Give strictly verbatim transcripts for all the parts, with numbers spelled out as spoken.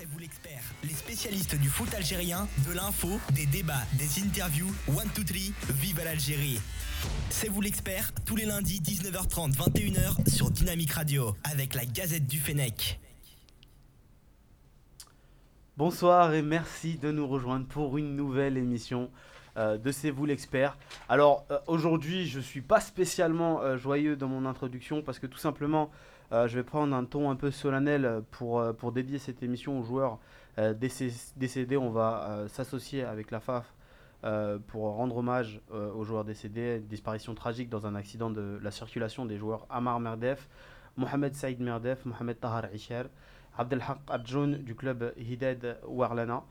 C'est vous l'expert, les spécialistes du foot algérien, de l'info, des débats, des interviews, one, two, three, vive l'Algérie. C'est vous l'expert, tous les lundis dix-neuf heures trente, vingt et une heures sur Dynamique Radio, avec la Gazette du Fennec. Bonsoir et merci de nous rejoindre pour une nouvelle émission euh, de C'est vous l'expert. Alors euh, aujourd'hui je ne suis pas spécialement euh, joyeux dans mon introduction parce que tout simplement euh, je vais prendre un ton un peu solennel pour, euh, pour dédier cette émission aux joueurs euh, décédés. On va euh, s'associer avec la F A F euh, pour rendre hommage euh, aux joueurs décédés. Une disparition tragique dans un accident de la circulation des joueurs Ammar Merdef, Mohamed Saïd Merdef, Mohamed Tahar Isher, Abdelhaq Adjoun du club Hided Ouarlana.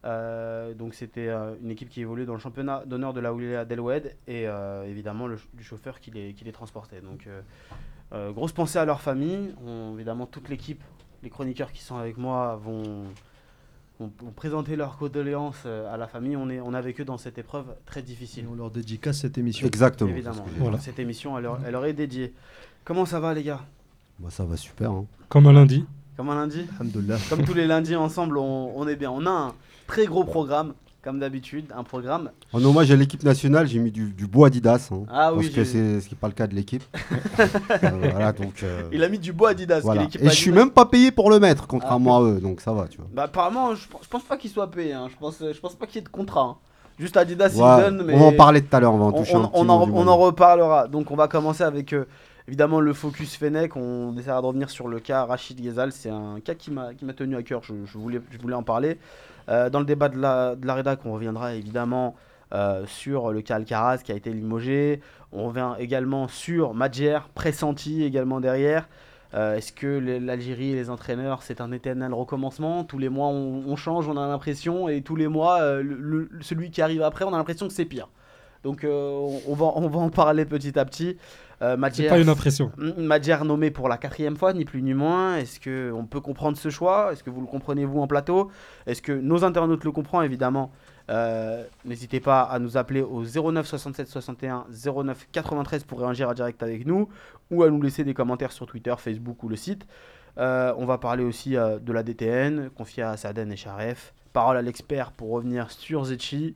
Euh, donc c'était euh, une équipe qui évoluait dans le championnat d'honneur de la Wilaya d'El Oued et euh, évidemment le, du chauffeur qui les, qui les transportait. Donc euh, euh, grosse pensée à leur famille. On, évidemment toute l'équipe, les chroniqueurs qui sont avec moi vont, vont, vont présenter leurs condoléances à la famille. On est, on est avec eux dans cette épreuve très difficile. Et on leur dédicace cette émission. Exactement. Évidemment. Voilà. Cette émission elle leur, elle leur est dédiée. Comment ça va les gars? Bah, ça va super. Hein. Comme un lundi. Comme un lundi? Alhamdoulilah. Comme tous les lundis ensemble, on, on est bien. On a un très gros programme, comme d'habitude, un programme. En hommage à l'équipe nationale, j'ai mis du, du bois Adidas. Hein, Ah oui, parce que j'ai- c'est ce qui n'est pas le cas de l'équipe. Euh, voilà, donc, euh, Il a mis du bois Adidas. voilà. qui est l'équipe Et je suis Adidas. même pas payé pour le mettre, contrairement à eux, donc ça va, tu vois. Bah, apparemment, je, pense- je pense pas qu'il soit payé. hein. Je, pense, je pense pas qu'il y ait de contrat. hein. Juste Adidas, Ouais, il donne. Mais on va en parler tout à l'heure, on va en on, toucher on- un petit on mot en, du on en moment. reparlera. Donc, on va commencer avec euh, évidemment le focus Fennec. On essaiera de revenir sur le cas Rachid Ghezal. C'est un cas qui m'a qui m'a tenu à cœur. Je, je voulais, je voulais en parler. Euh, dans le débat de la, de la rédac, on reviendra évidemment euh, sur le cas Alcaraz qui a été limogé. On revient également sur Madjer, pressenti également derrière. Euh, Est-ce que le- l'Algérie et les entraîneurs, c'est un éternel recommencement? Tous les mois, on, on change, on a l'impression, et tous les mois, euh, le- le- celui qui arrive après, on a l'impression que c'est pire. Donc, euh, on, on va, on va en parler petit à petit. Euh, C'est Madjer, pas une impression. Madjer nommé pour la quatrième fois, ni plus ni moins. Est-ce qu'on peut comprendre ce choix? Est-ce que vous le comprenez, vous, en plateau? Est-ce que nos internautes le comprennent, évidemment? Euh, N'hésitez pas à nous appeler au zéro neuf soixante-sept soixante et un zéro neuf quatre-vingt-treize pour réagir en direct avec nous ou à nous laisser des commentaires sur Twitter, Facebook ou le site. Euh, on va parler aussi euh, de la D T N, confiée à Saden et Sharef. Parole à l'expert pour revenir sur Zetchi.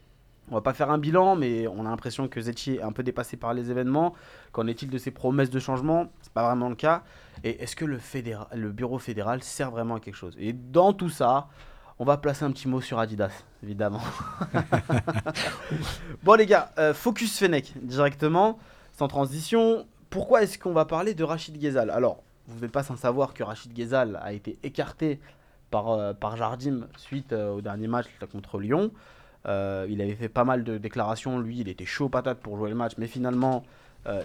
On va pas faire un bilan, mais on a l'impression que Zetchi est un peu dépassé par les événements. Qu'en est-il de ses promesses de changement? C'est pas vraiment le cas. Et est-ce que le, fédéral, le bureau fédéral sert vraiment à quelque chose? Et dans tout ça, on va placer un petit mot sur Adidas, évidemment. Bon les gars, euh, focus Fennec directement, sans transition. Pourquoi est-ce qu'on va parler de Rachid Ghezal? Alors, vous n'êtes pas sans savoir que Rachid Ghezal a été écarté par, euh, par Jardim suite euh, au dernier match là, contre Lyon. Euh, il avait fait pas mal de déclarations, lui il était chaud patate pour jouer le match, mais finalement euh,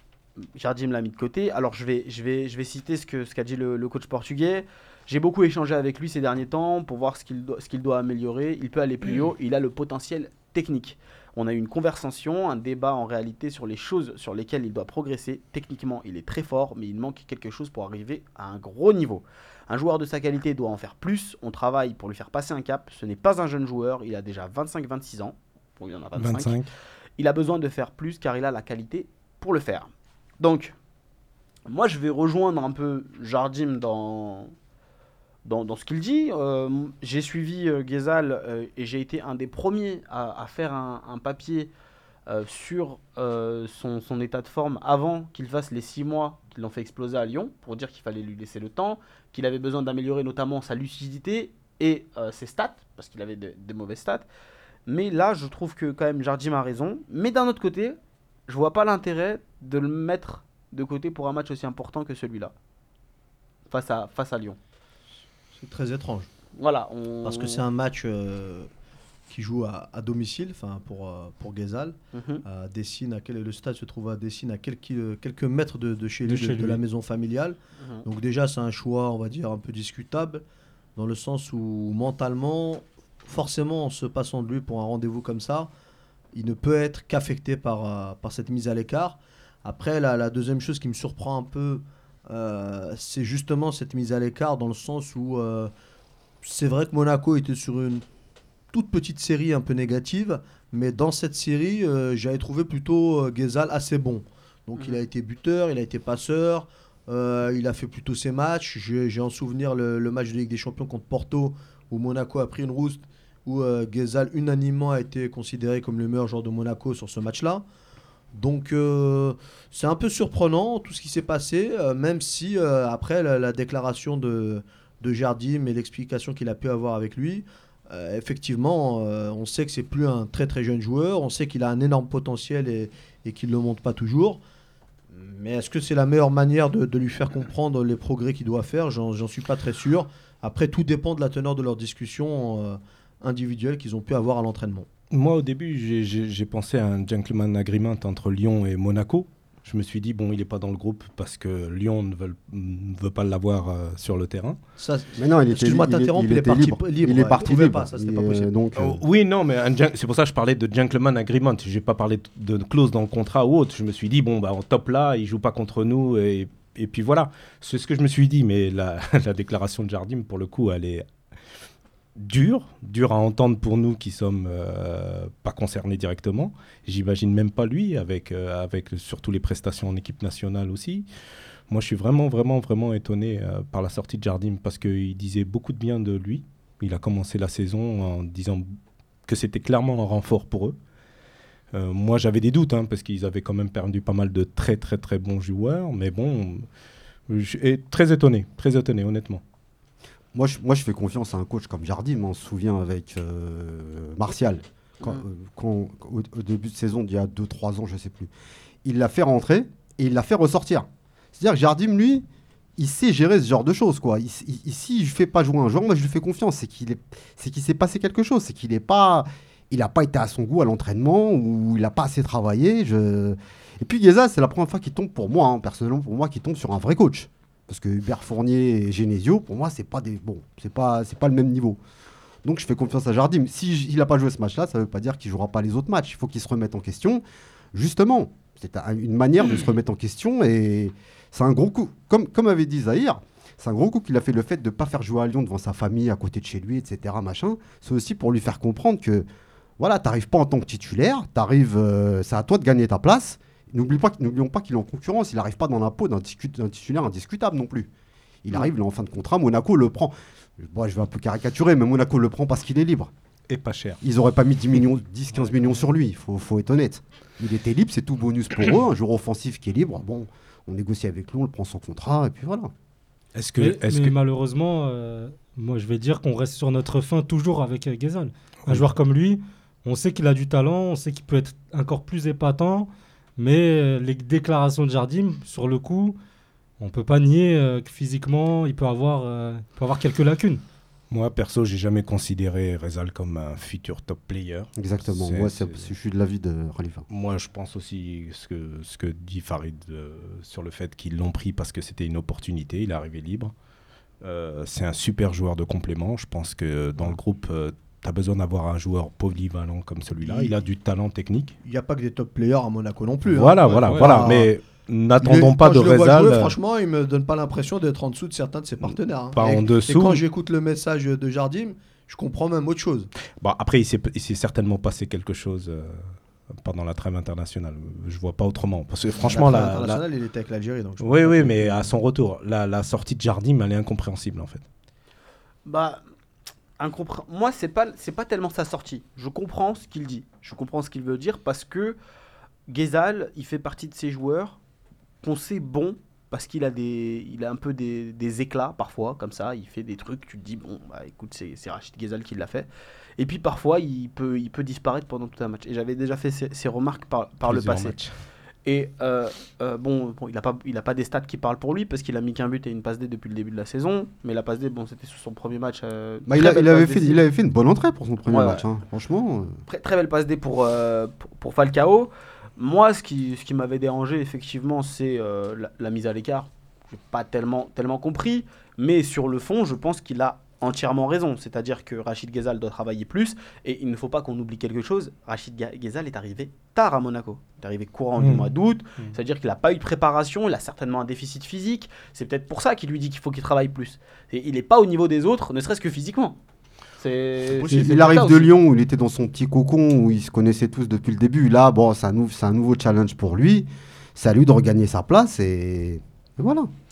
Jardim l'a mis de côté. Alors je vais, je vais, je vais citer ce que ce qu'a dit le, le coach portugais. J'ai beaucoup échangé avec lui ces derniers temps pour voir ce qu'il doit, ce qu'il doit améliorer. Il peut aller plus haut, il a le potentiel technique. On a eu une conversation, un débat en réalité sur les choses sur lesquelles il doit progresser. Techniquement, il est très fort, mais il manque quelque chose pour arriver à un gros niveau. Un joueur de sa qualité doit en faire plus. On travaille pour lui faire passer un cap. Ce n'est pas un jeune joueur, il a déjà vingt-cinq vingt-six ans. Bon, il en a vingt-cinq. vingt-cinq. Il a besoin de faire plus car il a la qualité pour le faire. Donc, moi je vais rejoindre un peu Jardim dans, dans, dans ce qu'il dit. Euh, j'ai suivi euh, Ghezal euh, et j'ai été un des premiers à, à faire un, un papier euh, sur euh, son, son état de forme avant qu'il fasse les six mois qui l'ont fait exploser à Lyon, pour dire qu'il fallait lui laisser le temps, qu'il avait besoin d'améliorer notamment sa lucidité et euh, ses stats, parce qu'il avait de- des mauvaises stats. Mais là, je trouve que quand même Jardim a raison. Mais d'un autre côté, je vois pas l'intérêt de le mettre de côté pour un match aussi important que celui-là, face à, face à Lyon. C'est très étrange. Voilà. On... Parce que c'est un match euh, qui joue à, à domicile, enfin pour, euh, pour Ghezal. Mhm. À Dessine, à quel, le stade se trouve à Dessine, à quelques, quelques mètres de, de chez De lui, chez de, de lui. la maison familiale. Mhm. Donc déjà, c'est un choix, on va dire, un peu discutable, dans le sens où mentalement, forcément, en se passant de lui pour un rendez-vous comme ça, il ne peut être qu'affecté par, euh, par cette mise à l'écart. Après, la, la deuxième chose qui me surprend un peu, euh, c'est justement cette mise à l'écart, dans le sens où euh, c'est vrai que Monaco était sur une toute petite série un peu négative, mais dans cette série, euh, j'avais trouvé plutôt euh, Ghezal assez bon. Donc Mhm. il a été buteur, il a été passeur, Euh, il a fait plutôt ses matchs. J'ai, j'ai en souvenir le, le match de Ligue des Champions contre Porto, où Monaco a pris une rouste, où euh, Ghezal unanimement a été considéré comme le meilleur joueur de Monaco sur ce match-là. Donc euh, c'est un peu surprenant tout ce qui s'est passé, euh, même si euh, après la, la déclaration de, de Jardim et l'explication qu'il a pu avoir avec lui, euh, effectivement euh, on sait que c'est plus un très très jeune joueur, on sait qu'il a un énorme potentiel et, et qu'il ne le montre pas toujours. Mais est-ce que c'est la meilleure manière de, de lui faire comprendre les progrès qu'il doit faire? J'en, j'en suis pas très sûr. Après, tout dépend de la teneur de leur discussion euh, individuelle qu'ils ont pu avoir à l'entraînement. Moi, au début, j'ai, j'ai, j'ai pensé à un gentleman agreement entre Lyon et Monaco. Je me suis dit, bon, il n'est pas dans le groupe parce que Lyon ne veut, ne veut pas l'avoir euh, sur le terrain. Ça, Mais non, il était, excuse-moi de il, t'interrompre, il il est était parti libre. libre, Il est ouais, parti il pouvait libre. pas, ça, c'était Et, pas possible. donc, euh, Oh, oui, non, mais un gen- c'est pour ça que je parlais de gentleman agreement. Je n'ai pas parlé de, de clause dans le contrat ou autre. Je me suis dit, bon, bah, en top là, il ne joue pas contre nous. Et, et puis voilà, c'est ce que je me suis dit. Mais la, la déclaration de Jardim, pour le coup, elle est dure, dure à entendre pour nous qui sommes euh, pas concernés directement. J'imagine même pas lui, avec, euh, avec surtout les prestations en équipe nationale aussi. Moi, je suis vraiment, vraiment, vraiment étonné euh, par la sortie de Jardim parce qu'il disait beaucoup de bien de lui. Il a commencé la saison en disant que c'était clairement un renfort pour eux. Euh, moi, j'avais des doutes hein, parce qu'ils avaient quand même perdu pas mal de très, très, très bons joueurs. Mais bon, je suis très étonné, très étonné, honnêtement. Moi je, moi, je fais confiance à un coach comme Jardim. On se souvient avec euh, Martial, quand, Mm. euh, quand, au, au début de saison, d'il y a deux trois ans, je ne sais plus. Il l'a fait rentrer et il l'a fait ressortir. C'est-à-dire que Jardim, lui, il sait gérer ce genre de choses, quoi. Il, il, ici, je ne fais pas jouer un joueur, moi je lui fais confiance. C'est qu'il, est, c'est qu'il s'est passé quelque chose. C'est qu'il n'est pas, il n'a pas été à son goût à l'entraînement ou il n'a pas assez travaillé. Je... Et puis Ghezal, c'est la première fois qu'il tombe pour moi, hein, personnellement, pour moi, qu'il tombe sur un vrai coach. Parce que Hubert Fournier et Genesio, pour moi, c'est pas des bon, c'est pas, c'est pas le même niveau. Donc je fais confiance à Jardim. Si il n'a pas joué ce match-là, ça ne veut pas dire qu'il jouera pas les autres matchs. Il faut qu'il se remette en question. Justement, c'est un, une manière de se remettre en question et c'est un gros coup. Comme, comme avait dit Zahir, c'est un gros coup qu'il a fait le fait de ne pas faire jouer à Lyon devant sa famille, à côté de chez lui, et cetera. Machin. C'est aussi pour lui faire comprendre que voilà, t'arrives pas en tant que titulaire, t'arrives, euh, c'est à toi de gagner ta place. N'oublie pas, n'oublions pas qu'il est en concurrence, il n'arrive pas dans la peau d'un, discu- d'un titulaire indiscutable non plus. Il arrive, il est en fin de contrat, Monaco le prend. Bon, je vais un peu caricaturer, mais Monaco le prend parce qu'il est libre. Et pas cher. Ils n'auraient pas mis dix millions, dix quinze millions sur lui, il faut, faut être honnête. Il était libre, c'est tout bonus pour eux, un joueur offensif qui est libre. Bon, on négocie avec lui, on le prend sans contrat, et puis voilà. Est-ce que, Mais, est-ce mais que... malheureusement, euh, moi je vais dire qu'on reste sur notre fin toujours avec euh, Ghezal. Un Oui. joueur comme lui, on sait qu'il a du talent, on sait qu'il peut être encore plus épatant, mais euh, les déclarations de Jardim, sur le coup, on ne peut pas nier euh, que physiquement, il peut avoir, euh, il peut avoir quelques lacunes. Moi, perso, j'ai jamais considéré Rezal comme un futur top player. Exactement, C'est- moi c'est, c'est- je suis de l'avis de Khalifa. Moi, je pense aussi ce que, ce que dit Farid euh, sur le fait qu'ils l'ont pris parce que c'était une opportunité, il est arrivé libre. Euh, c'est un super joueur de complément. Je pense que dans le groupe, tu as besoin d'avoir un joueur polyvalent comme celui-là. Il- Il a du talent technique. Il n'y a pas que des top players à Monaco non plus. hein. Voilà, Ouais, voilà, ouais. voilà. Ah. Mais n'attendons Il est- pas quand de je le vois Rezal. jouer, euh, franchement, il me donne pas l'impression d'être en dessous de certains de ses partenaires. hein. Pas et, en et dessous. quand j'écoute le message de Jardim, je comprends même autre chose. Bon, après, il s'est, il s'est certainement passé quelque chose euh, pendant la trêve internationale. Je vois pas autrement. Parce que franchement, la, la, trêve la- internationale, il était avec l'Algérie. Donc je Oui, comprends oui, pas. mais à son retour, la, la sortie de Jardim, elle est incompréhensible en fait. Bah, incompré- moi, c'est pas, c'est pas tellement sa sortie. Je comprends ce qu'il dit. Je comprends ce qu'il veut dire parce que Ghezal, il fait partie de ces joueurs qu'on sait bon parce qu'il a, des, il a un peu des, des éclats parfois, comme ça. Il fait des trucs, tu te dis, bon, bah écoute, c'est, c'est Rachid Ghezal qui l'a fait. Et puis parfois, il peut, il peut disparaître pendant tout un match. Et j'avais déjà fait ces, ces remarques par, par le Plusieurs passé. matchs. Et euh, euh, bon, bon, il n'a pas, il a pas des stats qui parlent pour lui parce qu'il a mis qu'un but et une passe D depuis le début de la saison. Mais la passe D, bon, c'était sur son premier match. euh, Bah, il, très a- belle il avait passe fait, D. il avait fait une bonne entrée pour son premier Ouais, match, ouais. hein. Franchement. euh, Très, très belle passe D pour, euh, pour, pour Falcao. Moi, ce qui, ce qui m'avait dérangé, effectivement, c'est euh, la, la mise à l'écart. Je n'ai pas tellement, tellement compris. Mais sur le fond, je pense qu'il a entièrement raison. C'est-à-dire que Rachid Ghezal doit travailler plus. Et il ne faut pas qu'on oublie quelque chose. Rachid Ga- Ghezal est arrivé tard à Monaco. Il est arrivé courant du Mmh. mois d'août. Mmh. C'est-à-dire qu'il n'a pas eu de préparation. Il a certainement un déficit physique. C'est peut-être pour ça qu'il lui dit qu'il faut qu'il travaille plus. Et il n'est pas au niveau des autres, ne serait-ce que physiquement. C'est, Il, c'est il pour arrive ça de aussi. Lyon où il était dans son petit cocon, où ils se connaissaient tous depuis le début. Là, bon, c'est un, nou- c'est un nouveau challenge pour lui. C'est à lui de regagner sa place et, et voilà.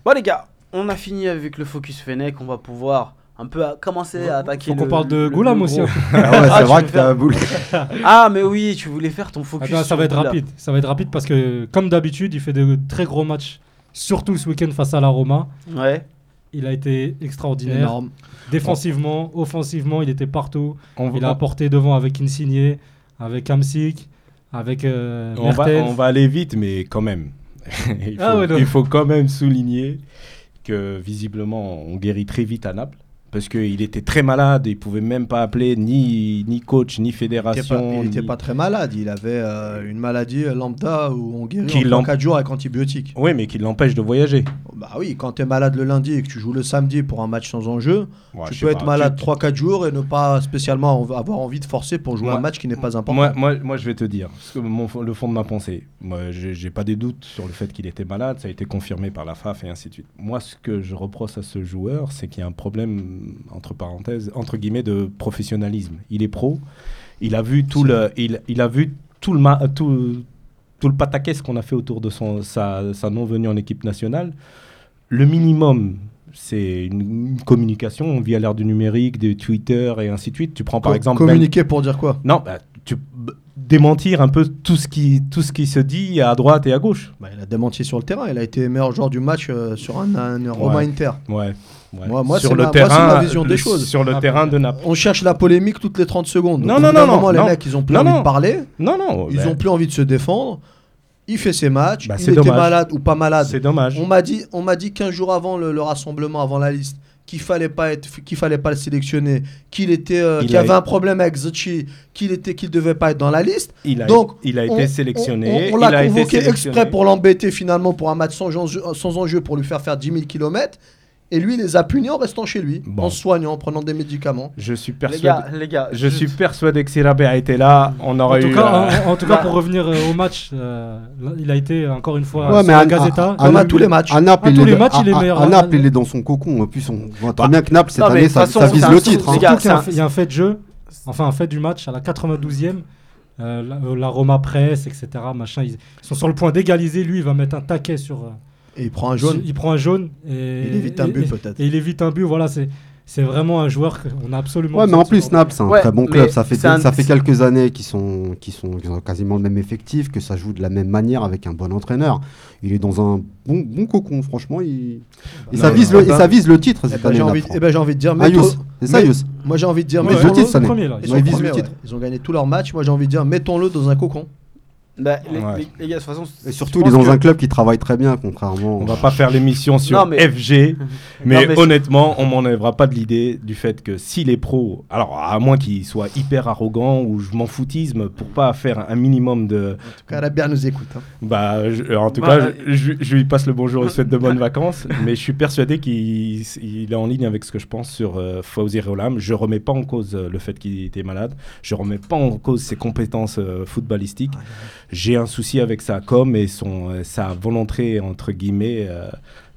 Bon les gars, on a fini avec le focus Fennec, on va pouvoir un peu à- commencer à attaquer. Faut qu'on le- parle de le- Goulam le aussi, gros. hein. Ah ouais, Ah, c'est tu vrai veux que t'as faire- boule. Ah mais oui, tu voulais faire ton Ah focus. ben, ça sur va être Goulam. rapide. Ça va être rapide parce que, comme d'habitude, il fait de très gros matchs, surtout ce week-end face à la Roma. Ouais. Il a été extraordinaire. Énorme. Défensivement, offensivement, il était partout. On, Il a on- apporté devant avec Insigne, avec Hamsik, avec euh, on va, Mertens. on va aller vite, mais quand même. il, faut, Ah ouais, non. il faut quand même souligner que visiblement, on guérit très vite à Naples. Parce qu'il était très malade, il pouvait même pas appeler ni, ni coach, ni Il était fédération. pas, il était ni- pas très malade. Il avait euh, une maladie lambda où on guérit Qui en l'em- quatre jours avec antibiotiques. Oui, mais qui l'empêche de voyager. Bah oui, quand tu es malade le lundi et que tu joues le samedi pour un match sans enjeu, Ouais, je tu sais peux être pas, malade tu- trois quatre jours et ne pas spécialement en- avoir envie de forcer pour jouer Moi- un match qui n'est pas important. Moi, moi, moi, je vais te dire, parce que mon, le fond de ma pensée, moi, j'ai j'ai pas des doutes sur le fait qu'il était malade, ça a été confirmé par la F A F et ainsi de suite. Moi, ce que je reproche à ce joueur, c'est qu'il y a un problème, entre parenthèses, entre guillemets, de professionnalisme. Il est pro, il a vu tout le, il, il a vu tout le, ma- tout, tout le pataquès qu'on a fait autour de son, sa, sa non-venue en équipe nationale. Le minimum, c'est une, une communication via l'ère du numérique, de Twitter et ainsi de suite. Tu prends par Co- exemple... Ben- communiquer pour dire quoi? Non, bah, tu b- démentir un peu tout ce qui tout ce qui se dit à droite et à gauche. Bah, il a démenti sur le terrain. Il a été meilleur joueur du match euh, sur un, un Roma Ouais. Inter. Ouais. ouais. Moi- moi, sur c'est le ma- moi, c'est terrain, ma vision des le- choses. Sur le Ah, terrain de Naples. On cherche la polémique toutes les trente secondes. Non, Donc, non, au bout d'un non, moment, non, les non. mecs, ils ont plus Non, envie non. de parler. Non, non. Ils bah, ont plus envie de se défendre. Il fait ses matchs. Bah, il c'est était dommage. malade ou pas malade. C'est dommage. On m'a dit, on m'a dit quinze jours avant le, le rassemblement, avant la liste, qu'il fallait pas être, qu'il fallait pas le sélectionner, qu'il était, euh, Il qu'il y a avait eu- un problème avec Zocchi, qu'il était, qu'il devait pas être dans la liste. Il a, Donc, il a été On- sélectionné. On, on il l'a a été convoqué sélectionné. exprès pour l'embêter finalement pour un match sans enjeu, sans enjeu pour lui faire faire dix mille kilomètres. Et lui, il les a punis en restant chez lui, Bon. en se soignant, en prenant des médicaments. Je suis Les persuadé. gars, les gars. Je juste- suis persuadé que si Rabé a été là, on En aurait tout, eu. cas, euh, en, en tout cas, bah- pour revenir euh, au match, euh, là, il a été encore une fois Ouais, sur mais la à- Gazzetta. à- Comme à Naples- tous les matchs. À Naples, À il tous est les de- matchs, il est à- à- meilleur. À Naples, il est dans son cocon. En plus, on voit très Bah. bien que Naples, cette Non, mais de année, toute ça, façon, ça c'est vise un le sou- titre. hein. les gars, Surtout qu'il y a un ça- fait- il y a un fait de jeu, enfin un fait du match à la quatre-vingt-douzième. euh, la, la Roma presse, et cetera. Machin, ils, ils sont sur le point d'égaliser. Lui, il va mettre un taquet sur. euh, Et il prend un jaune. Il prend un jaune. Et, Il évite un et- but et- peut-être. Et il évite un but. Voilà, c'est c'est vraiment un joueur qu'on a absolument. Ouais, mais en besoin de plus, ce Naples, c'est un Ouais, très bon mais club. Ça fait, c'est un- ça fait quelques années qu'ils sont, qu'ils sont, qu'ils ont quasiment le même effectif, que ça joue de la même manière avec un bon entraîneur. Il est dans un bon, bon cocon, franchement. Il... Et, Non, ça non, vise non, le, et bah- ça vise le titre Eh cette ben, année. j'ai envie, Naples. eh ben, j'ai envie de dire. Ah, mets-toi- Yous, c'est ça, mets- Yous. Moi, j'ai envie de dire. Mais mets-toi- le titre, c'est ça le n'est- premier là. Ils, Ils sont ont visé premiers, le titre. ouais. Ils ont gagné tous leurs matchs. Moi, j'ai envie de dire, mettons-le dans un cocon. Bah, les, Ouais. les- les gars, de toute façon. Et je surtout, il est pense dans que- un club qui travaille très bien, contrairement. On va pas faire l'émission sur Non, mais- F G, mais, Non, mais- honnêtement, on m'enlèvera pas de l'idée du fait que s'il est pro, alors à moins qu'il soit hyper arrogant ou je m'en foutisme pour pas faire un minimum de, En tout cas, la bière nous écoute. hein. bah, je- en tout Bah, cas, je, je- je lui passe le bonjour et souhaite de bonnes vacances, mais je suis persuadé qu'il il est en ligne avec ce que je pense sur euh, Fawzi Roulam. Je remets pas en cause euh, le fait qu'il était malade, je remets pas en cause ses compétences euh, footballistiques. J'ai un souci avec sa com et son, euh, sa volonté, entre guillemets, euh,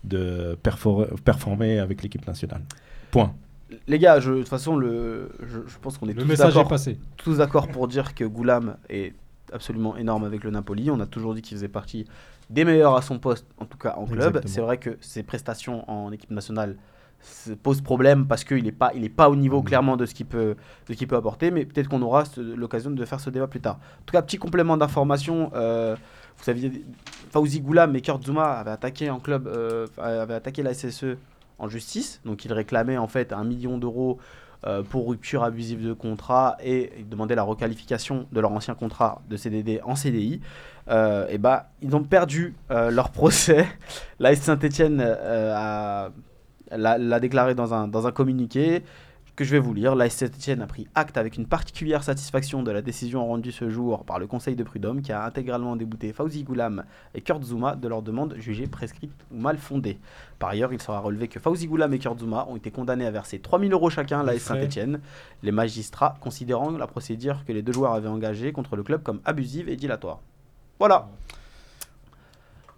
de perfor- performer avec l'équipe nationale. Point. Les gars, je- de toute façon, le, je, je pense qu'on est Le tous message est d'accord, passé. tous d'accord pour dire que Goulam est absolument énorme avec le Napoli. On a toujours dit qu'il faisait partie des meilleurs à son poste, en tout cas en club. Exactement. C'est vrai que ses prestations en équipe nationale se posent problème parce qu'il n'est pas, il est pas au niveau clairement de ce qu'il peut, de ce qu'il peut apporter, mais peut-être qu'on aura ce- l'occasion de faire ce débat plus tard. En tout cas, petit complément d'information, euh, vous saviez, Fawzi Goulam et Kurt Zouma avaient attaqué en club, euh, avaient attaqué la S S E en justice, donc ils réclamaient en fait un million d'euros euh, pour rupture abusive de contrat et ils demandaient la requalification de leur ancien contrat de C D D en C D I. Euh, et bah, ils ont perdu euh, leur procès. L'A S Saint-Etienne euh, a l'a, l'a déclaré dans un, dans un communiqué que je vais vous lire. L'A S Saint-Etienne a pris acte avec une particulière satisfaction de la décision rendue ce jour par le Conseil de prud'homme qui a intégralement débouté Fawzi Goulam et Kurt Zouma de leur demande jugée prescrite ou mal fondée. Par ailleurs, il sera relevé que Fawzi Goulam et Kurt Zouma ont été condamnés à verser trois mille euros chacun à l'A S Saint-Etienne, les magistrats considérant la procédure que les deux joueurs avaient engagée contre le club comme abusive et dilatoire. Voilà.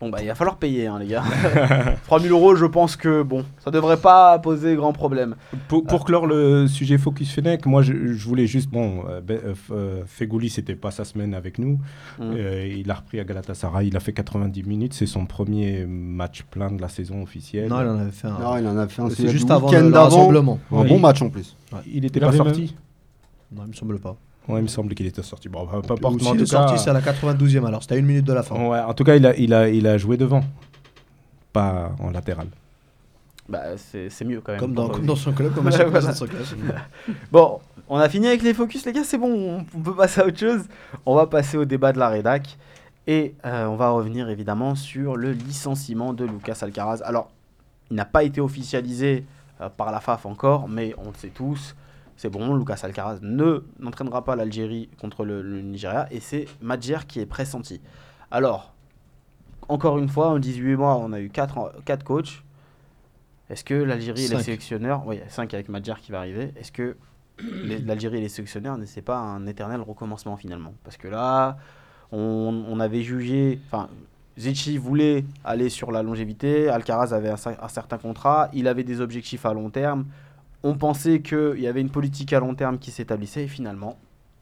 Bon bah il va falloir payer hein, les gars. trois mille euros, je pense que bon, ça devrait pas poser grand problème. Pour, pour clore le sujet Focus Fennec, moi je, je voulais juste, bon, euh, ben, euh, euh, Fegouli c'était pas sa semaine avec nous, Mm. Euh, il a repris à Galatasaray, il a fait quatre-vingt-dix minutes, c'est son premier match plein de la saison officielle. Non, il en avait fait un. Non, il en a fait un C'est c'est juste le avant week-end le, le d'avant. rassemblement. Un Ouais, bon il- match en plus. Il était Il pas avait sorti. Non, il me semble pas. Ouais, il me semble qu'il était sorti. Bon, peu Ou importe, mais en s'il tout est sorti, cas, c'est à la quatre-vingt-douzième alors. C'était à une minute de la fin. ouais, en tout cas, il a, il a, il a joué devant, pas en latéral. Bah c'est c'est mieux quand même. Comme dans, pour- comme dans son club, comme à Ouais, chaque fois voilà. dans son club. Bon, on a fini avec les focus les gars, c'est bon, on, on peut passer à autre chose. On va passer au débat de la rédac. Et euh, on va revenir évidemment sur le licenciement de Lucas Alcaraz. Alors, il n'a pas été officialisé euh, par la F A F encore, mais on le sait tous, c'est bon, Lucas Alcaraz ne n'entraînera pas l'Algérie contre le, le Nigeria, et c'est Madjer qui est pressenti. Alors, encore une fois, en dix-huit mois, on a eu quatre coachs. Est-ce que l'Algérie et les Cinq. sélectionneurs, oui, cinq avec Madjer qui va arriver, est-ce que les- l'Algérie et les sélectionneurs, n'est-ce pas un éternel recommencement finalement? Parce que là, on, on avait jugé, enfin, Zichy voulait aller sur la longévité, Alcaraz avait un, cer- un certain contrat, il avait des objectifs à long terme, on pensait qu'il y avait une politique à long terme qui s'établissait, et finalement,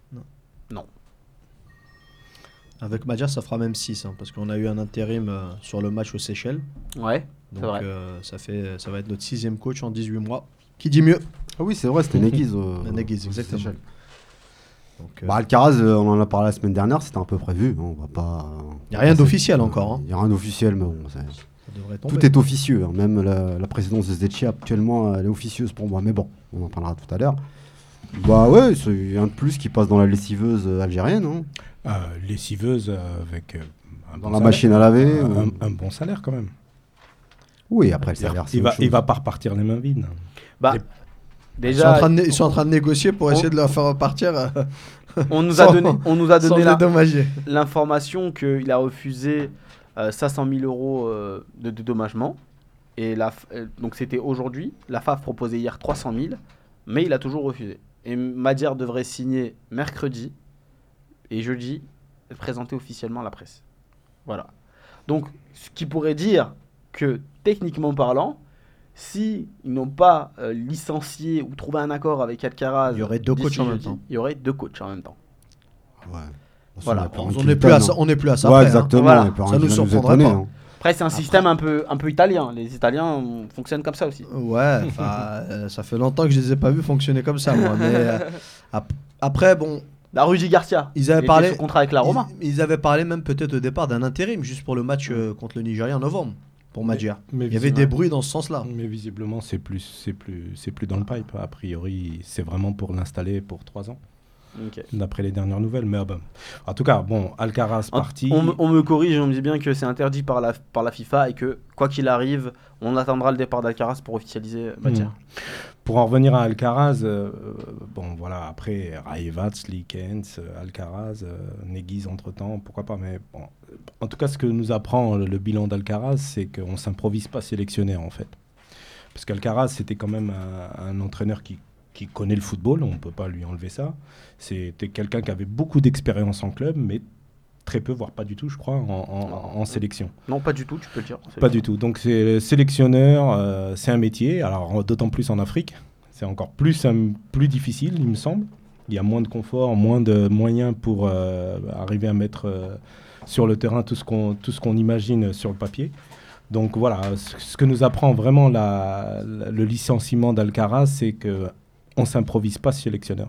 Avec Madjer, ça fera même six, hein, parce qu'on a eu un intérim euh, sur le match aux Seychelles. ouais, c'est Donc vrai. euh, ça, fait, ça va être notre sixième coach en dix-huit mois. Qui dit mieux? Ah oui, c'est vrai, c'était Neguiz. euh, Neguiz, aux exactement. Seychelles. Donc, euh, Bah, Alcaraz, euh, on en a parlé la semaine dernière, c'était un peu prévu. hein, On va pas. y a rien d'officiel encore, hein. Il n'y a rien d'officiel, mais bon, c'est- ça devrait tomber. tout est officieux. hein. Même la, la présidence de Zecchi actuellement, elle est officieuse pour moi. Mais bon, on en parlera tout à l'heure. Bah ouais, c'est un de plus qui passe dans la lessiveuse euh, algérienne. hein. Euh, lessiveuse euh, avec euh, un Dans bon la salaire. machine à laver. Un, ou- un bon salaire quand même. Oui, après le salaire, c'est Il va, autre il chose. va pas repartir les mains vides. Bah, Et- Ils, sont en déjà, train de né- ils sont en train de négocier pour Oh. essayer de leur faire repartir euh, on nous a sans- donné, on nous a sans donné les la- dédommager. l'information qu'il a refusé euh, cinq cent mille euros euh, de dédommagement. Et la, f- euh, donc c'était aujourd'hui. La F A F proposait hier trois cent mille, mais il a toujours refusé. Et Madjer devrait signer mercredi et jeudi présenter officiellement à la presse. Voilà. Donc, ce qui pourrait dire que techniquement parlant, si ils n'ont pas euh, licencié ou trouvé un accord avec Alcaraz, Il y aurait deux d'ici coachs en même jeudi, temps. Il y aurait deux coachs en même temps. Ouais. Voilà. Ça, on On apprend n'est qu'il plus, à donne, ça- hein. on n'est plus à ça. Ouais, près, hein. exactement. Voilà. et puis, Ça il nous va surprendrait étonner, pas. hein. Après, c'est un Après- système un peu, un peu italien. Les Italiens on, fonctionnent comme ça aussi. Ouais, enfin, euh, ça fait longtemps que je les ai pas vus fonctionner comme ça, moi. Mais euh, ap- après, bon, Bah, Rudy Garcia, ils il avaient était parlé. sous contrat avec la Roma. Ils, ils avaient parlé même peut-être au départ d'un intérim juste pour le match euh, contre le Nigeria en novembre pour Madjer. Mais Il y avait visiblement- des bruits dans ce sens-là. Mais visiblement, c'est plus, c'est plus, c'est plus dans le pipe. A priori, c'est vraiment pour l'installer pour trois ans, Ok. d'après les dernières nouvelles. Mais ah ben, en tout cas, bon, Alcaraz En- parti. On, me- on me corrige, on me dit bien que c'est interdit par la, par la FIFA et que quoi qu'il arrive, on attendra le départ d'Alcaraz pour officialiser Madjer. Hmm. Pour en revenir à Alcaraz, euh, bon voilà, après Raivats, Likens, euh, Alcaraz, euh, Neguiz entre-temps, pourquoi pas, mais bon. En tout cas, ce que nous apprend le, le bilan d'Alcaraz, c'est qu'on ne s'improvise pas sélectionneur en fait. Parce qu'Alcaraz, c'était quand même un, un entraîneur qui, qui connaît le football, on ne peut pas lui enlever ça. C'était quelqu'un qui avait beaucoup d'expérience en club, mais très peu, voire pas du tout, je crois, en, en- en sélection. Non, pas du tout, tu peux le dire. C'est Pas bien. du tout. Donc c'est sélectionneur, euh, c'est un métier. Alors d'autant plus en Afrique, c'est encore plus un- plus difficile, il me semble. Il y a moins de confort, moins de moyens pour euh, arriver à mettre euh, sur le terrain tout ce qu'on tout ce qu'on imagine sur le papier. Donc voilà, ce, ce que nous apprend vraiment la- la- le licenciement d'Alcaraz, c'est que on s'improvise pas sélectionneur.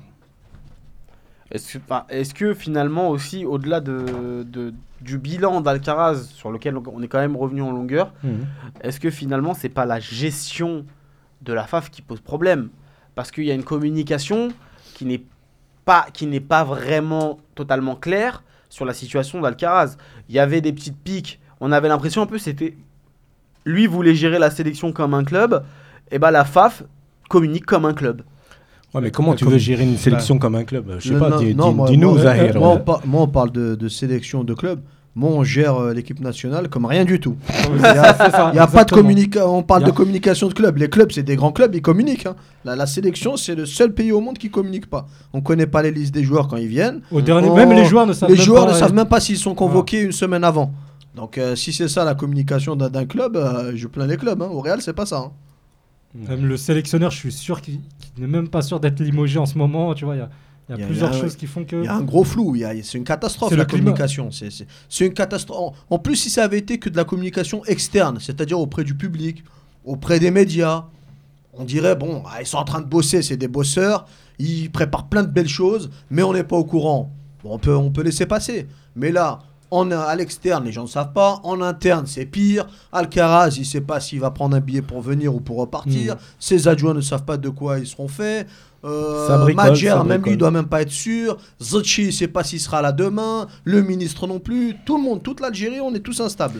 Est-ce que, enfin, est-ce que finalement aussi, au-delà de, de- du bilan d'Alcaraz, sur lequel on est quand même revenu en longueur, est-ce que finalement c'est pas la gestion de la F A F qui pose problème? Parce qu'il y a une communication qui n'est pas, qui n'est pas vraiment totalement claire sur la situation d'Alcaraz. Il y avait des petites piques, on avait l'impression un peu c'était... Lui voulait gérer la sélection comme un club, et bah la F A F communique comme un club. Ouais, mais comment tu Comme- veux gérer une sélection comme un club? Je sais Non, pas, non, dis- non, dis- moi- dis-nous, moi, Zahir. Moi, on, par- moi, on parle de, de sélection de club. Moi, on gère euh, l'équipe nationale comme rien du tout. Il n'y a, C'est ça, il y a pas de exactement. communication. On parle Il y a- de communication de club. Les clubs, c'est des grands clubs, ils communiquent. hein. La, la sélection, c'est le seul pays au monde qui communique pas. On connaît pas les listes des joueurs quand ils viennent. Au dernier, On- même les joueurs ne savent les même joueurs pas, ne euh, savent même pas s'ils sont convoqués une semaine avant. Donc euh, si c'est ça la communication d'un, d'un club, euh, je plains les clubs. Hein. Au Real, c'est pas ça. Hein. Même le sélectionneur, je suis sûr qu'il, qu'il n'est même pas sûr d'être limogé en ce moment. Tu vois, il y a, il y a Il y a- plusieurs il y a- choses qui font que. Il y a un gros flou, il y a- c'est une catastrophe C'est la le climat. communication. C'est, c'est- c'est une catastrophe. En, en plus, si ça avait été que de la communication externe, c'est-à-dire auprès du public, auprès des médias, on dirait, bon, ah, ils sont en train de bosser, c'est des bosseurs, ils préparent plein de belles choses, mais on n'est pas au courant. Bon, on, peut, on peut laisser passer. Mais là, on a, à l'externe, les gens ne savent pas. En interne, c'est pire. Alcaraz, il ne sait pas s'il va prendre un billet pour venir ou pour repartir. Mm. Ses adjoints ne savent pas de quoi ils seront faits. Euh, Ça bricole, Madjer, ça même lui, bricole. il doit même pas être sûr. Zotchi, il ne sait pas s'il sera là demain. Le ministre non plus. Tout le monde, toute l'Algérie, on est tous instables.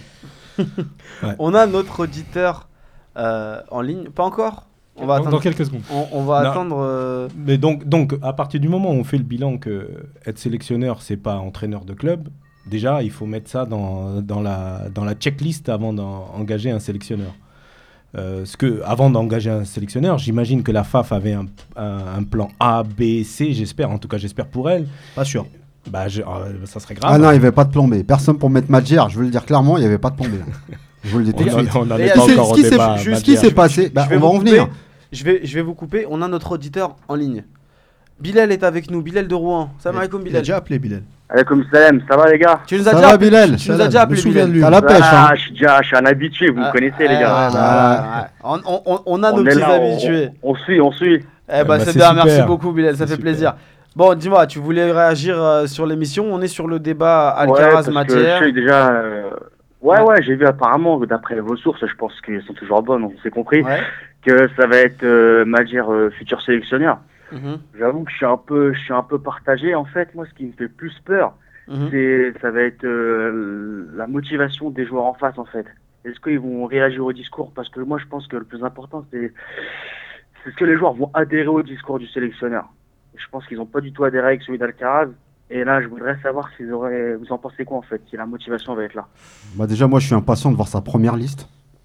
On a notre auditeur euh, en ligne. Pas encore. On va dans, attendre. dans quelques secondes. On, on va Non. attendre. euh, Mais donc, donc, à partir du moment où on fait le bilan que être sélectionneur, c'est pas entraîneur de club, déjà, il faut mettre ça dans, dans, la, dans la checklist avant d'engager un sélectionneur. Euh, ce que, avant d'engager un sélectionneur, j'imagine que la F A F avait un, un, un plan A, B, C, j'espère, en tout cas j'espère pour elle. Pas sûr. Bah, je- euh, ça serait grave. Ah non, il n'y avait pas de plan B. Personne pour mettre Madjer, je veux le dire clairement, il n'y avait pas de plan B. hein. Je vous le dis tout on de en- suite. on n'en Les est gars, pas Ce qui s'est- encore ce au qui s'est- débat. juste Ce qui Madjer. s'est passé, bah, je vais on va vous en couper. venir. Je vais, je vais vous couper. On a notre auditeur en ligne. Bilal est avec nous. Bilal de Rouen. Salam alaikum, Il a Bilal. déjà appelé Bilal. Alaikum salam, ça va les gars? Tu nous as Ça déjà va, appelé- Bilal? Tu nous as Salam, déjà je appelé me souviens de Bilal. lui. T'as la pêche, Ah, hein. je suis déjà, je suis un habitué, vous Ah, me connaissez eh, les gars. ouais, bah, ouais, ouais. On, on- on a On nos est petits là, on- habitués. On, on suit, on suit. Eh bah, bah, c'est c'est bien, merci super. beaucoup Bilal, ça C'est fait super. plaisir. Bon, dis-moi, tu voulais réagir euh, sur l'émission. On est sur le débat Ouais, parce que Alcaraz-Madjer. je sais déjà. euh, Ouais, ouais, j'ai vu apparemment, d'après vos sources, je pense qu'elles sont toujours bonnes, on s'est compris, Ouais. que ça va être euh, Madjer euh, futur sélectionneur. Mhm, J'avoue que je suis un peu, je suis un peu partagé. En fait, moi, ce qui me fait plus peur, mhm. c'est, ça va être euh, la motivation des joueurs en face, en fait. Est-ce qu'ils vont réagir au discours? Parce que moi, je pense que le plus important, c'est, c'est que les joueurs vont adhérer au discours du sélectionneur. Je pense qu'ils n'ont pas du tout adhéré avec celui d'Alcaraz. Et là, je voudrais savoir s'ils auraient, vous en pensez quoi, en fait, si la motivation va être là. Bah déjà, moi, je suis impatient de voir sa première liste.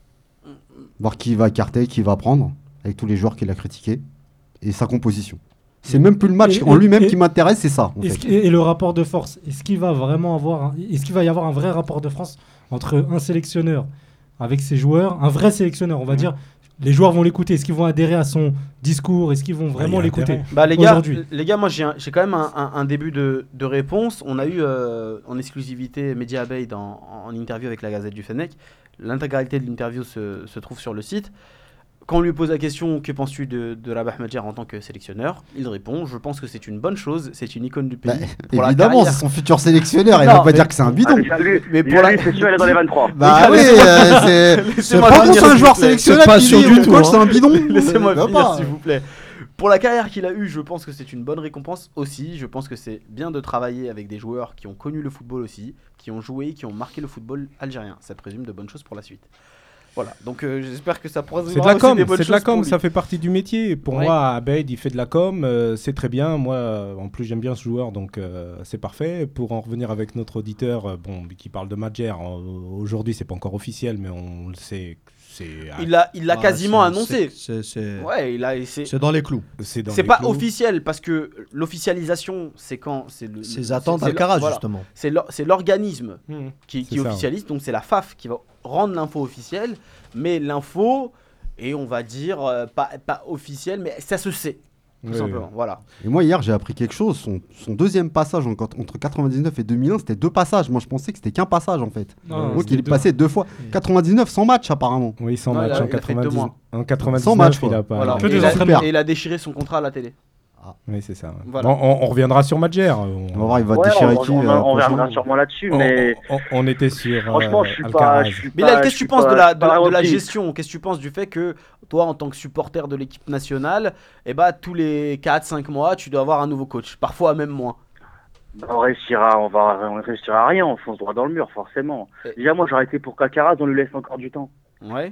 Voir qui va écarter, qui va prendre, avec tous les joueurs qu'il a critiqués. Et sa composition. C'est même plus le match Et- en et- lui-même et- qui m'intéresse, c'est ça. En Est-ce fait. qu'il- et le rapport de force, est-ce qu'il va vraiment avoir, un- est-ce qu'il va y avoir un vrai rapport de force entre un sélectionneur avec ses joueurs, un vrai sélectionneur, on va dire, les joueurs vont l'écouter, est-ce qu'ils vont adhérer à son discours, est-ce qu'ils vont vraiment il y a l'écouter intérêt. Bah les gars, Aujourd'hui. les gars, moi j'ai un- j'ai quand même un, un- un début de, de réponse. On a eu euh, en exclusivité Media Bay dans, en interview avec la Gazette du Fennec. L'intégralité de l'interview se, se trouve sur le site. Quand on lui pose la question, que penses-tu de, de Rabah Madjer en tant que sélectionneur, il répond, je pense que c'est une bonne chose, c'est une icône du pays. Bah, pour la évidemment, carrière. c'est son futur sélectionneur. Il Non, va pas mais- dire que c'est un bidon. Ah, déjà, lui, Mais déjà, pour la- lui, c'est sûr, elle est dans les vingt-trois. Bah Les oui, gars, laissez-moi- euh, c'est. C'est Laissez-moi pas finir, contre un s'il joueur vous plaît. sélectionneur C'est pas qui sûr dit du mon tout, coach, hein. c'est un bidon. Laissez-moi Va finir, pas. s'il vous plaît. Pour la carrière qu'il a eue, je pense que c'est une bonne récompense aussi. Je pense que c'est bien de travailler avec des joueurs qui ont connu le football aussi, qui ont joué, qui ont marqué le football algérien. Ça présume de bonnes choses pour la suite. Voilà, donc euh, j'espère que ça pourra C'est de la com, c'est de la com, ça ça fait partie du métier. Pour Ouais. moi, Abeid, il fait de la com, euh, c'est très bien. Moi, euh, en plus, j'aime bien ce joueur, donc euh, c'est parfait. Pour en revenir avec notre auditeur, euh, bon, qui parle de Madjer, euh, aujourd'hui, c'est pas encore officiel, mais on le sait, c'est Il l'a il l'a Ah, quasiment c'est- annoncé. C'est, c'est- c'est- Ouais, il a c'est c'est dans les clous. c'est dans c'est les pas clous. officiel parce que l'officialisation, c'est quand c'est le Ces c'est- attentes c'est- d'Alcaraz, voilà. justement. C'est l'or- c'est l'organisme Mmh. qui, C'est qui ça, officialise, donc c'est la F A F qui va rendre l'info officielle, mais l'info est, on va dire, euh, pas, pas officielle, mais ça se sait, tout Oui, simplement. oui. Voilà. Et moi, hier, j'ai appris quelque chose. Son, son deuxième passage en- entre quatre-vingt-dix-neuf et deux mille un, c'était deux passages. Moi, je pensais que c'était qu'un passage, en fait. Non, Donc, c'était il est deux. passé deux fois. quatre-vingt-dix-neuf, sans match, apparemment. Oui, sans Non, il match a- en il a fait deux quatre-vingt-dix. mois. En quatre-vingt-dix-neuf, Sans match, il quoi. a pas. Voilà. Que Et, des il a, entraînements. et il a déchiré son contrat à la télé. Oui, c'est ça. Voilà. Bon, on, on reviendra sur Madjer. On, On va voir, il va Ouais, déchirer on, qui on, euh, on reviendra prochainement. sûrement là-dessus, on- mais on- on était sur. franchement, euh, je suis pas. Alcaraz. Je suis Bilal, pas- qu'est-ce je que tu suis penses pas- de la, je suis pas de, de la optimiste. gestion? Qu'est-ce que tu penses du fait que toi, en tant que supporter de l'équipe nationale, eh bah, tous les quatre cinq mois, tu dois avoir un nouveau coach, parfois même moins. Bah, on réussira, on va, on réussira à rien, on fonce droit dans le mur, forcément. Et- Déjà, moi, j'aurais été pour qu'Alcaraz, on lui laisse encore du temps. Ouais.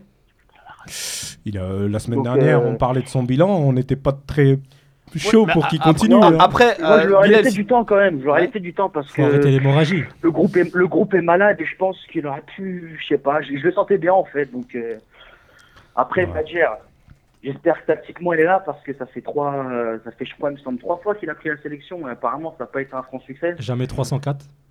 Il a, la semaine Donc, dernière, euh, on parlait de son bilan. On n'était pas très chaud mais pour a- qu'il après- continue. non, hein. Après, Moi, je euh, lui aurais Bilal, laissé du temps quand même, je lui aurais Ouais. laissé du temps parce Faut arrêter que l'hémorragie. le groupe, est, le groupe est malade et je pense qu'il aurait pu, je sais pas, je, je le sentais bien en fait. Donc, euh, après, Ouais. Madjer, j'espère que tactiquement il est là parce que ça fait trois, euh, ça fait, je crois, il me semble, trois fois qu'il a pris la sélection et apparemment, ça n'a pas été un franc succès. Jamais trois cent quatre.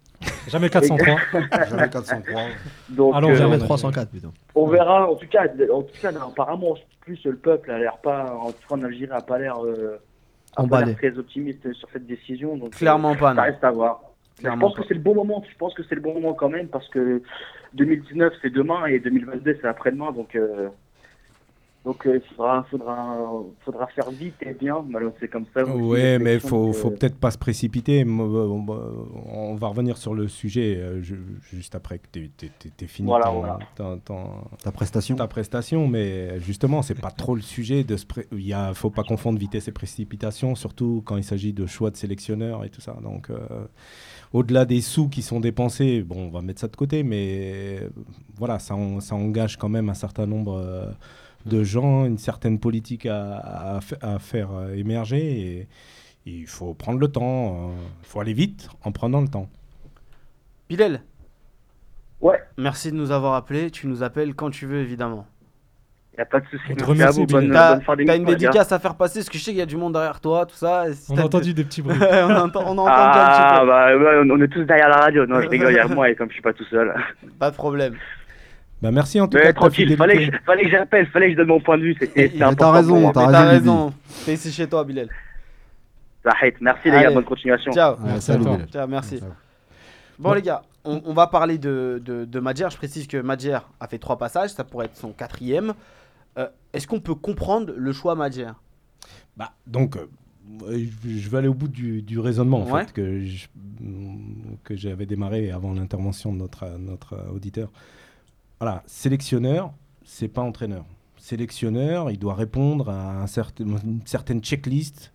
Jamais quatre cent trois. Jamais quatre cent trois. Donc, Allons, euh, Jamais on a- trois cent quatre, putain. on verra. En tout cas, en tout cas, apparemment, plus le peuple a l'air pas, en tout cas en Algérie, a pas l'air, euh, a pas Emballé. l'air très optimiste sur cette décision. Donc, Clairement pas, euh, non. ça reste à voir. Mais je Clairement pense que pas. c'est le bon moment. Je pense que c'est le bon moment quand même parce que deux mille dix-neuf c'est demain et deux mille vingt-deux c'est après-demain. Donc, euh, donc euh, il faudra, faudra, faudra faire vite et bien. Malheureusement, c'est comme ça. aussi, Ouais, les mais élections, faut, donc, faut euh, peut-être pas se précipiter. Mo- On on va revenir sur le sujet euh, je- juste après que tu aies fini Voilà, ton- voilà. ton- ton- Ta prestation. ta prestation. Mais justement, c'est pas trop le sujet. De se pré- Il y a, faut pas confondre vitesse et précipitation, surtout quand il s'agit de choix de sélectionneurs et tout ça. Donc, euh, au-delà des sous qui sont dépensés, bon, on va mettre ça de côté, mais euh, voilà, ça, en- ça engage quand même un certain nombre euh, de gens, une certaine politique à, à fa- à faire euh, émerger. Et, et il faut prendre le temps. Il faut aller vite en prenant le temps. Bilal, Ouais, merci de nous avoir appelés. Tu nous appelles quand tu veux, évidemment. y a pas de souci. On te Merci à remercie, vous. Bonne, Bilal. T'as bonne fin t'as d'émission, une les gars. dédicace à faire passer, parce que je sais qu'il y a du monde derrière toi, tout ça. et si On t'as- a entendu des petits bruits. on, entend, on a entendu Ah, un petit bah, ouais, on est tous derrière la radio. Non, je rigole, il y a moi et comme je suis pas tout seul. peu. Pas de problème. Bah, merci en tout Mais cas de ta tranquille, fallait fidélité. que, fallait que j'appelle, fallait que je donne mon point de vue. C'était c'était Mais important. t'as raison, pour moi. t'as Mais t'as raison, raison. Fais ici chez toi, Bilal. Zahid, merci les Allez. gars, bonne continuation. Ciao. Ouais, Merci à salut, toi. Bilal. Ciao, merci. Ciao. Bon, les gars, on, on va parler de, de, de Madjer. Je précise que Madjer a fait trois passages, ça pourrait être son quatrième. Euh, Est-ce qu'on peut comprendre le choix Madjer? Bah, donc, euh, je je vais aller au bout du, du raisonnement en Ouais. fait, que je- que j'avais démarré avant l'intervention de notre, notre auditeur. Voilà, sélectionneur, c'est pas entraîneur. Sélectionneur, il doit répondre à un certain, une certaine checklist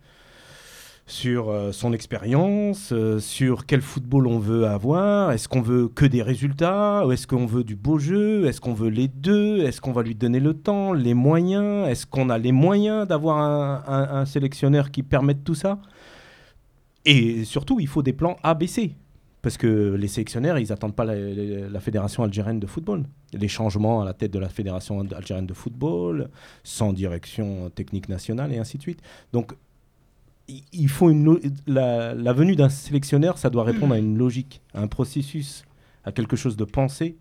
sur euh, son expérience, euh, sur quel football on veut avoir. Est-ce qu'on veut que des résultats ou est-ce qu'on veut du beau jeu? Est-ce qu'on veut les deux? Est-ce qu'on va lui donner le temps, les moyens? Est-ce qu'on a les moyens d'avoir un, un- un sélectionneur qui permette tout ça? Et surtout, il faut des plans A B C. Parce que les sélectionneurs, ils n'attendent pas la, la- la Fédération algérienne de football. Les changements à la tête de la Fédération algérienne de football, sans direction technique nationale et ainsi de suite. Donc, il- il faut une lo- la, la venue d'un sélectionneur, ça doit répondre à une logique, à un processus, à quelque chose de pensé.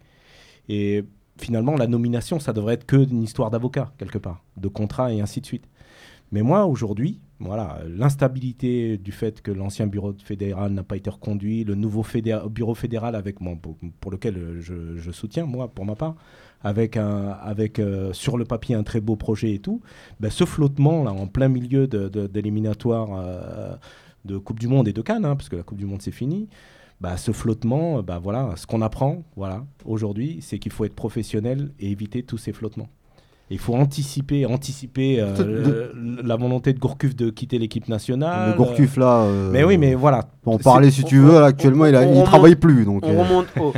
Et finalement, la nomination, ça devrait être que une histoire d'avocat, quelque part, de contrat et ainsi de suite. Mais moi, aujourd'hui, voilà, l'instabilité du fait que l'ancien bureau fédéral n'a pas été reconduit, le nouveau fédé- bureau fédéral avec moi, pour, pour lequel euh, je, je soutiens, moi, pour ma part, avec, un, avec euh, sur le papier un très beau projet et tout, ben, ce flottement, là, en plein milieu de, de, d'éliminatoires euh, de Coupe du Monde et de Cannes, hein, parce que la Coupe du Monde, c'est fini, bah, ce flottement, bah, voilà, ce qu'on apprend voilà, aujourd'hui, c'est qu'il faut être professionnel et éviter tous ces flottements. Il faut anticiper, anticiper euh, De- le- la volonté de Gourcuff de quitter l'équipe nationale. Le Gourcuff là. euh, Mais oui, mais voilà. On en C'est- parler si tu on- veux. on- Là, actuellement, il, a, on il remonte- travaille plus. Donc, On euh, remonte au.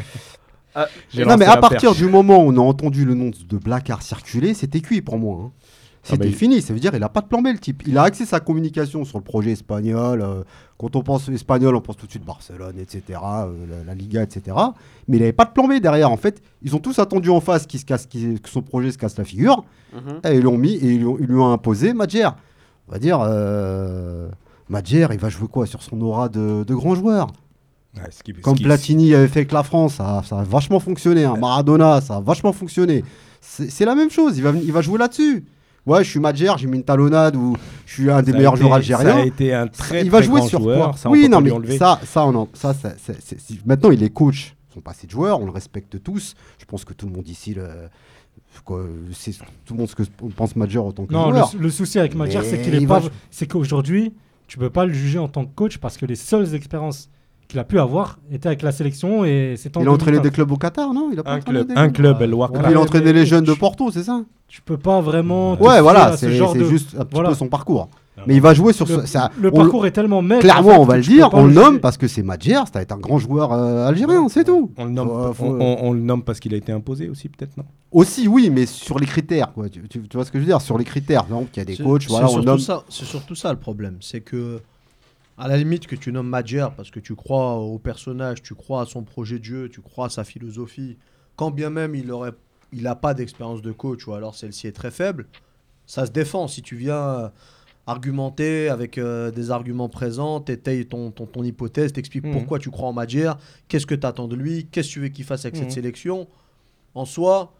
J'ai Non, mais lancé à la partir perche. du moment où on a entendu le nom de Blacard circuler, c'était cuit pour moi. hein. C'était mais- fini. Ça veut dire qu'il n'a pas de plan B, le type. Il a axé sa communication sur le projet espagnol. euh, quand on pense espagnol, on pense tout de suite Barcelone, et cetera, euh, la, la Liga, et cetera. Mais il n'avait pas de plan B derrière. En fait, ils ont tous attendu en face qu'il se casse, qu'il- que son projet se casse la figure. Mhm. Et ils l'ont mis et ils lui ont, ils lui ont imposé Madjer. On va dire, euh, Madjer, il va jouer quoi sur son aura de, de grand joueur. Ouais, ce qui- ce Comme qui- Platini avait fait avec la France, ça, ça a vachement fonctionné. hein. Maradona, ça a vachement fonctionné. C'est c'est la même chose, il va, il va jouer là-dessus. Ouais, je suis Madjer, j'ai mis une talonnade ou je suis un des ça a meilleurs été- joueurs algériens. Ça a été un très, il va très jouer grand sur joueur, quoi ça, on Oui, peut non, pas lui mais enlever. ça, ça, on en- ça, ça, c'est- c'est- c'est- maintenant, il est coach. Ils sont pas assez de joueurs, on le respecte tous. Je pense que tout le monde ici, le, quoi, c'est tout le monde ce que pense Madjer en tant que Non, joueur. le, le souci avec Madjer, c'est Mais qu'il est il pas, va- c'est qu'aujourd'hui, tu peux pas le juger en tant que coach parce que les seules expériences qu'il a pu avoir étaient avec la sélection et c'est en Il a entraîné deux mille des clubs au Qatar, non Il a pas Un entraîné club, des un clubs club, El Waqt. Ouais, Puis il a entraîné mais les jeunes de tu- Porto, c'est ça Tu peux pas vraiment. te Ouais, fier voilà, à ce c'est genre c'est de- juste un petit voilà. peu son parcours. Ah Mais non. il va jouer sur Le, ce. ça- le on- parcours est tellement maigre. Clairement, en fait, on va que le tu peux dire, pas on le juger. nomme parce que c'est Madjer, ça va être un grand joueur euh, algérien, c'est tout. On le nomme, Faut- faut- on, on- on le nomme parce qu'il a été imposé aussi, peut-être, non? Aussi, oui, mais sur les critères, quoi. Tu, tu- tu vois ce que je veux dire Sur les critères, donc il y a des C'est- coachs, c'est voilà, on surtout nomme. ça- C'est surtout ça le problème. C'est que, à la limite, que tu nommes Madjer parce que tu crois au personnage, tu crois à son projet de jeu, tu crois à sa philosophie, quand bien même il aurait, il n'a pas d'expérience de coach ou alors celle-ci est très faible, ça se défend. Si tu viens argumenter avec euh, des arguments présents, t'étayes ton, ton, ton hypothèse, t'expliques Mhm. pourquoi tu crois en Madjer, qu'est-ce que tu attends de lui, qu'est-ce que tu veux qu'il fasse avec Mhm. cette sélection. En soi,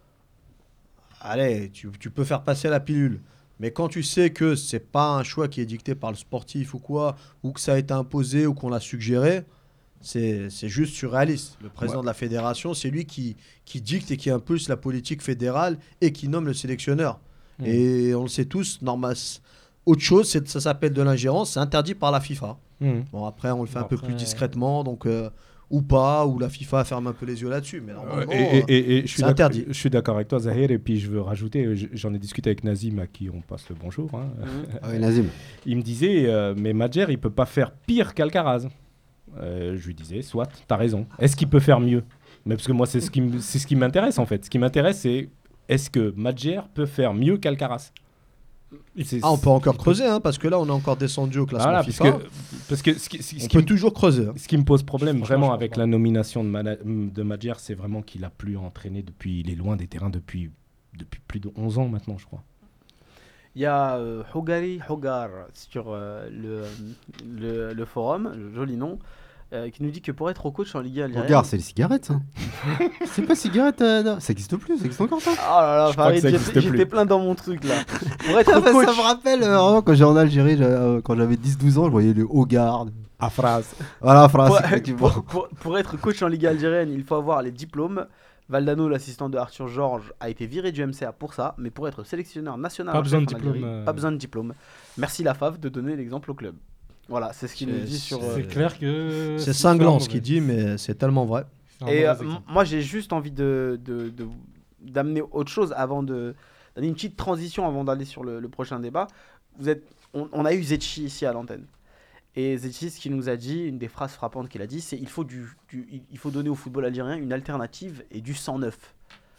allez, tu, tu peux faire passer la pilule. Mais quand tu sais que c'est pas un choix qui est dicté par le sportif ou quoi, ou que ça a été imposé ou qu'on l'a suggéré, c'est c'est juste surréaliste. Le président Ouais. de la fédération, c'est lui qui, qui dicte et qui impulse la politique fédérale et qui nomme le sélectionneur. Mhm. Et on le sait tous, normal, autre chose, c'est- ça s'appelle de l'ingérence, c'est interdit par la FIFA. Mhm. Bon, après, on le fait un peu Après, plus discrètement, donc, euh, ou pas, ou la FIFA ferme un peu les yeux là-dessus. Mais normalement, Et, et- euh, et- et je suis c'est d'ac- interdit. Je suis d'accord avec toi, Zahir, et puis je veux rajouter, j- j'en ai discuté avec Nazim, à qui on passe le bonjour. hein. Ah oui, Nazim. Il me disait, euh, mais Madjer, il peut pas faire pire qu'Alcaraz. Euh, je lui disais, soit, t'as raison. Est-ce qu'il peut faire mieux? Mais parce que moi, c'est ce qui, m- c'est ce qui m'intéresse en fait. Ce qui m'intéresse, c'est est-ce que Madjer peut faire mieux qu'Alcaraz? C'est- ah, on peut encore il peut- creuser, hein, parce que là, on est encore descendu au classement Voilà, parce FIFA. que, parce que ce qui, ce qui- on ce qui peut me- toujours creuser. hein. ce qui me pose problème Franchement, vraiment je pense avec pas. la nomination de, Mana- de Madjer, c'est vraiment qu'il a plus entraîné depuis, il est loin des terrains depuis, depuis plus de onze ans maintenant, je crois. Il y a euh, Hogari Hogar sur euh, le, le, le forum, joli nom, euh, qui nous dit que pour être au coach en Ligue un algérienne... Regarde, c'est les cigarettes, ça. C'est pas cigarette, euh, non. Ça existe plus, ça existe encore, ça. Oh là là, Je crois Farid, que ça j'étais existe plus. j'étais plein dans mon truc là. Pour être Ah bah, coach... ça me rappelle, euh, vraiment, quand j'étais en Algérie, j'a- euh, quand j'avais dix douze ans, je voyais le Hogar. À phrase. Voilà, phrase, pour, effectivement. pour- pour- pour être coach en Ligue algérienne, il faut avoir les diplômes. Valdano, l'assistant de Arthur Georges, a été viré du M C A pour ça, mais pour être sélectionneur national, Pas en besoin chef de en diplôme, Algérie, euh. pas besoin de diplôme. Merci la F A F de donner l'exemple au club. Voilà, c'est ce qu'il C'est- nous dit sur. c'est- euh, C'est clair que. C'est c'est cinglant un ce qu'il mauvais- dit, mais c'est tellement vrai. c'est un Et euh, mauvais m- exemple. moi, j'ai juste envie de, de- de- d'amener autre chose avant de donner une petite transition avant d'aller sur le, le prochain débat. Vous êtes, on, on a eu Zetchi ici à l'antenne. Et Zetchi, ce qu'il nous a dit, une des phrases frappantes qu'il a dit, c'est il faut du, du- il- il faut donner au football algérien une alternative et du sang neuf.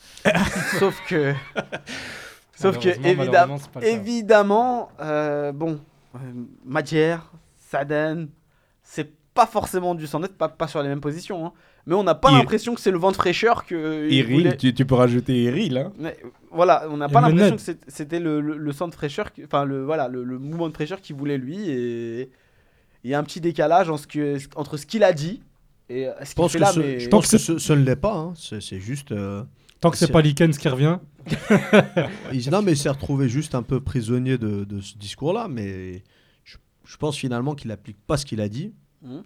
Sauf que, sauf que Malheureusement, évidemment, malheureusement, c'est pas le cas. évidemment, euh, bon, euh, Madjer, Saden, c'est pas forcément du sang neuf, pas, pas sur les mêmes positions, hein. Mais on n'a pas Ir- l'impression que c'est le vent de fraîcheur que. il Iril, voulait- tu, tu peux rajouter Iril. Hein. Mais, voilà, on n'a Et pas le l'impression net. que c'est- c'était le, le, le sang de fraîcheur, qui- enfin le voilà, le, le mouvement de fraîcheur qu'il voulait lui, et il y a un petit décalage en ce que, entre ce qu'il a dit et euh, ce Je qu'il pense fait que, là. ce, mais... je Tant pense que que c'est- ce, ce ne l'est pas. hein. C'est c'est juste. euh, Tant que c'est c'est- pas Likens qui revient. il, non, mais il s'est retrouvé juste un peu prisonnier de, de ce discours-là. Mais je, je pense finalement qu'il n'applique pas ce qu'il a dit. Mhm.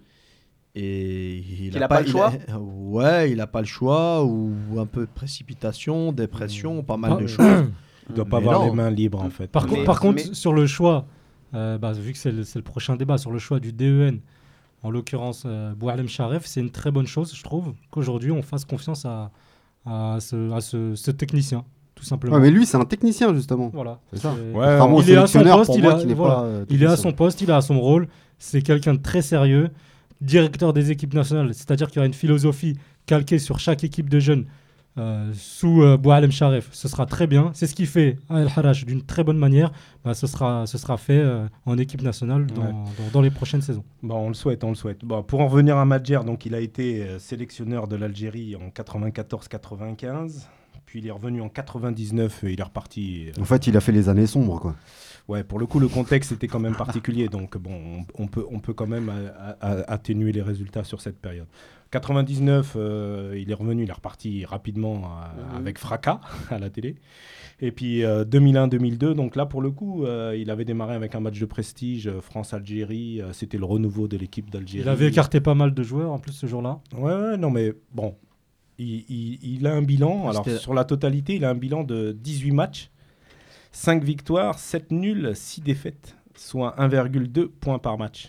Et il Qu'il a pas le il choix Ouais, il n'a pas le choix. Ou un peu de précipitation, dépression, pas mal Par- de choses. Il doit Mm. pas Mais avoir non. les mains libres en fait. Par, Mais- contre, par contre, mais- sur le choix, euh, bah, vu que c'est le, c'est le prochain débat, sur le choix du D E N, en l'occurrence euh, Boualem Charef, c'est une très bonne chose, je trouve, qu'aujourd'hui on fasse confiance à, à, ce, à ce, ce technicien, tout simplement. Ouais, mais lui, c'est un technicien, justement. Voilà. C'est ça. C'est- Ouais, Contrairement au il est à son sélectionneur, poste, pour il moi, a- qui n'est voilà. pas. euh, Il est à technicien. son poste, il est à son rôle. C'est quelqu'un de très sérieux, directeur des équipes nationales. C'est-à-dire qu'il y aura une philosophie calquée sur chaque équipe de jeunes euh, sous euh, Boualem Charef. Ce sera très bien. C'est ce qu'il fait à El Harrach d'une très bonne manière. Bah, ce, sera, ce sera fait euh, en équipe nationale dans, Ouais. dans- dans les prochaines saisons. Bon, on le souhaite, on le souhaite. Bon, pour en revenir à Madjer, donc il a été euh, sélectionneur de l'Algérie en quatre-vingt-quatorze quatre-vingt-quinze. Puis il est revenu en quatre-vingt-dix-neuf et il est reparti. euh, En fait, il a fait les années sombres, quoi. Ouais, pour le coup, le contexte était quand même particulier, donc bon, on, on peut, on peut quand même euh, a- a- atténuer les résultats sur cette période. quatre-vingt-dix-neuf, euh, il est revenu, il est reparti rapidement euh, Mhm. avec fracas à la télé. Et puis euh, deux mille un deux mille deux, donc là pour le coup, euh, il avait démarré avec un match de prestige, euh, France-Algérie, euh, c'était le renouveau de l'équipe d'Algérie. Il avait écarté pas mal de joueurs en plus ce jour-là. Ouais, ouais, non mais bon, il, il- il a un bilan, alors C'était- sur la totalité, il a un bilan de dix-huit matchs, cinq victoires, sept nuls, six défaites, soit un virgule deux points par match.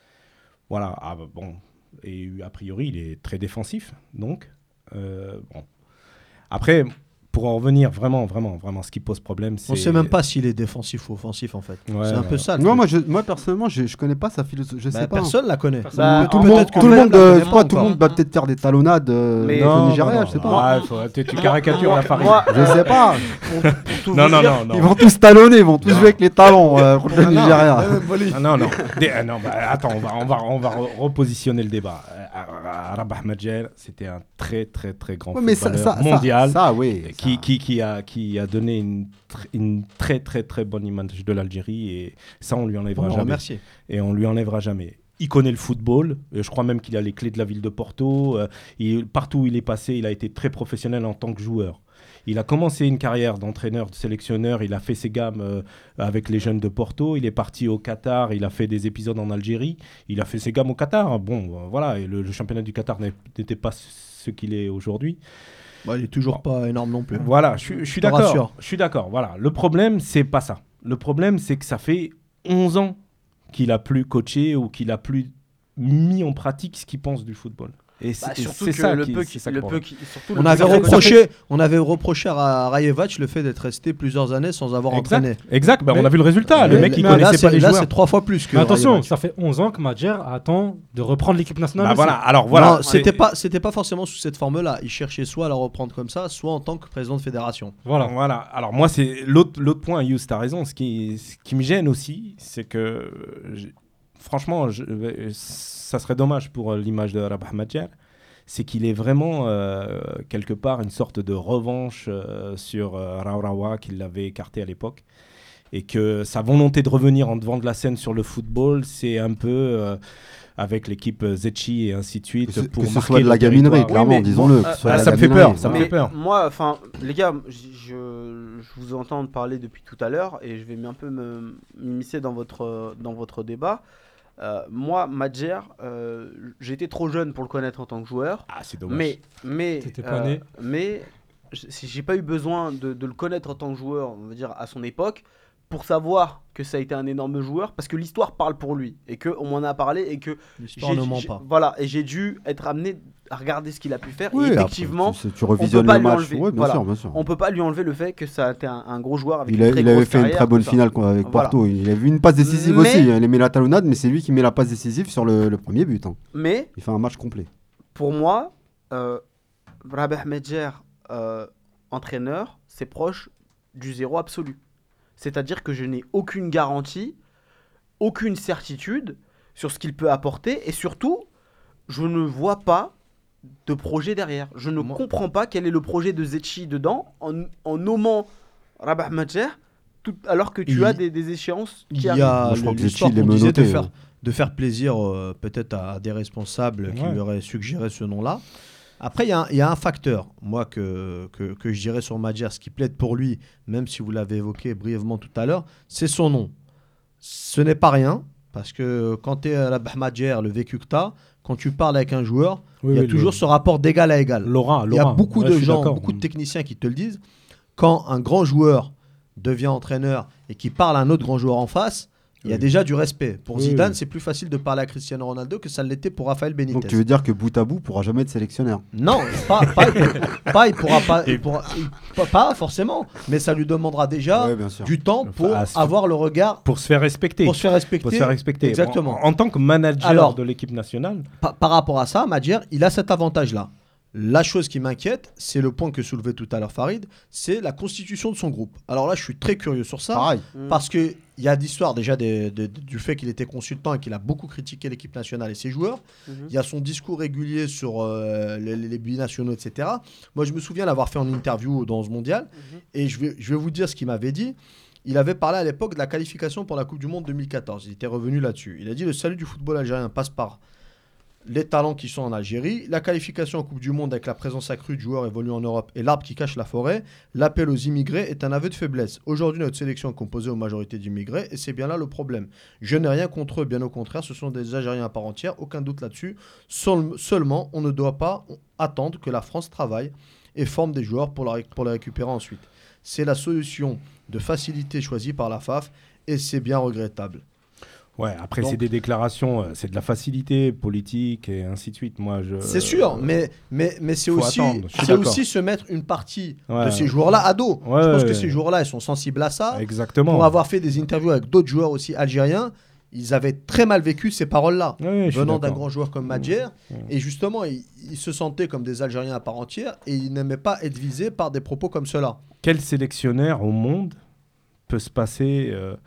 Voilà, ah, bah, bon, et a priori, il est très défensif, donc, euh, bon. Après, pour en revenir vraiment, vraiment, vraiment, ce qui pose problème, c'est... On ne sait même pas s'il est défensif ou offensif en fait. Ouais, c'est un ouais. peu ça. le Non, truc. moi, je, moi personnellement, je, je connais pas sa philosophie. Je Bah, sais pas. hein. personne la connaît. Bah, tout en- le monde, peut-être que tout le même monde, la euh, connaît je crois, moins tout le encore. monde va peut-être faire des talonnades euh, Mais- au Non, Nigeria, non, je sais non, pas. ouais, faut- tu, tu caricatures la farine. Moi, Je euh, sais pas. pour, pour tout non, vous non, dire, non, non, Ils vont tous talonner, ils vont tous Non. jouer avec les talons euh, contre le Nigeria. Ah non, non. Des- ah non, bah, attends, on va, on va, on va re- repositionner le débat. Euh, Rabah Madjer, c'était un très, très, très grand Ouais, mais ça, footballeur ça, ça- mondial ça, oui. euh, qui qui, qui, qui, a, qui a donné une, tr- une très très très bonne image de l'Algérie et ça on lui enlèvera On jamais. remercie. Et on lui enlèvera jamais. Il connaît le football, et je crois même qu'il a les clés de la ville de Porto. Euh, il, partout où il est passé, il a été très professionnel en tant que joueur. Il a commencé une carrière d'entraîneur, de sélectionneur, il a fait ses gammes euh, avec les jeunes de Porto, il est parti au Qatar, il a fait des épisodes en Algérie, il a fait ses gammes au Qatar. Bon, euh, voilà, et le, le championnat du Qatar n'est- n'était pas ce qu'il est aujourd'hui. Bah, il est toujours pas énorme non plus. Voilà, je, suis- je suis te d'accord. rassure. Je suis d'accord. Voilà. Le problème, c'est pas ça. Le problème, c'est que ça fait onze ans qu'il a plus coaché ou qu'il a plus mis en pratique ce qu'il pense du football. Et c'est Bah, et surtout c'est que ça le qui, peu c'est qui- ça que le je peu pense. qui- surtout On le avait, peu qui- reproché, on avait reproché à Rajevac le fait d'être resté plusieurs années sans avoir Exact. entraîné. Exact. Bah, Mais- on a vu le résultat. Le mais- mec, il mais connaissait là, pas c'est, les là, joueurs. c'est trois fois plus que Mais attention, Rajevac. ça fait onze ans que Madjer attend de reprendre l'équipe nationale. Bah, aussi. voilà. Alors voilà. non, c'est- c'était pas, c'était pas forcément sous cette forme-là. Il cherchait soit à la reprendre comme ça, soit en tant que président de fédération. Voilà. Voilà. Alors moi, c'est l'autre l'autre point. Yous, t'as raison. Ce qui ce qui me gêne aussi, c'est que j'ai- franchement, je- ça serait dommage pour euh, l'image de Rabah Madjer. C'est qu'il est vraiment euh, quelque part une sorte de revanche euh, sur euh, Raourawa qu'il l'avait écarté à l'époque et que sa volonté de revenir en devant de la scène sur le football, c'est un peu euh, avec l'équipe Zetchi et ainsi de suite Que ce, pour que ce marquer soit de le la gaminerie, territoire. clairement, mais disons-le. bon, que ce euh, soit ah, de la ça me fait gaminerie. peur, ça me Mais fait peur. moi, enfin, les gars, j- je, je vous entends parler depuis tout à l'heure et je vais un peu me m'immiscer dans votre, dans votre débat. Euh, moi, Madjer, euh, j'étais trop jeune pour le connaître en tant que joueur, Ah, c'est dommage. mais, mais, T'étais pas né. mais j- si j'ai pas eu besoin de, de le connaître en tant que joueur, on va dire à son époque, pour savoir que ça a été un énorme joueur, parce que l'histoire parle pour lui et que on m'en a parlé et que L'histoire j'ai- ne ment j'ai- pas. Voilà, et j'ai dû être amené à regarder ce qu'il a pu faire. Oui, et après, effectivement, tu, tu revisionnes pas le lui match. enlever. Ouais, bien Voilà. sûr, bien sûr. on peut pas lui enlever le fait que ça a été un, un gros joueur avec Il, une a- très il avait grosse fait une carrière, très bonne tout ça. finale quoi, avec Voilà. Porto. Il a vu une passe décisive Mais- aussi. Il a mis la talonnade, mais c'est lui qui met la passe décisive sur le, le premier but. hein. Mais Il fait un match complet. pour moi, euh, Rabah Madjer, euh, entraîneur, c'est proche du zéro absolu. C'est-à-dire que je n'ai aucune garantie, aucune certitude sur ce qu'il peut apporter et surtout, je ne vois pas de projet derrière. Je ne Moi- comprends pas quel est le projet de Zetchi dedans en, en nommant Rabah Madjer tout, alors que tu Il- as des, des échéances Il qui y arrivent. a Moi, je crois le- que l'histoire Zetchi, il est qu'on disait de menotté, faire, hein. de faire plaisir euh, peut-être à des responsables qui Ouais. lui auraient suggéré ce nom-là. Après, il y, a un- il y a un facteur, moi, que, que, que je dirais sur Madjer, ce qui plaide pour lui, même si vous l'avez évoqué brièvement tout à l'heure, c'est son nom. Ce n'est pas rien, parce que quand tu es à la Madjer, le vécu que tu as, quand tu parles avec un joueur, Oui, il y a oui, toujours le- ce rapport d'égal à égal. Laura, Il y a Laura. beaucoup Ouais, de je suis gens, d'accord. beaucoup de techniciens qui te le disent. Quand un grand joueur devient entraîneur et qui parle à un autre grand joueur en face, il y a Oui. déjà du respect. Pour Oui, Zidane, oui. c'est plus facile de parler à Cristiano Ronaldo que ça l'était pour Rafael Benitez. Donc tu veux dire que bout à bout pourra jamais être sélectionneur. Non, pas, pas, pas, il pourra pas, il pourra- il- pas, pas forcément, mais ça lui demandera déjà Ouais, bien sûr. du temps pour Enfin, à se- avoir le regard, Pour se faire respecter. pour se faire respecter. Pour se faire respecter. Exactement. En, en tant que manager Alors- de l'équipe nationale, Pa- par rapport à ça, Madjer, il a cet avantage-là. La chose qui m'inquiète, c'est le point que soulevait tout à l'heure Farid, c'est la constitution de son groupe. Alors là, je suis très curieux sur ça. Pareil. Mm. Parce qu'il y a l'histoire déjà des- des- du fait qu'il était consultant et qu'il a beaucoup critiqué l'équipe nationale et ses joueurs. Mhm. Il y a son discours régulier sur euh, les, les binationaux, et cetera. Moi, je me souviens l'avoir fait en interview dans ce mondial. Mhm. Et je vais, je vais vous dire ce qu'il m'avait dit. Il avait parlé à l'époque de la qualification pour la Coupe du Monde deux mille quatorze. Il était revenu là-dessus. Il a dit le salut du football algérien passe par les talents qui sont en Algérie, la qualification en Coupe du Monde avec la présence accrue de joueurs évoluant en Europe et l'arbre qui cache la forêt, l'appel aux immigrés est un aveu de faiblesse. Aujourd'hui, notre sélection est composée aux majorités d'immigrés et c'est bien là le problème. Je n'ai rien contre eux, bien au contraire, ce sont des Algériens à part entière, aucun doute là-dessus. Seul- seulement, on ne doit pas attendre que la France travaille et forme des joueurs pour, la ré- pour les récupérer ensuite. C'est la solution de facilité choisie par la F A F et c'est bien regrettable. ouais, après Donc- c'est des déclarations, euh, c'est de la facilité politique et ainsi de suite. Moi, je. C'est sûr, mais, mais, mais c'est faut aussi, attendre, je suis c'est d'accord. aussi se mettre une partie Ouais, de ces ouais. joueurs-là à dos. Ouais, Je pense ouais, que ouais. ces joueurs-là, ils sont sensibles à ça. Exactement. Pour avoir fait des interviews avec d'autres joueurs aussi algériens, ils avaient très mal vécu ces paroles-là. Ouais, ouais, je suis Venant d'un d'accord. grand joueur comme Madjer. Ouais. Et justement, ils, ils se sentaient comme des Algériens à part entière et ils n'aimaient pas être visés par des propos comme ceux-là. Quel sélectionneur au monde peut se passer euh,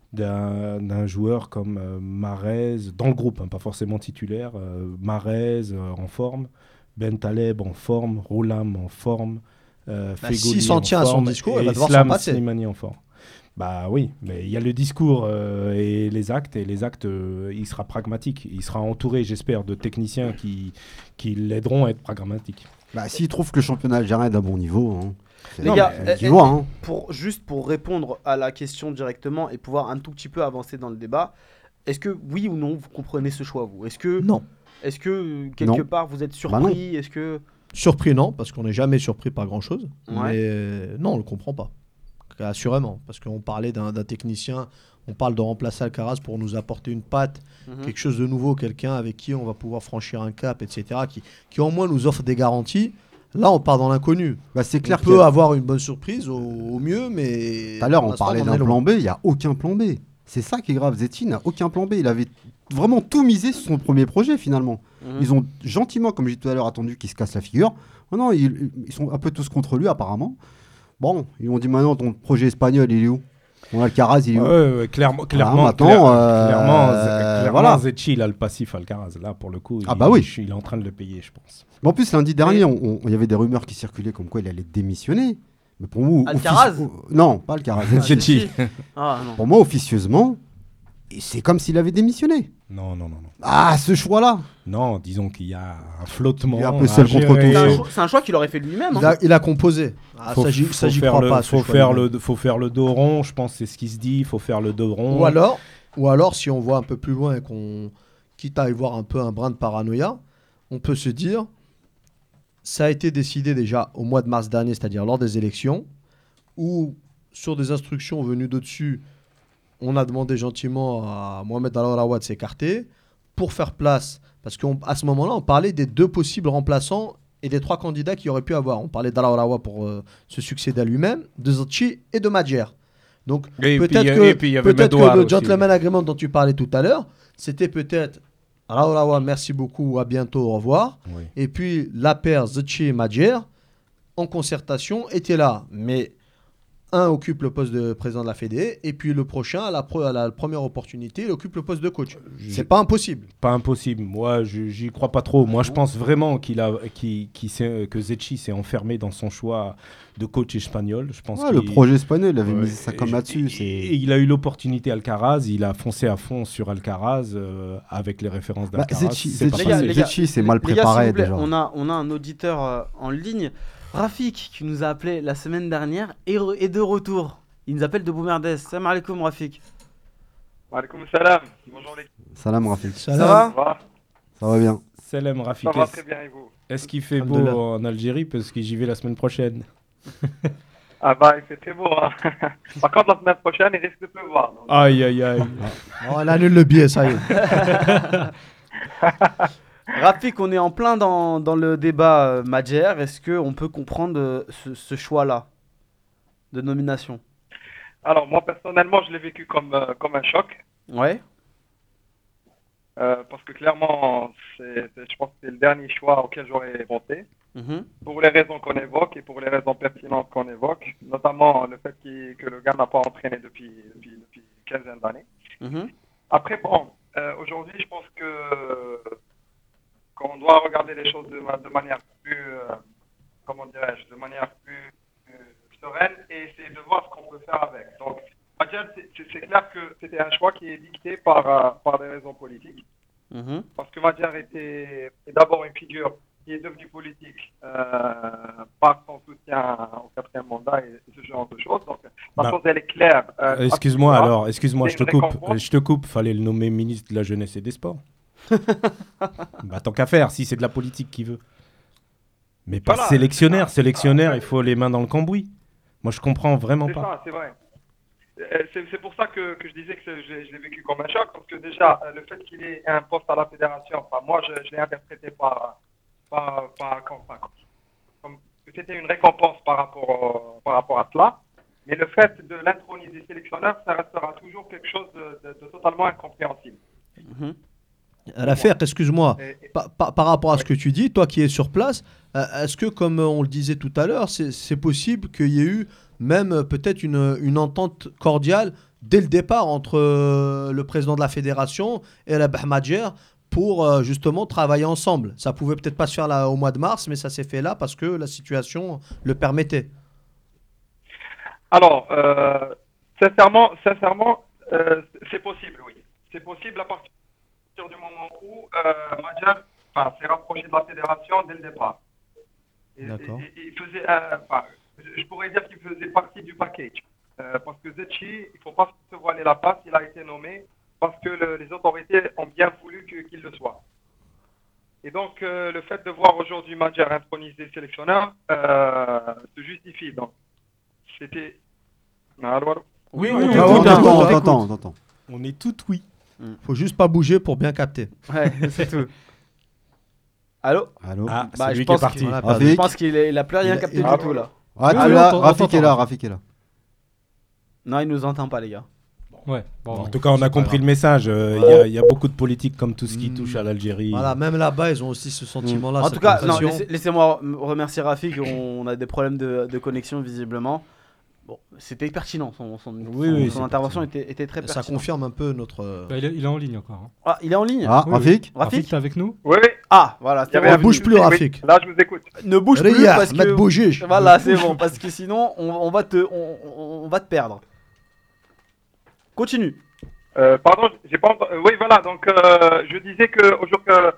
d'un d'un joueur comme euh, Mahrez, dans le groupe, hein, pas forcément titulaire, euh, Mahrez euh, en forme, Ben Taleb en forme, Roulam en forme, Euh, Bah, Feghouli s'il s'en en tient à son forme discours, et il va devoir Islam s'en passer. Slimani en forme. Bah oui, mais il y a le discours euh, et les actes, et les actes, euh, il sera pragmatique. Il sera entouré, j'espère, de techniciens qui, qui l'aideront à être pragmatique. Bah, s'il trouve que le championnat algérien est d'un bon niveau, hein, c'est- Les gars, c'est- eh, tu eh, vois, hein. pour, juste pour répondre à la question directement et pouvoir un tout petit peu avancer dans le débat, est-ce que oui ou non vous comprenez ce choix, vous? Est-ce que, Non. est-ce que euh, quelque Non. part vous êtes Bah non. surpris? Est-ce que Surpris, non, parce qu'on n'est jamais surpris par grand-chose. Ouais. Mais euh, non, on ne le comprend pas. Assurément. Parce qu'on parlait d'un d'un technicien, on parle de remplacer Alcaraz pour nous apporter une patte, Mhm. quelque chose de nouveau, quelqu'un avec qui on va pouvoir franchir un cap, et cetera, qui, qui au moins nous offre des garanties. Là, on part dans l'inconnu. Bah, c'est On clair peut que avoir une bonne surprise au, au mieux, mais. tout à l'heure, pour on l'instant, parlait en d'un est loin. plan B, il n'y a aucun plan B. C'est ça qui est grave. Zetchi n'a aucun plan B. Il avait vraiment tout misé sur son premier projet, finalement. Mhm. Ils ont gentiment, comme j'ai dit tout à l'heure, attendu qu'il se casse la figure. Oh non, ils, ils sont un peu tous contre lui, apparemment. Bon, ils ont dit maintenant, ton projet espagnol, il est où? Ton Alcaraz, il est où? Ouais, ouais, clairement, clairement, maintenant, clair- euh, clairement, euh, Z- clairement, voilà. Zetchi, il a le passif Alcaraz. Là, pour le coup, Ah il, bah oui. il est en train de le payer, je pense. Mais en plus, lundi dernier, Et- on- on- il y avait des rumeurs qui circulaient comme quoi il allait démissionner. Mais pour moi, Alcaraz offici- oh, non, pas Alcaraz. Ah, Zetchi. Zetchi. Ah non. Pour moi, officieusement, et c'est comme s'il avait démissionné. Non, non, non, non. Ah, ce choix-là. Non, disons qu'il y a un flottement. Il est un peu à seul contre gérer. C'est un, tous. cho- c'est un choix qu'il aurait fait lui-même. Il Hein. a, il a composé. Ah, Faut, ça, j'y- faut ça, j'y faire crois le, pas. ce faut choix faire lui-même. le, faut faire le dos rond. Je pense que c'est ce qui se dit. Il faut faire le dos rond. Ou alors, ou alors, si on voit un peu plus loin et qu'on quitte à y voir un peu un brin de paranoïa, on peut se dire, ça a été décidé déjà au mois de mars dernier, c'est-à-dire lors des élections, où sur des instructions venues d'au-dessus, on a demandé gentiment à Mohamed Al-Arawa de s'écarter pour faire place, parce qu'à ce moment-là, on parlait des deux possibles remplaçants et des trois candidats qu'il aurait pu avoir. On parlait d'Al-Arawa pour euh, se succéder à lui-même, de Zetchi et de Madjer. Donc Et peut-être puis, que, et puis, il y avait peut-être Medouar que le aussi. gentleman agreement dont tu parlais tout à l'heure, c'était peut-être Raoulawa, merci beaucoup, à bientôt, au revoir. Oui. Et puis la paire Zetchi et Madjer, en concertation, était là. Mais un occupe le poste de président de la Fédé, et puis le prochain, à la, pre- à la première opportunité, il occupe le poste de coach. C'est pas impossible. Pas impossible. Moi, je- j'y crois pas trop. Moi, je pense vraiment qu'il a, qu'il, qu'il s'est- que Zetchi s'est enfermé dans son choix de coach espagnol. Je pense Ouais, le qu'il- projet espagnol, il avait Ouais, mis ça comme et- là-dessus. et- c'est- et il a eu l'opportunité Alcaraz, il a foncé à fond sur Alcaraz euh, avec les références Bah, d'Alcaraz. Zetchi, c'est pas Zetchi, Les gars, passé. les gars, Zetchi, c'est mal les gars, préparé, s'il vous plaît, déjà. On a, on a un auditeur euh, en ligne, Rafik, qui nous a appelé la semaine dernière et, re- et de retour. Il nous appelle de Boumerdès. Salam alaikum, Rafik. Walaikum salam. Bonjour les Salam, Rafik. Ça va gars. Ça va bien. Salam Ça Rafik. va Est-ce- très bien et vous? Est-ce qu'il fait beau Alhamdoulilah. en Algérie? Parce que j'y vais la semaine prochaine. Ah bah il fait très beau. Hein. Par contre la semaine prochaine il risque de pleuvoir. donc. Aïe, aïe, aïe. Oh, elle annule le billet, ça y est. Rafik, on est en plein dans, dans le débat euh, Madjer. Est-ce qu'on peut comprendre euh, ce, ce choix-là de nomination? Alors moi personnellement je l'ai vécu comme, euh, comme un choc. Ouais. euh, parce que clairement c'est, c'est- je pense que c'est le dernier choix auquel j'aurais voté. Mhm. Pour les raisons qu'on évoque et pour les raisons pertinentes qu'on évoque. Notamment le fait qu'il- que le gars n'a pas entraîné depuis, depuis, depuis une quinzaine d'années. Mhm. Après, bon, euh, aujourd'hui, je pense que qu'on doit regarder les choses de, ma- de manière plus, euh, comment dirais-je, de manière plus, plus sereine et essayer de voir ce qu'on peut faire avec. Donc, Madjer, c'est- c'est c'est clair que c'était un choix qui est dicté par, euh, par des raisons politiques. Mhm. Parce que Madjer était est d'abord une figure qui est devenue politique euh, par son soutien au quatrième mandat et, et ce genre de choses. Donc, la Bah, chose, elle est claire. euh, Excuse-moi à ce niveau-là. alors, excuse-moi, C'est je te une coupe. récompense. Je te coupe, fallait le nommer ministre de la Jeunesse et des Sports. Bah tant qu'à faire, si c'est de la politique qu'il veut. Mais pas Voilà, sélectionnaire, c'est ça. sélectionnaire, Ah, il faut les mains dans le cambouis. Moi je comprends vraiment C'est pas. ça, c'est vrai. Euh, C'est c'est pour ça que, que je disais que c'est- je, je l'ai vécu comme un choc, parce que déjà, euh, le fait qu'il ait un poste à la fédération, enfin, moi, je, je l'ai interprété par, par, par- comme, enfin, comme que c'était une récompense par rapport, au- par rapport à cela. Mais le fait de l'introniser sélectionneur, ça restera toujours quelque chose de, de- de totalement incompréhensible. Mhm. L'affaire, excuse-moi, Et- et- par, par- par rapport à ce Oui. que tu dis, toi qui es sur place, euh, est-ce que, comme euh, on le disait tout à l'heure, c'est c'est possible qu'il y ait eu même euh, peut-être une, une entente cordiale dès le départ entre euh, le président de la fédération et la Bahmadjer pour euh, justement travailler ensemble. Ça pouvait peut-être pas se faire là au mois de mars, mais ça s'est fait là parce que la situation le permettait. Alors, euh, sincèrement, sincèrement euh, c'est possible, oui. C'est possible à partir du moment où euh, Madjer enfin, s'est rapproché de la fédération dès le départ. Et, D'accord. et- et il faisait, euh, enfin, je pourrais dire qu'il faisait partie du package. Euh, parce que Zetchi, il ne faut pas se voiler la face, il a été nommé parce que le- les autorités ont bien voulu que- qu'il le soit. Et donc, euh, le fait de voir aujourd'hui Madjer intronisé sélectionneur euh, se justifie. Donc, c'était. Allô, allô. Oui, oui, on oui, t'écoute, oui, hein, oui, on oui, T'entends, t'écoute. t'entends, t'entends. On est tout oui. Faut juste pas bouger pour bien capter. Ouais, c'est tout. Allô Allô Ah, Bah, c'est je lui qui est pense parti. qu'il- Voilà, Rafik Je pense qu'il est- il a plus rien Il a- capté il du a- tout là. Ah, Oui, tu oui, es là, on t'entend, Rafik on est là, t'entend. Rafik est là. Non, il nous entend pas, les gars. Ouais, bon, En bon, tout cas, on c'est a pas compris grave. le message. euh, Il y a- il y, a beaucoup de politique comme tout ce qui Mm. touche à l'Algérie. Voilà, même là-bas, ils ont aussi ce sentiment-là. En cette tout cas, non, impression. laissez- laissez-moi m- remercier Rafik. On a des problèmes de, de connexion visiblement. Bon, c'était pertinent. Son, son, Oui, son- oui, son c'est intervention était, était très Ça pertinente. confirme un peu notre. euh, Bah, il, est, il est en ligne encore. hein. Ah, il est en ligne. Ah, Oui, Rafik Rafik, Rafik t'es avec nous? Oui, oui. Ah, voilà. Il y c'est avait bon. un Ne bouge petit plus, souci, oui. Rafik. Là, je vous écoute. Ne bouge plus Ria, parce mettre que. bouger. Voilà, c'est bon. Parce que sinon, on, on va te, on, on- on va te perdre. Continue. Euh, pardon, j'ai pas entendu. euh, oui, voilà. Donc, euh, je disais que aujourd'hui, euh,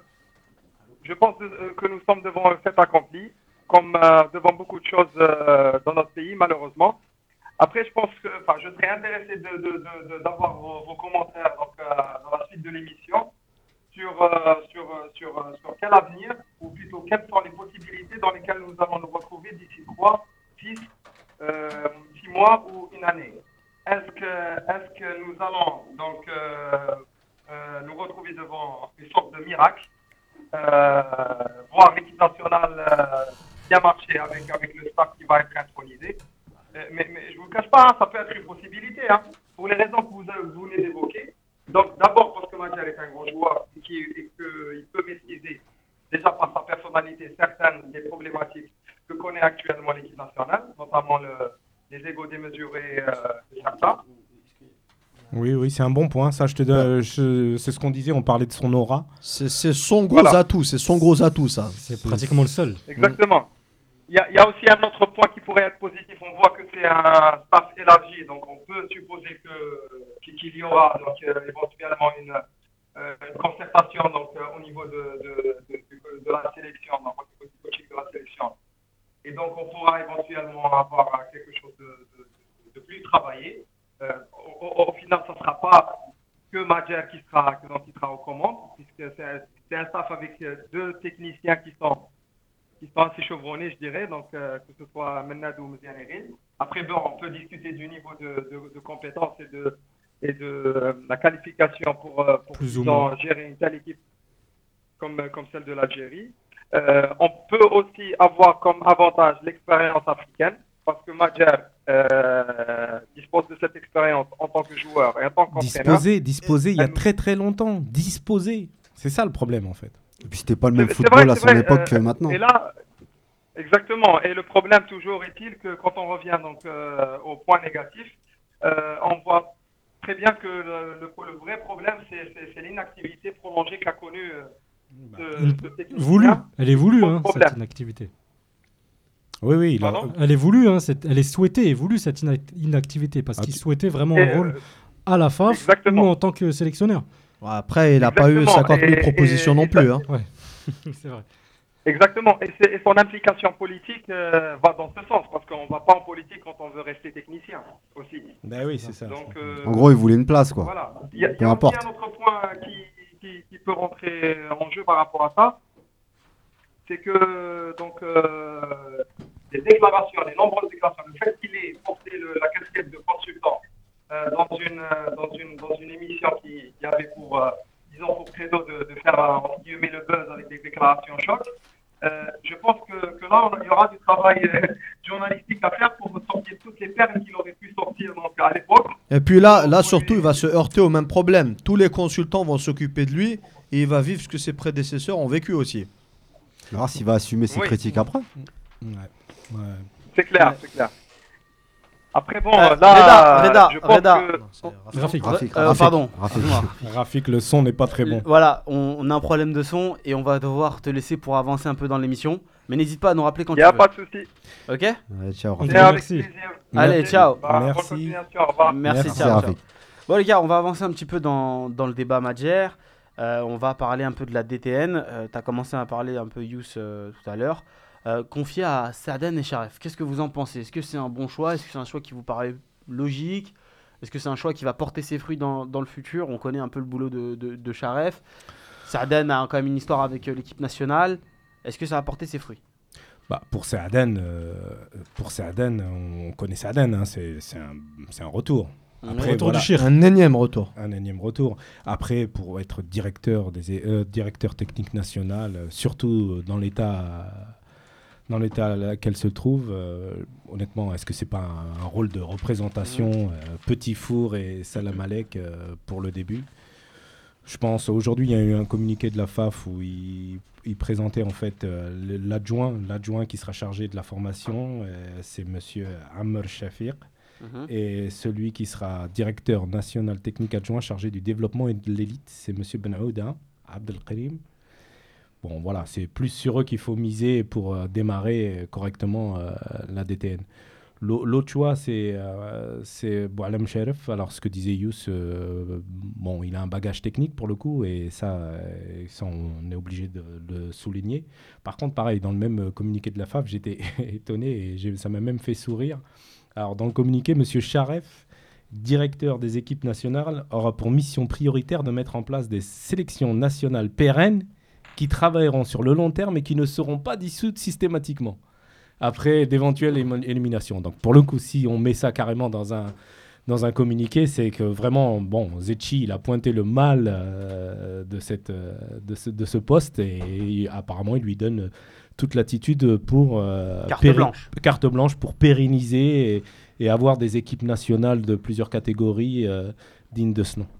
je pense euh, que nous sommes devant un fait accompli, comme euh, devant beaucoup de choses euh, dans notre pays, malheureusement. Après, je pense que, enfin, je serais intéressé de, de, de- de- d'avoir vos, vos commentaires donc, euh, dans la suite de l'émission sur, euh, sur, euh, sur, euh, sur quel avenir, ou plutôt quelles sont les possibilités dans lesquelles nous allons nous retrouver d'ici trois, six, euh, six mois ou une année. Est-ce que, est-ce que nous allons donc euh, euh, nous retrouver devant une sorte de miracle, euh, voir l'équipe nationale euh, bien marcher avec, avec le staff qui va être intronisé? Euh, mais, mais je ne vous le cache pas, hein, ça peut être une possibilité, hein, pour les raisons que vous, euh, vous venez d'évoquer. Donc d'abord parce que Madjer est un grand joueur et qu'il peut maîtriser déjà par sa personnalité certaines des problématiques que connaît actuellement l'équipe nationale, notamment le, les égos démesurés euh, de certains. Oui, oui, c'est un bon point. Ça, je te donne- je- c'est ce qu'on disait. On parlait de son aura. C'est c'est son gros Voilà. atout, c'est son gros atout, ça. C'est pratiquement le seul. Exactement. Il y, a, il y a aussi un autre point qui pourrait être positif. On voit que c'est un staff élargi, donc on peut supposer que qu'il y aura donc euh, éventuellement une, euh, une concertation donc euh, au niveau de, de, de, de, de la sélection, donc au niveau du coaching de la sélection. Et donc on pourra éventuellement avoir quelque chose de, de, de plus travaillé. Euh, au, au, au final, ce ne sera pas que Madjer qui sera, qui sera aux commandes, puisque c'est un, c'est un staff avec deux techniciens qui sont qui sont assez chevronnés, je dirais, donc euh, que ce soit Menad ou Mzianeri. Après, bon, on peut discuter du niveau de, de, de compétences et de, et de euh, la qualification pour, euh, pour Plus ou disons, moins. gérer une telle équipe comme, comme celle de l'Algérie. Euh, on peut aussi avoir comme avantage l'expérience africaine, parce que Madjer euh, dispose de cette expérience en tant que joueur et en tant qu'entraîneur. Disposé, disposé il y a Elle nous- très très longtemps. Disposé. C'est ça le problème en fait. Et puis c'était pas le même C'est- c'est football vrai, à c'est son vrai, époque euh, que maintenant. Et là, exactement. Et le problème toujours est-il que quand on revient donc euh, au point négatif, euh, on voit très bien que le, le- le vrai problème, c'est- c'est c'est l'inactivité prolongée qu'a connue euh, ce- Une- ce technicien. Voulu. Elle est voulue, Pas de hein, problème. cette inactivité. Oui, oui. Il a... Pardon Elle est voulue, hein, cette- elle est souhaitée et voulue cette ina- inactivité parce Ah, qu'il tu- souhaitait vraiment Et, un rôle euh, à la F A F exactement. ou en tant que sélectionneur. Ouais, après, il n'a pas eu Exactement. cinquante mille Et- propositions et- non et plus. ça- Hein. C'est vrai. Exactement. Et, c'est- et son implication politique euh, va dans ce sens, parce qu'on ne va pas en politique quand on veut rester technicien aussi. Ben oui, c'est ça. Donc, euh, En gros, il voulait une place, quoi. Voilà. Il y a, il y Peu a aussi importe. un autre point qui, qui, qui peut rentrer en jeu par rapport à ça, c'est que donc euh, les déclarations, les nombreuses déclarations, le fait qu'il ait porté le- la casquette de consultant euh, dans une euh, dans une dans une émission qui, qui avait pour euh, disons pour credo de, de faire euh, entre guillemets le buzz avec des déclarations choc. Euh, je pense que, que là, on- il y aura du travail euh, journalistique à faire pour sortir toutes les perles qu'il aurait pu sortir donc, à l'époque. Et puis là, là surtout, il va se heurter au même problème. Tous les consultants vont s'occuper de lui et il va vivre ce que ses prédécesseurs ont vécu aussi. On verra s'il va assumer ses Oui. critiques après. Ouais. Ouais. C'est clair, c'est clair. Après, bon, Euh, là, Reda, je pense Reda. que... Non, c'est Rafik. Rafik. Rafik, Euh, Rafik, pardon. Rafik. Excuse-moi. Rafik, le son n'est pas très bon. Voilà, on, on a un problème de son et on va devoir te laisser pour avancer un peu dans l'émission. Mais n'hésite pas à nous rappeler quand Il tu n'y a veux. pas de souci. Ok. Ouais, ciao, Ok. Rafik. C'est avec Merci. plaisir. Allez, Merci. ciao. Bah, bonne Merci. continuation, au revoir. Merci, Merci, ciao, ciao. Rafik. Bon les gars, on va avancer un petit peu dans, dans le débat Madjer. Euh, on va parler un peu de la D T N. Euh, tu as commencé à parler un peu Youss euh, tout à l'heure. Euh, confié à Saaden et Sharef. Qu'est-ce que vous en pensez? Est-ce que c'est un bon choix? Est-ce que c'est un choix qui vous paraît logique? Est-ce que c'est un choix qui va porter ses fruits dans, dans le futur? On connaît un peu le boulot de, de, de Sharef. Saaden a quand même une histoire avec euh, l'équipe nationale. Est-ce que ça va porter ses fruits? Bah, pour Saaden, euh, pour Saaden, on connaît Saaden, hein, c'est c'est un, c'est un retour. Après, Retour voilà, du Chir. Un énième retour. un énième retour. Après, pour être directeur, des, euh, directeur technique national, euh, surtout dans l'état dans l'état lequel se trouve, euh, honnêtement, est-ce que c'est pas un, un rôle de représentation, euh, petit four et salam alek euh, pour le début? Je pense, aujourd'hui, il y a eu un communiqué de la F A F où il, il présentait en fait euh, le- l'adjoint, l'adjoint qui sera chargé de la formation, euh, c'est monsieur Amr Shafiq. Mhm. Et celui qui sera directeur national technique adjoint chargé du développement et de l'élite, c'est M. Ben Aouda Abdelkarim. Bon, voilà, c'est plus sur eux qu'il faut miser pour euh, démarrer euh, correctement euh, la D T N. L'au- L'autre choix, c'est euh, c'est Boualem Sherif. Alors, ce que disait Youss, euh, bon, il a un bagage technique pour le coup, et ça, euh, ça on est obligé de le souligner. Par contre, pareil, dans le même euh, communiqué de la F A F, j'étais étonné et j'ai- ça m'a même fait sourire. Alors, dans le communiqué, M. Sharef, directeur des équipes nationales, aura pour mission prioritaire de mettre en place des sélections nationales pérennes qui travailleront sur le long terme et qui ne seront pas dissoutes systématiquement après d'éventuelles émo- éliminations. Donc, pour le coup, si on met ça carrément dans un, dans un communiqué, c'est que vraiment, bon, Zetchi, il a pointé le mal euh, de, cette, euh, de, ce, de ce poste et, et apparemment, il lui donne toute l'attitude pour... euh, Carte péri- blanche. carte blanche pour pérenniser et, et avoir des équipes nationales de plusieurs catégories euh, dignes de ce nom.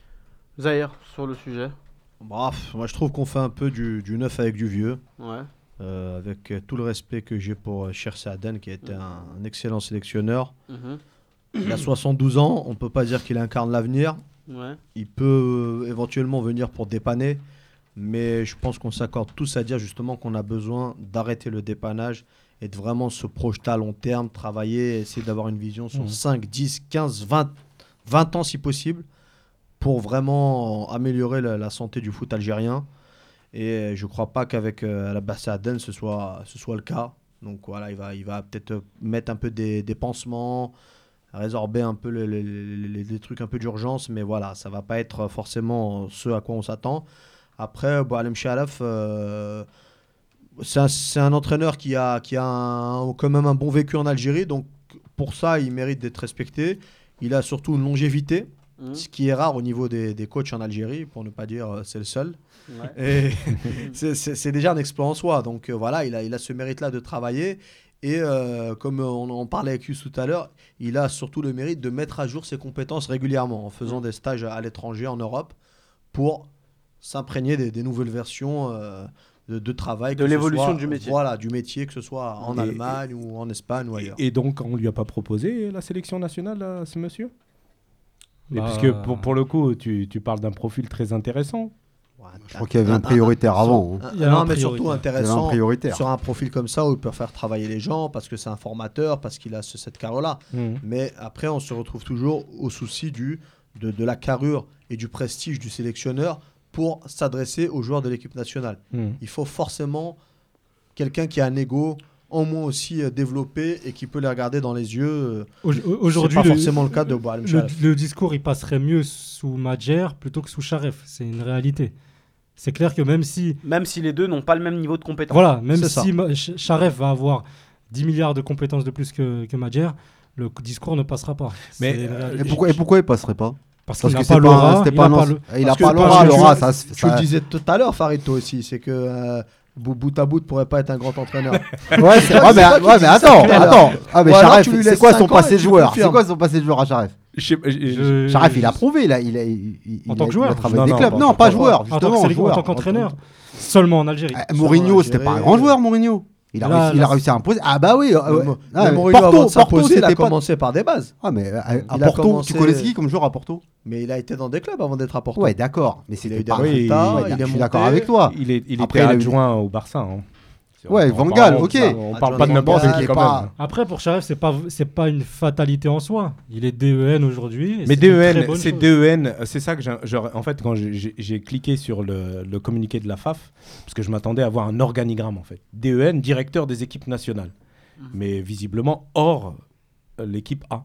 Zahir, sur le sujet. Bref, moi je trouve qu'on fait un peu du, du neuf avec du vieux. Ouais. Euh, avec euh, tout le respect que j'ai pour euh, Cher Saaden, qui a été un, un excellent sélectionneur. Mhm. Il a soixante-douze ans, on ne peut pas dire qu'il incarne l'avenir. Ouais. Il peut euh, éventuellement venir pour dépanner, mais je pense qu'on s'accorde tous à dire justement qu'on a besoin d'arrêter le dépannage et de vraiment se projeter à long terme, travailler, essayer d'avoir une vision sur Mhm. cinq, dix, quinze, vingt, vingt ans si possible, pour vraiment améliorer la, la santé du foot algérien. Et je ne crois pas qu'avec euh, la Saaden ce soit, ce soit le cas. Donc voilà, il va, il va peut-être mettre un peu des, des pansements, résorber un peu les, les- les- les trucs un peu d'urgence, mais voilà, ça va pas être forcément ce à quoi on s'attend. Après, Boualem Sharaf, euh, c'est un, c'est un entraîneur qui a, qui a un- quand même un bon vécu en Algérie, donc pour ça, il mérite d'être respecté. Il a surtout une longévité, Mhm. ce qui est rare au niveau des, des coachs en Algérie, pour ne pas dire euh, c'est le seul. Ouais. Et c'est- c'est c'est déjà un exploit en soi. Donc euh, voilà, il a, il a ce mérite-là de travailler. Et euh, comme on en parlait avec Yus tout à l'heure, il a surtout le mérite de mettre à jour ses compétences régulièrement en faisant des stages à l'étranger, en Europe, pour s'imprégner des, des nouvelles versions euh, de, de travail. De que ce l'évolution soit- du métier. Voilà, du métier, que ce soit en Et- Allemagne ou en Espagne ou ailleurs. Et, et donc, on lui a pas proposé la sélection nationale à ce monsieur? Et Bah, puisque pour, pour le coup, tu, tu parles d'un profil très intéressant. Ouais, Je crois qu'il y avait un prioritaire avant. hein. un- Il y avait non, un mais prioritaire. surtout Il y avait un intéressant prioritaire. sur un profil comme ça où il peut faire travailler les gens parce que c'est un formateur, parce qu'il a ce- cette carrure-là. Mais après, on se retrouve toujours au souci du, de, de la carrure et du prestige du sélectionneur pour s'adresser aux joueurs de l'équipe nationale. Mm. Il faut forcément quelqu'un qui a un ego en moins aussi euh, développé et qui peut les regarder dans les yeux. euh, Au- c'est Aujourd'hui, pas le, forcément le cas de Boualem le, Sharaf. le discours il passerait mieux sous Madjer plutôt que sous Sharef. C'est une réalité. C'est clair que même si Même si les deux n'ont pas le même niveau de compétence. Voilà, même C'est ça. si Ma- Ch- Sharef va avoir dix milliards de compétences de plus que, que Madjer, le discours ne passera pas. Mais, C'est une euh, réalité. Et pourquoi, et pourquoi il passerait pas? Parce Parce qu'il n'a que pas c'est pas, l'aura, c'était il pas n'a un pas anci- le- il a Parce que- pas parce l'aura, que tu- l'aura, ça se Tu ça- le disais tout à l'heure, Farito aussi, c'est que euh, bout bout à bout pourrait pas être un grand entraîneur. Ouais, c'est ouais, c'est mais, toi qui ouais, dis mais ça, attends, Claire. attends. Ah, mais Ou alors Sharef, tu lui c'est laisses quoi cinq son ans et passé de tu joueur? confirmes. C'est quoi son passé de joueur à Sharef? Je sais pas, je- Je- Sharef, il a prouvé, il a, il a, il, il- En il tant a- que il a joueur travaillé Non, des non, clubs. pas- Non, pas- pas en joueur, tant que justement. sélection- en joueur. tant qu'entraîneur, seulement en Algérie. Ah, Mourinho, c'était Algérie, pas un grand euh, joueur, Mourinho. Il a, Là, réussi, il là, a réussi à imposer. Ah bah oui. euh, ouais. Mais Ah, mais Mourinho, avant de Porto, Porto, s'imposer, il a c'était pas. commencé par des bases. Ah mais euh, à Il a Porto, commencé- tu connais qui comme joueur à Porto? Mais il a été dans des clubs avant d'être à Porto. Ouais, d'accord. Mais Il a c'était eu des pas. résultats, Ouais, il est je suis monté. d'accord avec toi. Il, est, il Après, était il a eu- adjoint au Barça. Hein. Ouais, On Van parle- Gaal, on ok. parle- On parle pas de Van n'importe Gaal, qui il est quand pas- même. Après, pour Charev, c'est pas c'est pas une fatalité en soi. Il est D E N aujourd'hui. et Mais c'est une très D E N, bonne c'est chose. D E N, c'est ça que j'ai. genre, En fait, quand j'ai- j'ai j'ai cliqué sur le, le communiqué de la F A F, parce que je m'attendais à voir un organigramme en fait. D E N, directeur des équipes nationales. Mais visiblement hors euh, l'équipe A.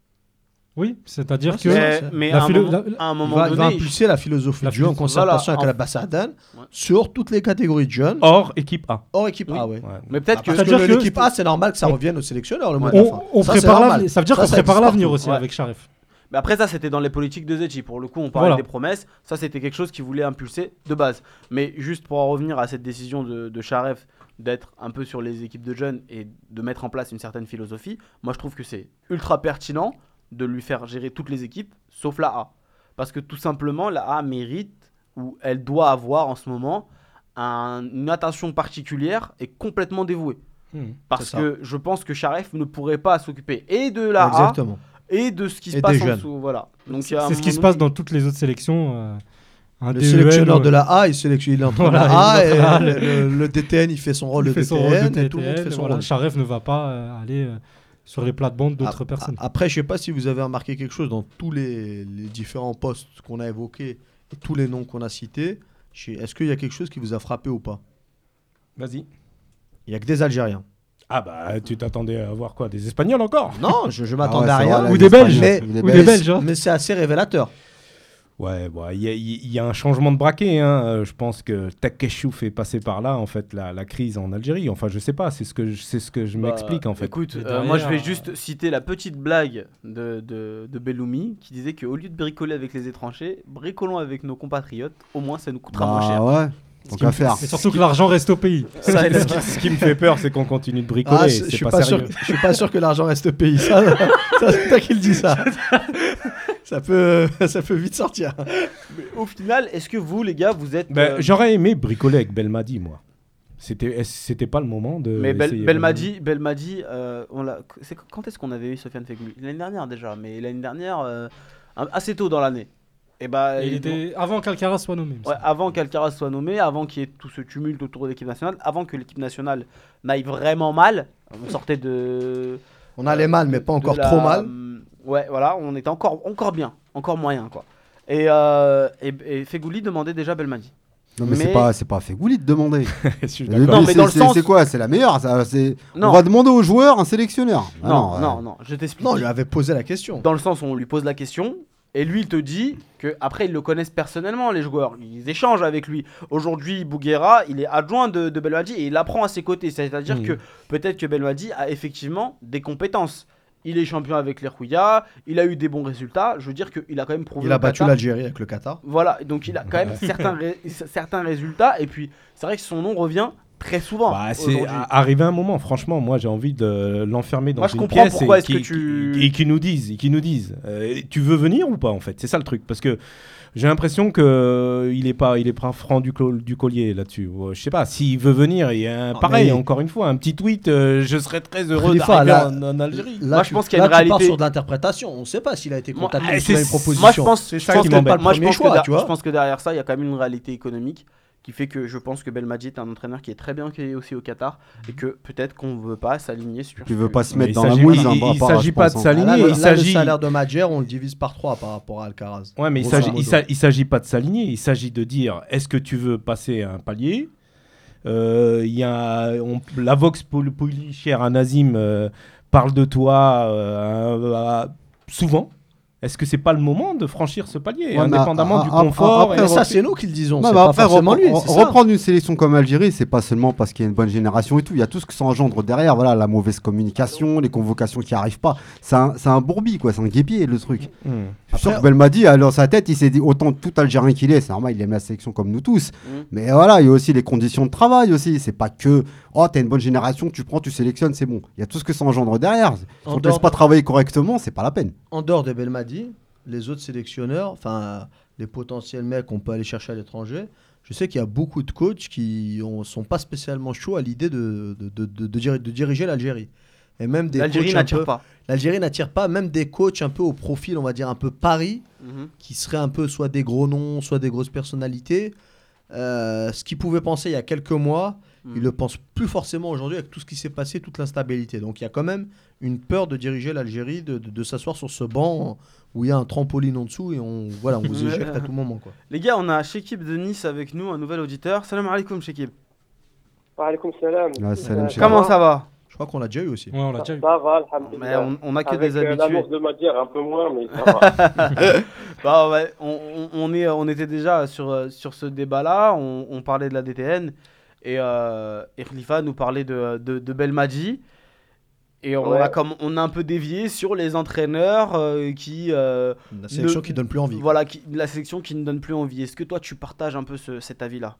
Oui, c'est-à-dire Ouais, que. c'est ça. Mais, mais La à, un philo- moment, la- à un Il moment va, il va donné, impulser la philosophie La de jeu en philo- concertation voilà, avec en- la Bassadan Ouais. sur toutes les catégories de jeunes, Hors équipe A. hors équipe Oui. A. Ouais. Ouais. mais peut-être que Parce C'est-à-dire que que- l'équipe A, c'est normal que ça revienne au sélectionneur le mois de on, la fin. on Ça, c'est prépare normal. l'avenir. Ça veut dire Ça, qu'on ça prépare existe l'avenir partout. aussi Ouais. avec Charev. Mais après ça c'était dans les politiques de Zetchi. Pour le coup on parlait Voilà. des promesses. Ça c'était quelque chose qui voulait impulser de base. Mais juste pour en revenir à cette décision de, de Charev d'être un peu sur les équipes de jeunes et de mettre en place une certaine philosophie, moi je trouve que c'est ultra pertinent de lui faire gérer toutes les équipes sauf la A. Parce que tout simplement la A mérite ou elle doit avoir en ce moment un- une attention particulière et complètement dévouée. Hmm. Parce C'est ça. que je pense que Charev ne pourrait pas s'occuper et de la A Exactement. et de ce qui se Et passe des en jeunes. dessous. Voilà. Donc, C'est à un c'est ce qui moment se passe donné- dans toutes les autres sélections. euh, un Le D E N, sélectionneur ouais. de la A, il sélectionne, il est entre Voilà, la A il est et entre la A. le, le- le D T N, il fait son rôle Il de fait D son T rôle de N et tout le monde T T N, fait son voilà. rôle. Charev ne va pas euh, aller euh, sur les plates-bandes d'autres A- personnes. a- Après, je sais pas si vous avez remarqué quelque chose dans tous les, les différents postes qu'on a évoqués et tous les noms qu'on a cités. je sais- Est-ce qu'il y a quelque chose qui vous a frappé ou pas? Vas-y. Il y a que des Algériens. Ah bah tu t'attendais à voir quoi? Des Espagnols encore? Non, je, je Ah m'attendais ouais, à c'est rien. vrai, là, Ou les des Belges. Espagnols, Mais- Ou des Belges, hein. Mais c'est assez révélateur. Ouais, bon, il y, a- il y a un changement de braquet. Hein. Euh, Je pense que Takeshouf est passé par là, en fait, la, la crise en Algérie. Enfin, je sais pas, c'est ce que je, c'est ce que je Bah, m'explique, en fait. Écoute, Mais euh, moi je vais derrière, juste citer la petite blague de, de, de Belloumi qui disait qu'au lieu de bricoler avec les étrangers, bricolons avec nos compatriotes, au moins ça nous coûtera moins cher. Bah ouais. Tant qui qu'à me faire. Et surtout que l'argent reste au pays. Ça, ce, qui, ce qui me fait peur, c'est qu'on continue de bricoler. Ah, c'est je suis pas, pas sûr. sérieux. Je suis pas sûr que l'argent reste au pays. Ça, ça c'est toi qui le dis ça. ça peut, ça peut vite sortir. Mais au final, est-ce que vous les gars, vous êtes... Ben, euh, J'aurais aimé bricoler avec Belmadi, moi. C'était, est-ce- c'était pas le moment de. Mais Bel- essayer Belmadi, Belmadi euh, on l'a- c'est quand est-ce qu'on avait eu Sofiane Fegouli? L'année dernière déjà, mais l'année dernière, euh, un- assez tôt dans l'année. Et bah, Et il ils- était avant qu'Alcaraz soit nommé. il me Ouais, semble. avant qu'Alcaraz soit nommé, avant qu'il y ait tout ce tumulte autour de l'équipe nationale, avant que l'équipe nationale n'aille vraiment mal, on sortait de. On allait mal, mais pas de encore la- trop mal. Ouais, voilà, on était encore, encore bien, encore moyen, quoi. Et, euh, et, et Fegouli demandait déjà Belmadi. Non mais, Mais- c'est pas c'est pas Fegouli de demander. Je suis Mais d'accord. Non, mais c'est- dans le c'est- sens- c'est quoi? C'est la meilleure. Ça, c'est- Non. On va demander aux joueurs un sélectionneur. Ah non, ouais. non, non, je t'explique. Non, on lui avait posé la question. Dans le sens où on lui pose la question, et lui il te dit que après ils le connaissent personnellement les joueurs, ils échangent avec lui. Aujourd'hui Bouguera, il est adjoint de, de Belmadi et il apprend à ses côtés, c'est-à-dire Mhm. que peut-être que Belmadi a effectivement des compétences. Il est champion avec les Rouya, il a eu des bons résultats, je veux dire qu'il a quand même prouvé Il a au battu Qatar. l'Algérie avec le Qatar. Voilà, donc il a quand même certains, ré- certains résultats et puis c'est vrai que son nom revient très souvent. Bah, c'est aujourd'hui. a- arrivé un moment, franchement, moi j'ai envie de l'enfermer dans Moi, je une comprends pièce pourquoi et est-ce que qui- tu- qui- et qui nous disent, et qui nous disent, euh, tu veux venir ou pas en fait, c'est ça le truc, parce que j'ai l'impression que euh, il est pas, il est pas franc du, col- du collier là-dessus. Euh, Je sais pas, s'il veut venir, il y a un, Ah, pareil, mais- encore une fois, un petit tweet, euh, je serais très heureux Khalifa, d'arriver là- en, en Algérie. Là, Moi, tu- je pense qu'il y a là, une tu pars réalité- sur de l'interprétation. On ne sait pas s'il a été Moi, contacté ah, ou s'il a c'est- une proposition. Moi je pense, C'est je ça pense qui que, m'embête. moi, je Premier pense choix, que, da- tu vois. je pense que derrière ça, il y a quand même une réalité économique qui fait que je pense que Belmadi est un entraîneur qui est très bien accueilli aussi au Qatar et que peut-être qu'on ne veut pas s'aligner sur. Tu ce veux que- pas se Mais mettre il dans la s'agit- mouise. il- hein, il- par il rapport à- s'agit je pas pense, de hein. s'aligner. Là, il le- là, le s'agit- salaire de Madjer, on le divise par trois par rapport à Alcaraz. Ouais, mais il Grosso s'agit, il modo. s'a- il s'agit pas de s'aligner, il s'agit de dire est-ce que tu veux passer un palier. Euh, Il y a on- la Vox Pol- Policière à Nazim euh, parle de toi euh, euh, souvent. Est-ce que c'est pas le moment de franchir ce palier, Ouais, mais indépendamment a- du a- a- confort après, et- Mais ça, repli- c'est nous qui le disons. Ouais, C'est bah pas après, forcément repre- lui. re- c'est ça. reprendre une sélection comme l'Algérie, c'est pas seulement parce qu'il y a une bonne génération et tout. Il y a tout ce que ça engendre derrière. Voilà, la mauvaise communication, les convocations qui arrivent pas. C'est un, c'est un bourbi, quoi. C'est un guépier, le truc. Hmm. Je suis sûr Après- que Belmadi, euh, dans sa tête, il s'est dit autant tout Algérien qu'il est. C'est normal, il aime la sélection comme nous tous. Mm. Mais voilà, il y a aussi les conditions de travail aussi. C'est pas que oh t'as une bonne génération, tu prends, tu sélectionnes, c'est bon. Il y a tout ce que ça engendre derrière. Si En on te dehors laisse pas de- travailler correctement, c'est pas la peine. En dehors de Belmadi, les autres sélectionneurs, enfin les potentiels mecs qu'on peut aller chercher à l'étranger, je sais qu'il y a beaucoup de coachs qui ne sont pas spécialement chauds à l'idée de, de, de, de, de, diri- de diriger l'Algérie. Et même des L'Algérie coachs un n'attire peu- pas. L'Algérie n'attire pas, même des coachs un peu au profil, on va dire un peu Paris, Mhm. qui seraient un peu soit des gros noms, soit des grosses personnalités. Euh, ce qu'ils pouvaient penser il y a quelques mois, Mhm. ils le pensent plus forcément aujourd'hui avec tout ce qui s'est passé, toute l'instabilité. Donc il y a quand même une peur de diriger l'Algérie, de, de, de s'asseoir sur ce banc où il y a un trampoline en dessous et on, voilà, on vous éjecte à tout moment, quoi. Les gars, on a Shekib de Nice avec nous, un nouvel auditeur. Salam alaikum, Shekib. Wa alaikum salam. Ouais, salam, Euh, Shekib. Comment ça va? Je crois qu'on l'a déjà eu aussi. Ouais, on l'a Ça, déjà eu. ça va, Mais alhamdoulilah. on, on a que Avec des euh, habitués. l'annonce de Madjer, un peu moins, mais ça va. Bah ouais, on, on- on est, on était déjà sur, euh, sur ce débat-là, on, on parlait de la D T N, et, euh, et Khalifa nous parlait de, de, de Belmadi, et on, Ouais. a comme, on a un peu dévié sur les entraîneurs euh, qui... euh, La sélection ne- qui donne plus envie. quoi. Voilà, qui, la sélection qui ne donne plus envie. Est-ce que toi, tu partages un peu ce- cet avis-là?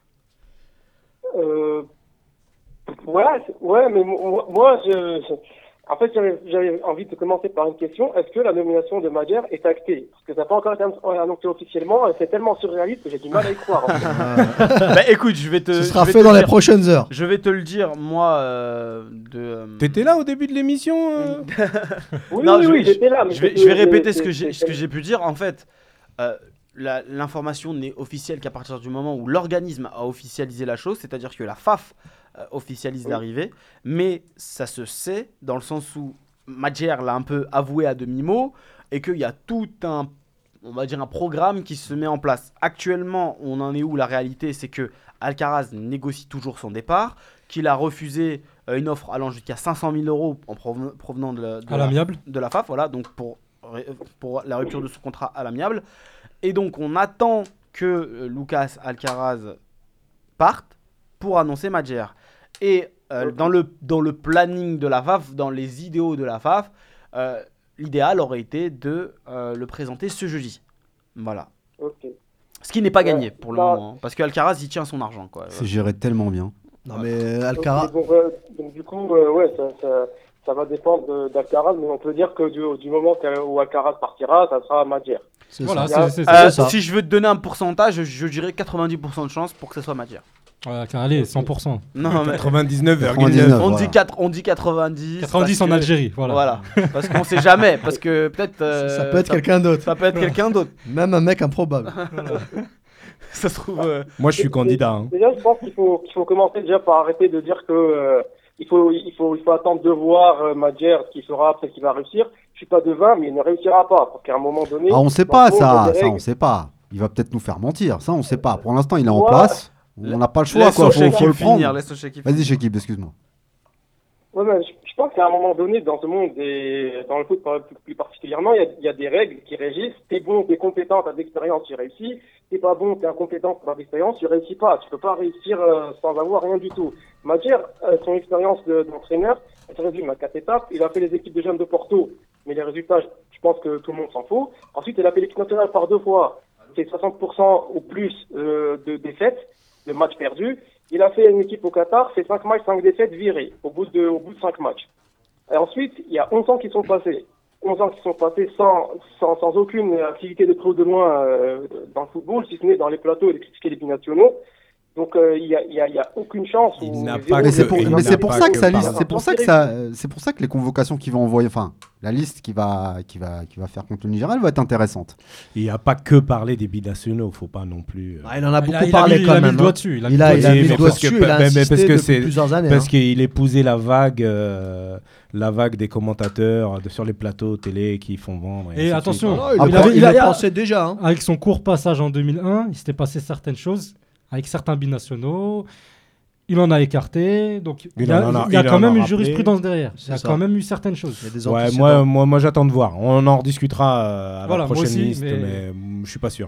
Euh, ouais, c'est- ouais, mais mo- moi, je, je- en fait, j'avais, j'avais envie de commencer par une question. Est-ce que la nomination de Madjer est actée? Parce que ça n'a pas encore été annoncé officiellement, et c'est tellement surréaliste que j'ai du mal à y croire. En fait. Bah écoute, je vais te... Ce je sera vais fait te dans le les dire. prochaines heures. Je vais te le dire, moi, euh, de... euh, T'étais là au début de l'émission euh Oui, Non, oui, je oui, vais- j'étais là. Mais Je vais, c'était- je vais répéter c'est- ce que c'est- j'ai ce que j'ai pu dire. En fait, euh, la- l'information n'est officielle qu'à partir du moment où l'organisme a officialisé la chose, c'est-à-dire que la F A F euh, officialise Oui. l'arrivée, mais ça se sait dans le sens où Madjer l'a un peu avoué à demi-mot et qu'il y a tout un, on va dire un programme qui se met en place. Actuellement, on en est où? La réalité, c'est que Alcaraz négocie toujours son départ, qu'il a refusé euh, une offre allant jusqu'à cinq cent mille euros en proven- provenant de, la- de À la- l'amiable. de la F A F, voilà, donc pour, pour la rupture de ce contrat à l'amiable. Et donc on attend que euh, Lucas Alcaraz parte pour annoncer Madjer. Et euh, Ok. dans, le, dans le planning de la F A F, dans les idéaux de la F A F, euh, l'idéal aurait été de euh, le présenter ce jeudi. Voilà. Ok. Ce qui n'est pas Ouais, gagné pour le bah- moment, hein, parce qu'Alcaraz il tient son argent, quoi. C'est géré tellement bien. Non mais Alcaraz, Ok, donc, euh, donc du coup, euh, ouais, ça, ça, ça va dépendre de- d'Alcaraz, mais on peut dire que du, du moment qu'elle- où Alcaraz partira, ça sera Madjer. c'est Voilà, ça. c'est c'est- Euh, c'est ça. si je veux te donner un pourcentage, je, je dirais quatre-vingt-dix pour cent de chance pour que ce soit Madjer. Ouais, allez, cent pour cent. Non, mais quatre-vingt-dix-neuf virgule quatre-vingt-dix-neuf. neuf. on, voilà. dit quatre- on dit quatre-vingt-dix. quatre-vingt-dix parce en que- Algérie, voilà. Voilà. Parce qu'on sait jamais. Parce que peut-être. euh, ça peut être quelqu'un d'autre. Ça peut être quelqu'un d'autre. Même un mec improbable. Ça se trouve. euh, Moi, je suis candidat. hein. Déjà, je pense qu'il faut, qu'il faut commencer déjà par arrêter de dire que euh, il, faut, il, faut, il faut attendre de voir euh, Madjer, ce qu'il fera, après qu'il va réussir. Je suis pas devin, mais il ne réussira pas. Parce qu'à un moment donné. Ah, on sait dans pas le fond, il y a ça, des ça on règles. sait pas. Il va peut-être nous faire mentir, ça on sait pas. Pour l'instant, il est en Ouais. place. On n'a pas le choix, Laisse quoi. au Faut, Shekib faut le finir. prendre. Laisse au Shekib Vas-y, finir. Shekib, excuse-moi. Ouais, mais je, je pense qu'à un moment donné, dans ce monde, et dans le foot par- plus, plus particulièrement, il y, a, il y a des règles qui régissent. T'es bon, t'es compétent, t'as de l'expérience, tu réussis. T'es pas bon, t'es incompétent, t'as pas d'expérience, tu réussis pas. Tu peux pas réussir euh, sans avoir rien du tout. Madjer, euh, son expérience de- d'entraîneur, elle se résume à quatre étapes. Il a fait les équipes de jeunes de Porto, mais les résultats, je, je pense que tout le monde s'en fout. Ensuite, il a fait l'équipe nationale par deux fois. C'est soixante pour cent ou plus euh, de défaites, de matchs perdus. Il a fait une équipe au Qatar, c'est cinq matchs, cinq défaites virées au bout de, au bout de cinq matchs. Et ensuite, il y a onze ans qui sont passés. onze ans qui sont passés sans, sans, sans aucune activité de près ou de loin euh, dans le football, si ce n'est dans les plateaux et les critiques les binationaux. Donc, euh, il n'y a, il y a, il y a aucune chance. Il ou n'a zéro pas Mais que- c'est pour, il mais n'a c'est pour pas ça que que ça par- liste, c'est pour ça que ça, c'est pour ça que les convocations qu'il va envoyer, enfin la liste qui va, qui va, qui va faire contre le Nigeria, elle va être intéressante. Il n'y a pas que parler des binationaux, faut pas non plus. euh, Ah, il en a Il a- beaucoup il a parlé mis- quand il a mis même. le doigt hein. dessus. Il a Il mis le a, doigt il a dessus. mis le Mais doigt parce que- dessus, il a mais- mais insisté parce que depuis c'est- plusieurs années. Parce hein. qu'il épousait la vague, euh, la vague des commentateurs de, sur les plateaux télé qui font vendre. Et ainsi de attention, suite. Non, il, Après, le- avait- il il a- le pensait déjà. hein. Avec son court passage en deux mille un, il s'était passé certaines choses avec certains binationaux. Il en a écarté, donc il Il y a, en a- il y a il quand en a même une rappelé. jurisprudence derrière. Il y a C'est quand ça. même eu certaines choses. Il y a des Ouais, antécédents. moi, moi, moi j'attends de voir. On en rediscutera euh, à Voilà, la moi prochaine aussi, liste, mais, mais- mm, je suis pas sûr.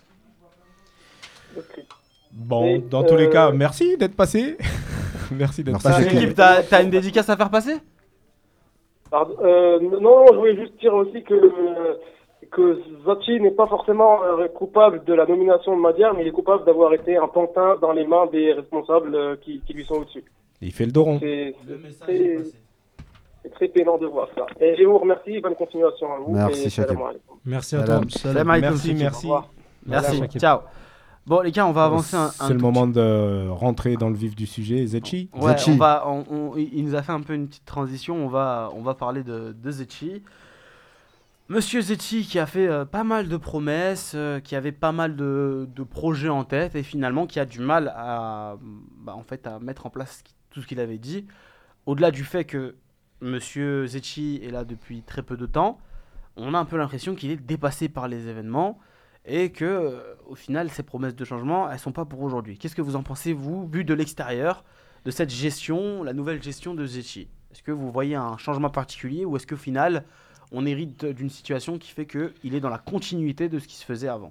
Ok. Bon, Et, dans tous les euh, cas, merci d'être passé. merci d'être Merci, passé. Shekib. Shekib, t'as t'as une dédicace à faire passer? Pardon, euh, non, je voulais juste dire aussi que, euh, que Zachi n'est pas forcément euh, coupable de la nomination de Madjer, mais il est coupable d'avoir été un pantin dans les mains des responsables euh, qui, qui lui sont au-dessus. Il fait le dos rond. C'est c'est très, c'est très pénant de voir ça. Et je vous remercie, bonne continuation à vous. Merci, et Shakib. salam alaikum. Merci à Salam, toi. salam. Salam alaikum, Merci, Shekib. merci. Merci, Merci, Shekib. ciao. Bon, les gars, on va avancer un, un C'est le tout moment de rentrer dans le vif du sujet. Zetchi. Ouais, Zetchi. on va, on- on- il nous a fait un peu une petite transition. On va, on va parler de, de Zetchi. Monsieur Zetchi qui a fait euh, pas mal de promesses, euh, qui avait pas mal de, de projets en tête et finalement qui a du mal à, bah, en fait, à mettre en place tout ce qu'il avait dit. Au-delà du fait que Monsieur Zetchi est là depuis très peu de temps, on a un peu l'impression qu'il est dépassé par les événements et que, euh, au final, ces promesses de changement, elles sont pas pour aujourd'hui. Qu'est-ce que vous en pensez, vous, vu de l'extérieur, de cette gestion, la nouvelle gestion de Zetchi? Est-ce que vous voyez un changement particulier ou est-ce qu'au final, on hérite d'une situation qui fait qu'il est dans la continuité de ce qui se faisait avant?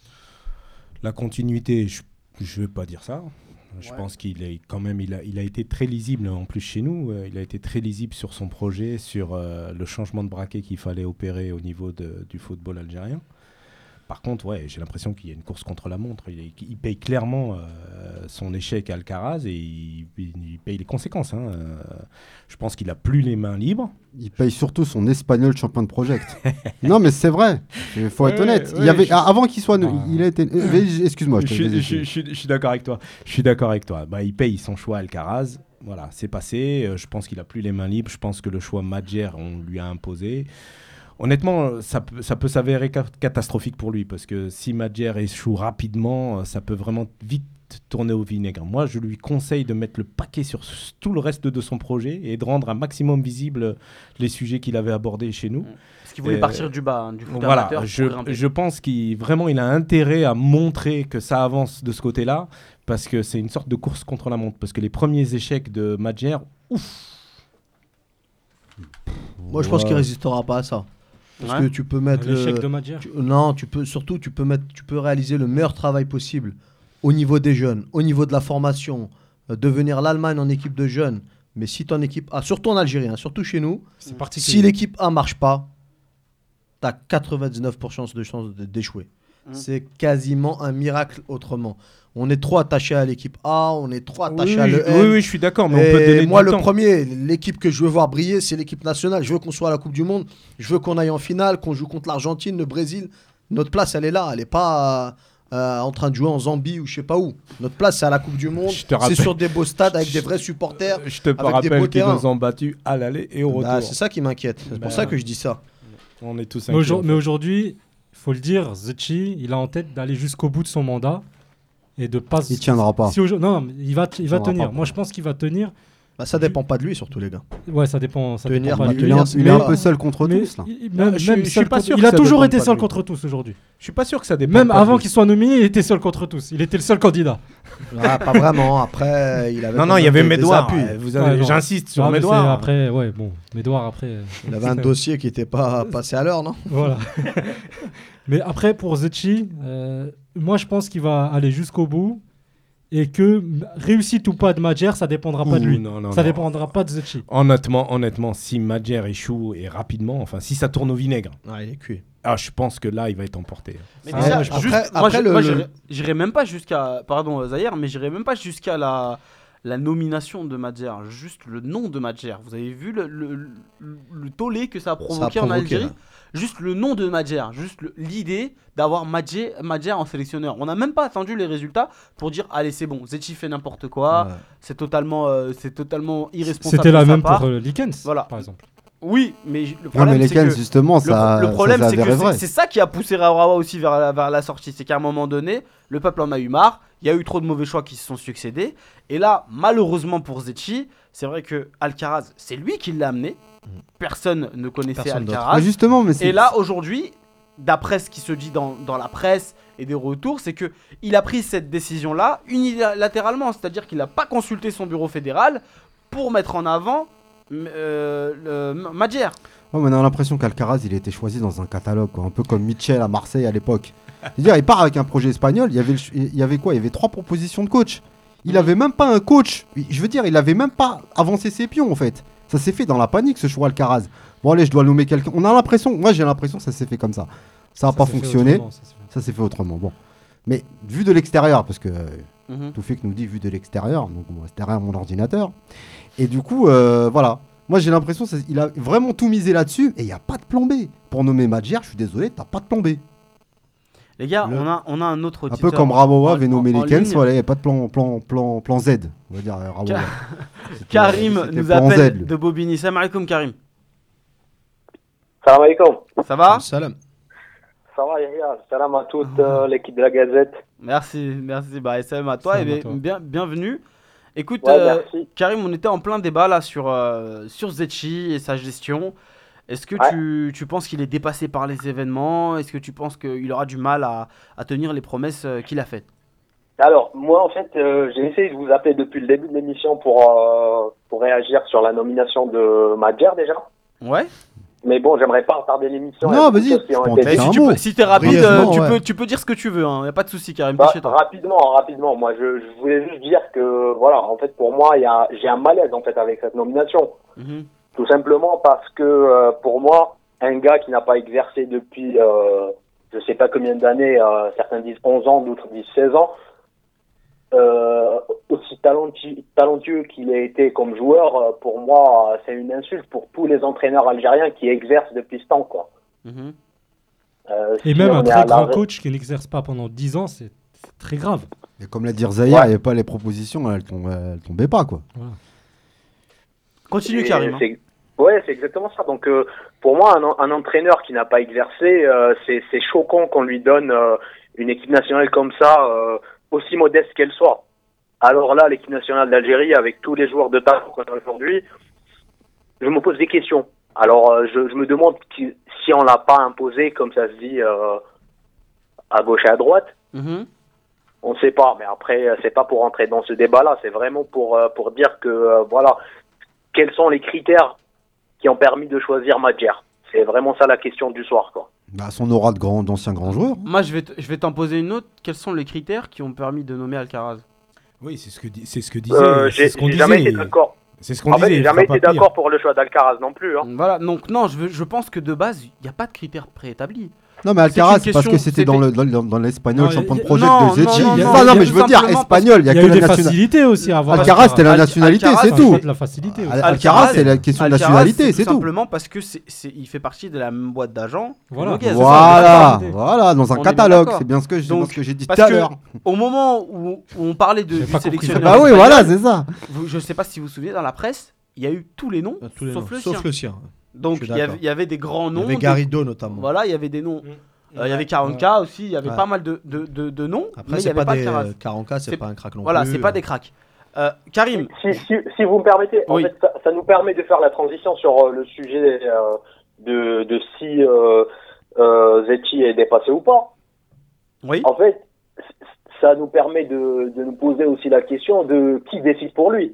La continuité, je ne vais pas dire ça. Je Ouais. pense qu'il est quand même, il a, il a été très lisible en plus chez nous. Euh, il a été très lisible sur son projet, sur euh, le changement de braquet qu'il fallait opérer au niveau de- du football algérien. Par contre, ouais, j'ai l'impression qu'il y a une course contre la montre. Il, est- il paye clairement euh, son échec à Alcaraz et il, il- il paye les conséquences. hein. Euh, je pense qu'il a plus les mains libres. Il paye surtout son espagnol champion de project. Non, mais c'est vrai. Il faut être Ouais, honnête. Il ouais, y avait, je- ah, avant qu'il soit. Ah. Il a été. euh, vas-y, Excuse-moi, je te Je suis- vas-y, je suis- je suis je suis d'accord avec toi. Je suis d'accord avec toi. Bah, il paye son choix à Alcaraz. Voilà, c'est passé. Euh, je pense qu'il a plus les mains libres. Je pense que le choix Madjer, on lui a imposé. Honnêtement, ça peut, ça peut s'avérer ca- catastrophique pour lui parce que si Madjer échoue rapidement, euh, ça peut vraiment vite tourner au vinaigre. Moi, je lui conseille de mettre le paquet sur s- tout le reste de son projet et de rendre un maximum visible les sujets qu'il avait abordés chez nous. Parce qu'il voulait Euh, partir du bas, hein, du foot Voilà, amateur, je, pour grimper. je pense qu'il vraiment il a intérêt à montrer que ça avance de ce côté-là parce que c'est une sorte de course contre la montre. Parce que les premiers échecs de Madjer, ouf, Moi, je pense Ouais. qu'il résistera pas à ça. Parce Ouais. que tu peux mettre L'échec le- de Madjer. tu- non, tu peux surtout tu peux mettre tu peux réaliser le meilleur travail possible au niveau des jeunes, au niveau de la formation, euh, devenir l'Allemagne en équipe de jeunes. Mais si ton équipe A, surtout en Algérie, hein, surtout chez nous, C'est particulier. si l'équipe A marche pas, tu as quatre-vingt-dix-neuf pour cent de chances de- d'échouer. Mm. C'est quasiment un miracle autrement. On est trop attaché à l'équipe A, on est trop attaché oui, à je- l'E oui, oui, je suis d'accord, mais on peut Et donner moi, du le temps. premier, l'équipe que je veux voir briller, c'est l'équipe nationale. Je veux qu'on soit à la Coupe du Monde. Je veux qu'on aille en finale, qu'on joue contre l'Argentine, le Brésil. Notre place, elle est là. Elle n'est pas euh, en train de jouer en Zambie ou je sais pas où. Notre place, c'est à la Coupe du Monde. Je te rappelle- C'est sur des beaux stades avec des vrais supporters. Je te avec des rappelle beaux qu'ils terrains. nous ont battus à l'aller et au retour. Bah, c'est ça qui m'inquiète. C'est Bah, pour ça que je dis ça. On est tous Mais, inquiets, aujourd- en fait. mais aujourd'hui, il faut le dire, Zetchi, il a en tête d'aller jusqu'au bout de son mandat et de pas. Il tiendra pas. Si aujourd- non, mais il va, il va tiendra tenir. pas. Moi, je pense qu'il va tenir. Bah, ça dépend pas de lui, surtout, les gars. Ouais, ça dépend. Ça Tenir, dépend pas pas de Il lui. est un, il est un Mais- peu seul contre mais tous là. il- Non, même- je- même je seul suis pas contre- sûr Il que a ça toujours dépend été pas seul de lui. contre tous aujourd'hui. Je suis pas sûr que ça dépend. Même pas de avant lui. qu'il soit nommé, il était seul contre tous. Il était le seul candidat. Ah, pas vraiment. Après, il avait. Non, quand non, il y même avait des- des Médouard. appuis. euh, Vous Ouais, avez- non. J'insiste sur Ah, mais c'est Médouard. Après, ouais, bon, Médouard après. euh, Il avait un dossier qui n'était pas passé à l'heure, non? Voilà. Mais après, pour Zetchi, euh, moi, je pense qu'il va aller jusqu'au bout et que m- réussite ou pas de Madjer, ça dépendra pas de Ouh, lui. non, non, ça non. dépendra pas de Zetchi. Honnêtement, honnêtement, si Madjer échoue et rapidement, enfin, si ça tourne au vinaigre, Ah, il est cuit. ah, je pense que là, il va être emporté. Mais Ah, déjà, ouais, je- juste- après- moi, après, je- le- moi, le- j'irais- j'irais même pas jusqu'à, pardon Zahir, mais j'irais même pas jusqu'à la, la nomination de Madjer, juste le nom de Madjer. Vous avez vu le, le, le- le tollé que ça a provoqué, en provoqué, Algérie? là. Juste le nom de Madjer, juste le- l'idée d'avoir Madjer, Madjer en sélectionneur. On n'a même pas attendu les résultats pour dire allez c'est bon, Zetchi fait n'importe quoi, Ouais. c'est totalement, euh, c'est totalement irresponsable. C'était de la sa même part. pour euh, Likens, Voilà. par exemple. Oui, mais j- le Non, problème mais les c'est Kens, que justement, le, ça. le ça problème, c'est s'avérait que vrai. c'est- c'est ça qui a poussé Rawa aussi vers la, vers la sortie. C'est qu'à un moment donné, le peuple en a eu marre. Il y a eu trop de mauvais choix qui se sont succédés. Et là, malheureusement pour Zetchi, c'est vrai que Alcaraz, c'est lui qui l'a amené. Personne ne connaissait Personne d'autre. Alcaraz. Mais justement, mais c'est. Et là, aujourd'hui, d'après ce qui se dit dans, dans la presse et des retours, c'est que il a pris cette décision-là unilatéralement. C'est-à-dire qu'il n'a pas consulté son bureau fédéral pour mettre en avant euh, le Madjer. Ouais, mais on a l'impression qu'Alcaraz, il a été choisi dans un catalogue, quoi, un peu comme Mitchell à Marseille à l'époque. C'est-à-dire, il part avec un projet espagnol, il y avait, le ch- il y avait quoi? Il y avait trois propositions de coach. Il avait même pas un coach. Je veux dire, il avait même pas avancé ses pions, en fait. Ça s'est fait dans la panique, ce choix Alcaraz. Bon, allez, je dois nommer quelqu'un. On a l'impression, moi j'ai l'impression que ça s'est fait comme ça. Ça n'a Ça pas s'est fait fonctionné. autrement, ça s'est fait. Ça s'est fait autrement. Bon. Mais vu de l'extérieur, parce que euh, Mhm. tout fait que nous dit vu de l'extérieur, donc moi, c'est derrière mon ordinateur. Et du coup, euh, voilà. Moi j'ai l'impression qu'il a vraiment tout misé là-dessus et il n'y a pas de plan B. Pour nommer Madjer, je suis désolé, t'as pas de plan B. Les gars, Le- on, a, on a un autre Un auditeur. peu comme Rabowa, en- Veno en- en Melikens, ligne. voilà, il n'y a pas de plan, plan, plan, plan Z, on va dire euh, Rabowa. C'était- Karim c'était nous plan appelle Z, lui. de Bobigny. Salam alaikum Karim. Salam alaikum. Ça va? Salam. Ça va, Yahya. Salam à toute euh, l'équipe de la Gazette. Merci, merci. Bah, salam à toi Salam et à bien, toi. bien- bienvenue. Écoute, Ouais, euh, merci. Karim, on était en plein débat là sur, euh, sur Zetchi et sa gestion. Est-ce que Ouais. tu, tu penses qu'il est dépassé par les événements? Est-ce que tu penses qu'il aura du mal à, à tenir les promesses euh, qu'il a faites? Alors, moi, en fait, euh, j'ai essayé de vous appeler depuis le début de l'émission pour, euh, pour réagir sur la nomination de Madjer, déjà. Ouais. Mais bon, j'aimerais pas retarder l'émission. Non, Il y a beaucoup de vas-y, choses qui ont je été pense Mais C'est si un tu mot. peux, si t'es rapide, Brièvement, euh, tu, ouais. peux, tu peux dire ce que tu veux, hein. Y a pas de souci, Karim. Bah, T'es chez toi. rapidement, rapidement. Moi, je, je voulais juste dire que, voilà, en fait, pour moi, il y a, j'ai un malaise, en fait, avec cette nomination. Mhm. Tout simplement parce que, euh, pour moi, un gars qui n'a pas exercé depuis, euh, je sais pas combien d'années, euh, certains disent onze ans, d'autres disent seize ans, euh, aussi talentueux, talentueux qu'il a été comme joueur, euh, pour moi, euh, c'est une insulte pour tous les entraîneurs algériens qui exercent depuis ce temps, quoi. Mhm. Euh, Et si même on un est à très grand l'arrêt- coach qui n'exerce pas pendant dix ans, c'est c'est très grave. Et comme l'a dit Zahir, il Ouais. n'y avait pas les propositions, elles tombaient, elles tombaient pas, quoi. Continue, Et Karim. hein. c'est- Ouais, c'est exactement ça. Donc, euh, pour moi, un, en- un entraîneur qui n'a pas exercé, euh, c'est c'est choquant qu'on lui donne euh, une équipe nationale comme ça, euh, aussi modeste qu'elle soit. Alors là, l'équipe nationale d'Algérie, avec tous les joueurs de talent qu'on a aujourd'hui, je me pose des questions. Alors, euh, je, je me demande qui- si on l'a pas imposé, comme ça se dit, euh, à gauche et à droite. Mhm. On ne sait pas, mais après, euh, c'est pas pour entrer dans ce débat-là, c'est vraiment pour, euh, pour dire que, euh, voilà, quels sont les critères qui ont permis de choisir Madjer. C'est vraiment ça la question du soir, quoi. Bah, son aura de grand, d'ancien grand joueur. Moi, je vais, t- je vais t'en poser une autre. Quels sont les critères qui ont permis de nommer Alcaraz? Oui, c'est ce que, di- c'est ce que disait. Euh, c'est j'ai ce qu'on j'ai jamais disait. été d'accord. C'est ce qu'on En fait, disait. j'ai il jamais fera été pas pire. d'accord pour le choix d'Alcaraz non plus. Hein. Voilà, donc non, je, veux- je pense que de base, il n'y a pas de critères préétablis. Non, mais C'est Alcaraz, une c'est parce question- que c'était dans c'était- le dans, dans l'espagnol Non, champion y- de projet non, de Zetchi. non, non, Non, non, non, mais tout je veux dire, simplement espagnol, il y a Il y que a eu la des nationalité. facilités aussi avant. Alcaraz, c'était la Al- nationalité, Alcaraz, c'est C'est un tout. choix de la facilité aussi. Al- Alcaraz, c'est la question de Alcaraz, nationalité, c'est c'est tout tout. simplement parce que c'est, c'est- il fait partie de la même boîte d'agents. que Voilà. Noguez. Voilà, c'est ça. voilà, dans un On est bien catalogue, d'accord. c'est bien ce que, je- Donc, ce que j'ai dit tout parce à que- l'heure. Au moment où, où on parlait de, J'ai du pas compris. sélectionneur, Bah oui, espagnol, voilà, c'est ça. vous- je ne sais pas si vous vous souvenez, dans la presse, il y a eu tous les noms, Euh, tous les sauf, noms, le sauf sien. le sien. Donc Je suis il y, avait, d'accord. il y avait des grands Il noms. y avait des- Garrido notamment. Voilà, il y avait des noms. Euh, il y avait quarante K aussi, il y avait Ouais. pas mal de, de, de, de noms, Après, mais il n'y c'est avait pas pas des Alcaraz. quarante K, c'est C'est- pas un crack non Voilà, plus. c'est pas des cracks. Euh, Karim, Si, si, si vous me permettez, en Oui. fait, ça, ça nous permet de faire la transition sur euh, le sujet euh, de, de si euh, euh, Zetchi est dépassé ou pas. oui. En fait, c- ça nous permet de, de nous poser aussi la question de qui décide pour lui.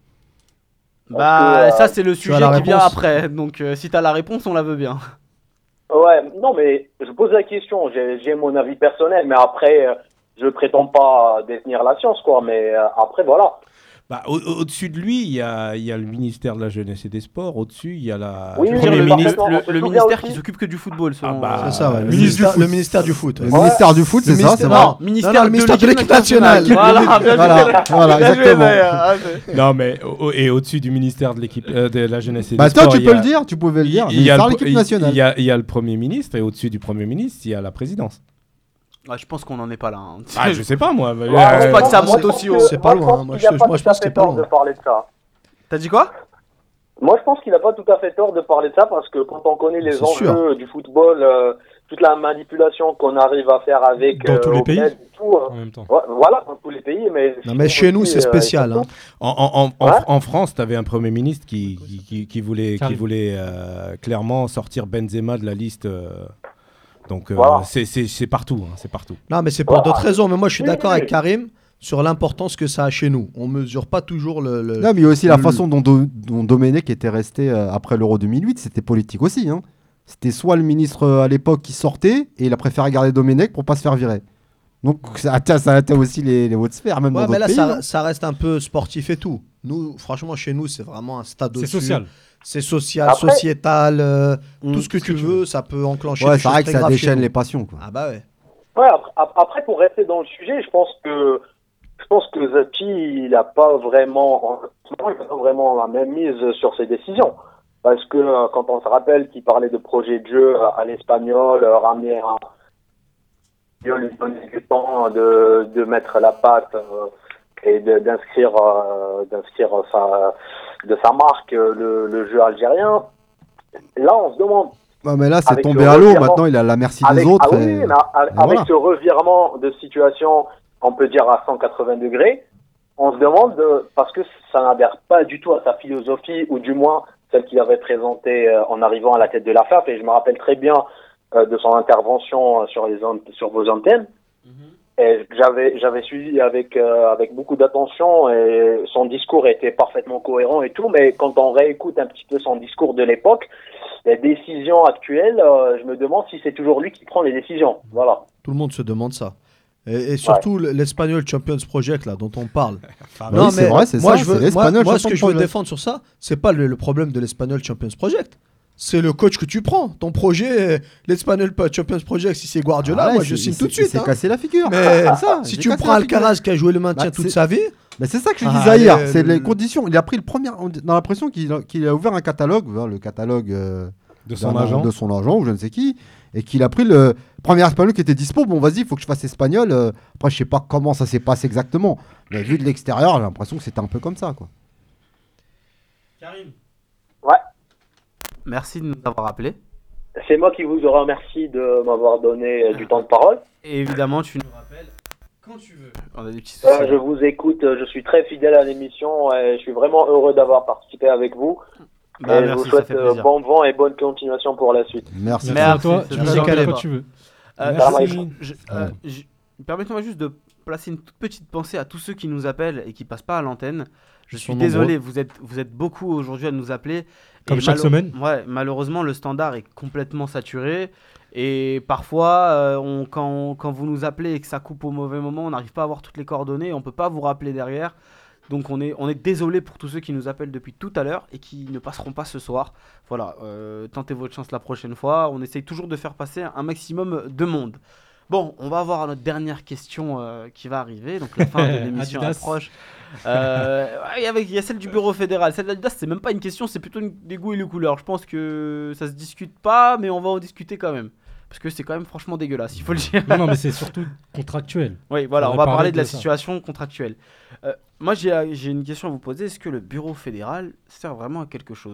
Bah, Parce que, ça, euh, c'est le as sujet la qui vient réponse après. Donc, euh, si t'as la réponse, on la veut bien. Ouais, non, mais je pose la question. J'ai j'ai mon avis personnel, mais après, euh, je prétends pas détenir la science, quoi. Mais euh, après, voilà. Bah, au- au- Au-dessus de lui, il y a, il y a le ministère de la Jeunesse et des Sports. Au-dessus, il y a la. Oui, Je veux oui, dire, oui, le, mais ministre, parfaitement. le- On se le souvient ministère aussi- qui s'occupe que du football, selon. Ah bah, euh, C'est ça, ouais. le Le ministre du ministère, foot. le ministère du foot. Le ouais. ministère du foot, c'est ça, ministère- c'est non, vrai. Non, ministère, non, le ministère de l'équipe nationale. Voilà, bien joué. Voilà, voilà, Bien joué, exactement. mais, euh, c'est- Non, mais au- et au-dessus du ministère de l'équipe euh, de la Jeunesse et Bah, des toi, Sports, tu il y peux a- le dire, tu pouvais le dire. Il y, a Ministère de le, l'équipe il- nationale. il y a- il y a le Premier ministre et au-dessus du Premier ministre, il y a la présidence. Ouais, je pense qu'on en est pas là. hein. Ah, je sais pas moi. mais, je pense euh, pas que ça moi, monte je pense aussi que- haut. C'est pas moi, je loin, pense moi, qu'il a je- pas moi, je tout à pense que fait c'est pas tort loin. de parler de ça. T'as dit quoi? Moi, je pense qu'il n'a pas tout à fait tort de parler de ça parce que quand on connaît les C'est enjeux sûr. du football, euh, toute la manipulation qu'on arrive à faire avec Dans tous les au pays. bled et tout, euh, En même temps. ouais, voilà, dans tous les pays, mais Non, mais chez nous, c'est euh, spécial. et hein. surtout- En, en- en- Ouais. en France, tu avais un Premier ministre qui, qui, qui- qui voulait, qui Karim. voulait euh, clairement sortir Benzema de la liste. euh, donc, euh, Voilà. c'est- c'est c'est partout. hein, c'est partout. Non, mais c'est pour Voilà. d'autres raisons. Mais moi, je suis Oui, d'accord oui. avec Karim sur l'importance que ça a chez nous. On mesure pas toujours le. le- Non, mais il y a aussi la le- façon dont, Do- dont Domenech était resté euh, après l'Euro deux mille huit, c'était politique aussi. Hein. C'était soit le ministre euh, à l'époque qui sortait et il a préféré garder Domenech pour pas se faire virer. Donc ça atteint, ça atteint aussi les, les hautes sphères, même Ouais, dans mais d'autres là, pays. ça, hein. ça reste un peu sportif et tout. Nous, franchement, chez nous, c'est vraiment un stade C'est au-dessus. social. C'est social, Après- sociétal, euh, Mm, tout ce que ce tu que tu veux, ça peut enclencher Ouais, des c'est choses vrai que très ça graves chez déchaîne nous. les passions. Quoi. Ah bah ouais. Ouais, après, ap- après, pour rester dans le sujet, je pense que je pense que Zetchi, il n'a pas vraiment, en ce moment, il a pas vraiment la même mise sur ses décisions. Parce que euh, quand on se rappelle qu'il parlait de projet de jeu à l'espagnol, euh, ramener un, lui donner du temps de, de mettre la patte euh, et de, d'inscrire, euh, d'inscrire sa, de sa marque le, le jeu algérien. Là, on se demande. Ouais, mais là, c'est avec tombé ce à l'eau. revirement- Maintenant, il est à la merci avec, des autres. ah oui, et- mais a- avec voilà. ce revirement de situation, on peut dire à cent quatre-vingts degrés, on se demande, de, parce que ça n'adhère pas du tout à sa philosophie, ou du moins celle qu'il avait présentée euh, en arrivant à la tête de la F A F, et je me rappelle très bien euh, de son intervention euh, sur, les ant- sur vos antennes. Et j'avais j'avais suivi avec euh, avec beaucoup d'attention, et son discours était parfaitement cohérent et tout, mais quand on réécoute un petit peu son discours de l'époque, les décisions actuelles, euh, je me demande si c'est toujours lui qui prend les décisions. Voilà. Tout le monde se demande ça. Et, et surtout ouais. l'Espagnol Champions Project là dont on parle. Enfin, non, oui, mais c'est vrai, c'est moi, ça, je veux, c'est moi, moi ce Champions que je veux Project. défendre sur ça, c'est pas le, le problème de l'Espagnol Champions Project. C'est le coach que tu prends. Ton projet, l'Espagnol Champions Project, si c'est Guardiola, Ah ouais, moi je signe tout de suite. C'est hein. cassé la figure. Mais ça, si tu prends Alcaraz qui a joué le maintien bah, toute sa vie. Mais c'est ça que je ah, disais hier. les, C'est le... les conditions. Il a pris le premier. On a l'impression qu'il a, qu'il a ouvert un catalogue, le catalogue euh, de son agent, de son agent ou je ne sais qui, et qu'il a pris le premier espagnol qui était dispo. Bon, vas-y, il faut que je fasse espagnol. Euh, après, je sais pas comment ça s'est passé exactement, mais vu de l'extérieur, j'ai l'impression que c'était un peu comme ça, quoi. Karim. Ouais. Merci de nous avoir appelés. C'est moi qui vous remercie de m'avoir donné euh, du temps de parole. Et évidemment, tu nous rappelles quand tu veux. On a des petits euh, je vous écoute, je suis très fidèle à l'émission et je suis vraiment heureux d'avoir participé avec vous. Bah, et merci, je vous souhaite euh, bon vent et bonne continuation pour la suite. Merci, merci à toi. Tu merci peux quand tu veux. Euh, merci. Je, je, euh, je, Permettez-moi juste de placer une toute petite pensée à tous ceux qui nous appellent et qui passent pas à l'antenne. Je suis désolé, vous êtes, vous êtes beaucoup aujourd'hui à nous appeler. Comme et chaque malo- semaine. Ouais, malheureusement, le standard est complètement saturé. Et parfois, euh, on, quand, on, quand vous nous appelez et que ça coupe au mauvais moment, on n'arrive pas à avoir toutes les coordonnées. On ne peut pas vous rappeler derrière. Donc on est, on est désolé pour tous ceux qui nous appellent depuis tout à l'heure et qui ne passeront pas ce soir. Voilà, euh, tentez votre chance la prochaine fois. On essaye toujours de faire passer un maximum de monde. Bon, on va avoir notre dernière question euh, qui va arriver. Donc la fin de l'émission approche. Euh, il, y avait, il y a celle du bureau fédéral. Celle d'Adidas, c'est même pas une question, c'est plutôt une, des goûts et les couleurs. Je pense que ça se discute pas, mais on va en discuter quand même. Parce que c'est quand même franchement dégueulasse, il faut le dire. Non, non mais c'est surtout contractuel. Oui, voilà, on va parler de, de la ça. situation contractuelle. Euh, moi, j'ai, j'ai une question à vous poser. Est-ce que le bureau fédéral sert vraiment à quelque chose ?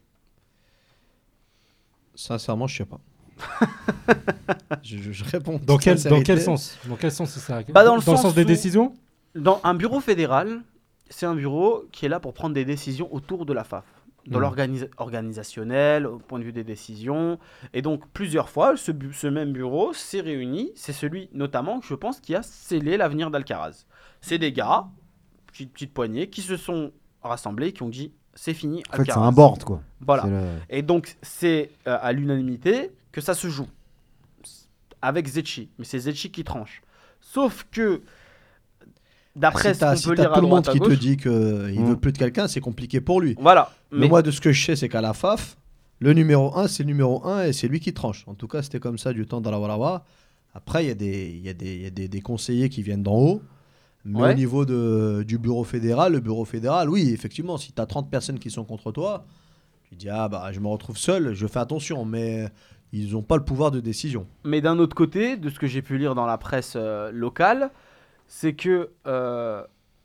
Sincèrement, je sais pas. je, je, je réponds. Dans quel, dans quel sens Dans quel sens c'est ça bah, Dans le dans sens, sens des où, décisions dans un bureau fédéral, c'est un bureau qui est là pour prendre des décisions autour de la F A F. Dans mmh. l'organisationnel, au point de vue des décisions. Et donc, plusieurs fois, ce, bu- ce même bureau s'est réuni. C'est celui, notamment, je pense, qui a scellé l'avenir d'Alcaraz. C'est des gars, petite, petite poignée, qui se sont rassemblés, qui ont dit, c'est fini, Alcaraz. En fait, c'est un board, quoi. Voilà. Le... Et donc, c'est euh, à l'unanimité que ça se joue. Avec Zetchi. Mais c'est Zetchi qui tranche. Sauf que... D'après si t'as, ce qu'on si peut lire tout à le monde droite, qui à gauche, te dit qu'il mmh. veut plus de quelqu'un, c'est compliqué pour lui. Voilà. Mais, mais moi, de ce que je sais, c'est qu'à la F A F, le numéro un, c'est le numéro un et c'est lui qui tranche. En tout cas, c'était comme ça du temps dans la Warawa. Après, il y a, des, y a, des, y a des, des conseillers qui viennent d'en haut. Mais ouais. au niveau de, du bureau fédéral, le bureau fédéral, oui, effectivement, si tu as trente personnes qui sont contre toi, tu dis, ah bah, je me retrouve seul, je fais attention. Mais ils n'ont pas le pouvoir de décision. Mais d'un autre côté, de ce que j'ai pu lire dans la presse euh, locale, c'est que... Euh,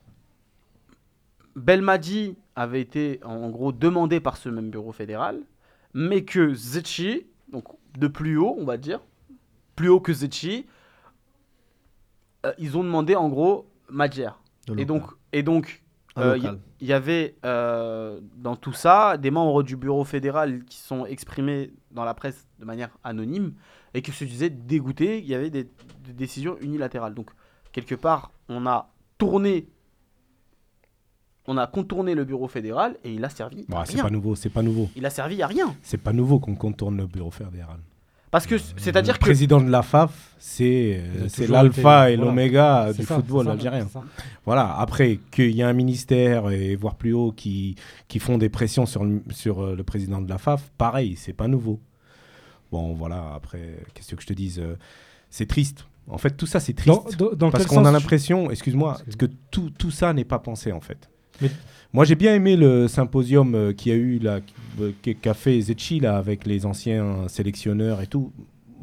Belmadi avait été en gros demandé par ce même bureau fédéral, mais que Zetchi, donc de plus haut, on va dire, plus haut que Zetchi, euh, ils ont demandé en gros Madjer. Et donc, et donc, il euh, y, y avait euh, dans tout ça des membres du bureau fédéral qui sont exprimés dans la presse de manière anonyme et qui se disaient dégoûtés. Il y avait des, des décisions unilatérales. Donc quelque part, on a tourné. On a contourné le bureau fédéral et il a servi ouais, à c'est rien. Pas nouveau, c'est pas nouveau. Il a servi à rien. C'est pas nouveau qu'on contourne le bureau fédéral. Parce que, euh, c'est-à-dire le que... président de la F A F, c'est, euh, c'est l'alpha été... et voilà. l'oméga c'est du ça, football algérien. Voilà. Après, qu'il y a un ministère, et voire plus haut, qui, qui font des pressions sur le, sur le président de la F A F, pareil, c'est pas nouveau. Bon, voilà, après, qu'est-ce que je te dise euh, c'est triste. En fait, tout ça, c'est triste. Dans, dans, dans parce qu'on a l'impression, excuse-moi, excuse que tout, tout ça n'est pas pensé, en fait. Mais... Moi, j'ai bien aimé le symposium euh, qu'il y a eu, là, qu'a fait Zetchi là, avec les anciens sélectionneurs et tout.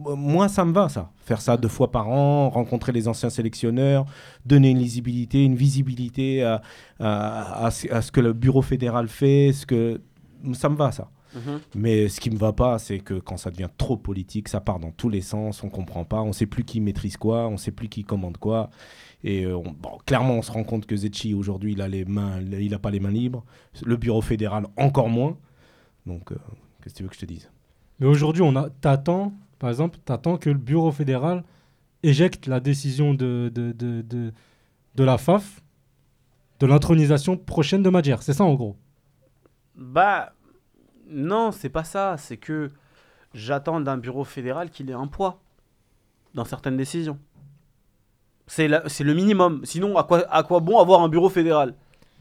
moi, ça me va, ça. Faire ça deux fois par an, rencontrer les anciens sélectionneurs, donner une lisibilité, une visibilité à, à, à, à ce que le bureau fédéral fait. Ce que... Ça me va, ça. Mm-hmm. Mais ce qui ne me va pas, c'est que quand ça devient trop politique, ça part dans tous les sens, on ne comprend pas, on ne sait plus qui maîtrise quoi, on ne sait plus qui commande quoi. Et euh, on, bon, clairement, on se rend compte que Zetchi, aujourd'hui, il n'a les mains, il a pas les mains libres. Le bureau fédéral, encore moins. Donc, euh, qu'est-ce que tu veux que je te dise ? Mais aujourd'hui, on a, t'attends, par exemple, t'attends que le bureau fédéral éjecte la décision de, de, de, de, de la F A F de l'intronisation prochaine de Madjer. C'est ça, en gros ? Bah, non, c'est pas ça. C'est que j'attends d'un bureau fédéral qu'il ait un poids dans certaines décisions. C'est, la, c'est le minimum. Sinon, à quoi, à quoi bon avoir un bureau fédéral ?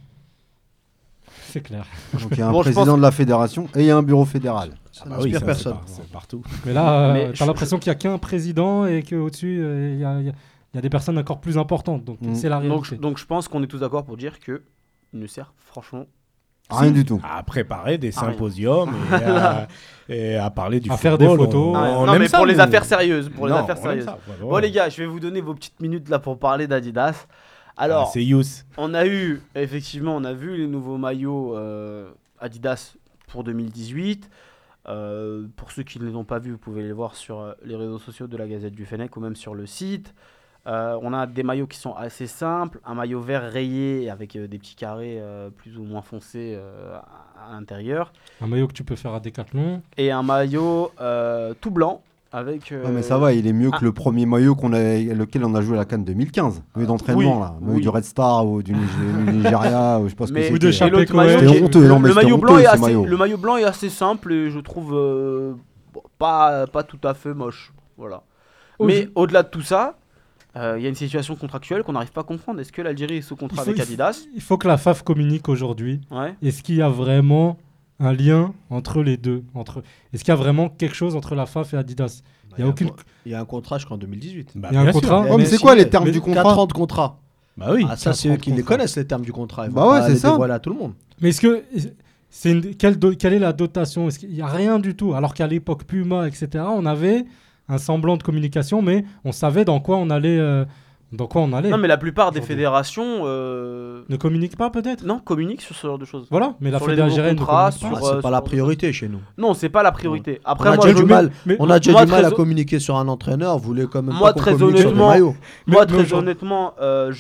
C'est clair. Donc il y a un bon, président pense... de la fédération et il y a un bureau fédéral. Ça ah n'inspire oui, personne. C'est, par, c'est partout. Mais là, euh, tu as l'impression je... qu'il n'y a qu'un président et qu'au-dessus, il euh, y, a, y, a, y a des personnes encore plus importantes. Donc mmh. c'est la réalité. Donc, donc je pense qu'on est tous d'accord pour dire qu'il ne sert franchement rien si, du tout. À préparer des symposiums et, à, et à parler du à football. À faire des photos. On, on non, mais ça, pour les affaires sérieuses. Pour non, les affaires sérieuses. Ça, ouais, bon, ouais. les gars, je vais vous donner vos petites minutes là pour parler d'Adidas. Alors, ah, c'est Youss. On a eu, effectivement, on a vu les nouveaux maillots euh, Adidas pour deux mille dix-huit. Euh, pour ceux qui ne les ont pas vus, vous pouvez les voir sur euh, les réseaux sociaux de la Gazette du Fennec ou même sur le site. Euh, on a des maillots qui sont assez simples, un maillot vert rayé avec euh, des petits carrés euh, plus ou moins foncés euh, à, à l'intérieur. Un maillot que tu peux faire à Decathlon. Et un maillot euh, tout blanc avec. Euh, ouais, mais ça va, il est mieux ah. que le premier maillot qu'on a, lequel on a joué à la CAN deux mille quinze. Le d'entraînement oui, là, le oui. du Red Star ou du Nigeria ou je sais pas ce mais, que c'était. De Chapeco, maillot, c'était honteux, le, non, mais le, maillot honteux, blanc est assez, maillot. le maillot blanc est assez simple et je trouve euh, bon, pas pas tout à fait moche. Voilà. Oh, mais je... au-delà de tout ça. Il euh, y a une situation contractuelle qu'on n'arrive pas à comprendre. Est-ce que l'Algérie est sous contrat faut, avec Adidas ? Il faut que la F A F communique aujourd'hui. Ouais. Est-ce qu'il y a vraiment un lien entre les deux entre... Est-ce qu'il y a vraiment quelque chose entre la F A F et Adidas ? bah, Il y a, aucune... il y a un contrat jusqu'en deux mille dix-huit. Bah, il y a un contrat. Oh, mais c'est quoi les termes mais du contrat ? quatre ans de contrat. Bah oui. Ah, ça, c'est eux qui les connaissent, les termes du contrat. Ils bah ouais, c'est ça. Voilà à tout le monde. Mais est-ce que... C'est une... quelle, do... quelle est la dotation ? Est-ce qu'il n'y a rien du tout ? Alors qu'à l'époque Puma, et cetera, on avait un semblant de communication, mais on savait dans quoi on allait... Euh... Dans quoi on allait ? Non, mais la plupart des fédérations euh... ne communiquent pas, peut-être ? Non, communiquent sur ce genre de choses. Voilà, mais la fédération algérienne ne communique pas. Ah, c'est pas la priorité chez nous. Non, c'est pas la priorité. Après, on a moi, déjà je du mal. Mais, on a déjà du mal à communiquer sur un entraîneur. Vous voulez quand même moi, pas qu'on très communique sur des maillots. Moi, très honnêtement, euh,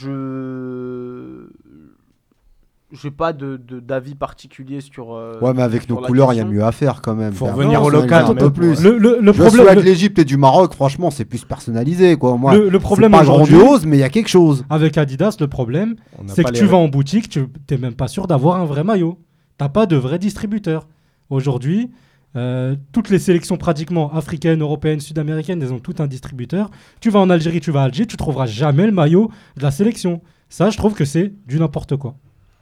je j'ai pas de, de d'avis particulier sur. Euh, ouais, mais avec nos couleurs, il y a mieux à faire quand même. Faut revenir au local un peu plus. Le, le, le problème avec l'Égypte et du Maroc, franchement, c'est plus personnalisé, quoi. Moi, le, le problème c'est pas grandiose, mais il y a quelque chose. Avec Adidas, le problème, c'est que tu vas en boutique, tu t'es même pas sûr d'avoir un vrai maillot. T'as pas de vrai distributeur. Aujourd'hui, euh, toutes les sélections pratiquement africaines, européennes, sud-américaines, elles ont tout un distributeur. Tu vas en Algérie, tu vas à Alger, tu trouveras jamais le maillot de la sélection. Ça, je trouve que c'est du n'importe quoi.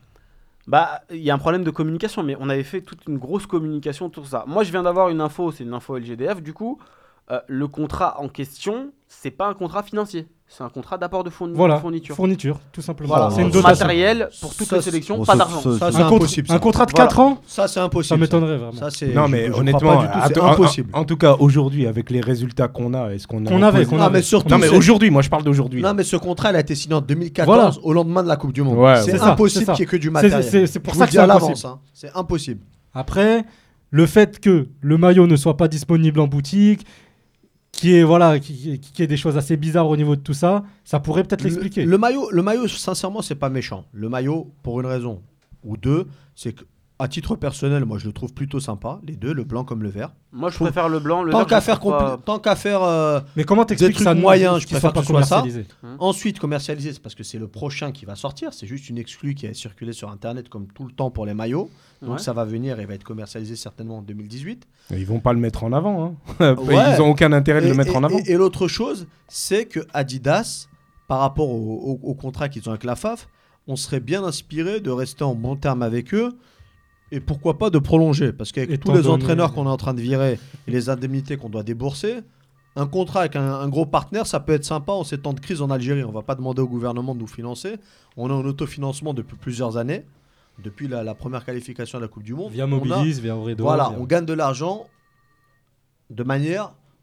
Bah, il y a un problème de communication, mais on avait fait toute une grosse communication autour de ça. Moi, je viens d'avoir une info, c'est une info L G D F, du coup, euh, le contrat en question, c'est pas un contrat financier, c'est un contrat d'apport de fourni- voilà, fourniture. fourniture, tout simplement. Voilà, c'est une dotation. Matériel pour toutes ça, les sélections, bon, pas ça, d'argent. Ça, ça, c'est un impossible. Contra- un contrat de quatre voilà. ans, ça c'est impossible. Ça m'étonnerait vraiment. Ça, c'est, non mais je, je honnêtement, pas du tout, c'est à, impossible. En, en tout cas, aujourd'hui, avec les résultats qu'on a, est-ce qu'on, qu'on avait, qu'on non, avait. Mais surtout, non mais aujourd'hui, moi je parle d'aujourd'hui. Non mais ce contrat, il a été signé en deux mille quatorze, voilà. au lendemain de la Coupe du Monde. Ouais, c'est, c'est impossible ça, qu'il y ait que du matériel. C'est, c'est, c'est pour je ça que c'est à impossible. l'avance, hein. C'est impossible. Après, le fait que le maillot ne soit pas disponible en boutique, qui est voilà, qui, qui est des choses assez bizarres au niveau de tout ça, ça pourrait peut-être le, l'expliquer. Le maillot, le maillot, sincèrement, c'est pas méchant. Le maillot, pour une raison ou deux, c'est que à titre personnel, moi, je le trouve plutôt sympa, les deux, le blanc comme le vert. Moi, je, je préfère le blanc. Le tant, vert, qu'à faire pas... compl- tant qu'à faire. Euh, Mais comment t'expliques des trucs ça moyens, je préfère pas que ce soit ça. Hum. Ensuite, commercialisé, c'est parce que c'est le prochain qui va sortir. C'est juste une exclue qui a circulé sur Internet comme tout le temps pour les maillots. Donc ouais. ça va venir et va être commercialisé certainement en deux mille dix-huit. Et ils vont pas le mettre en avant. Hein. Ouais. Ils ont aucun intérêt de et, le mettre et, en avant. Et, et l'autre chose, c'est que Adidas, par rapport au, au, au contrat qu'ils ont avec la F A F, on serait bien inspiré de rester en bon terme avec eux. Et pourquoi pas de prolonger ? Parce qu'avec et tous les entraîneurs qu'on est en train de virer et les indemnités qu'on doit débourser, un contrat avec un, un gros partenaire, ça peut être sympa en ces temps de crise en Algérie. On ne va pas demander au gouvernement de nous financer. On est en autofinancement depuis plusieurs années, depuis la, la première qualification de la Coupe du Monde. Via Mobilis, via Vredo. Voilà, via... on gagne de l'argent de manière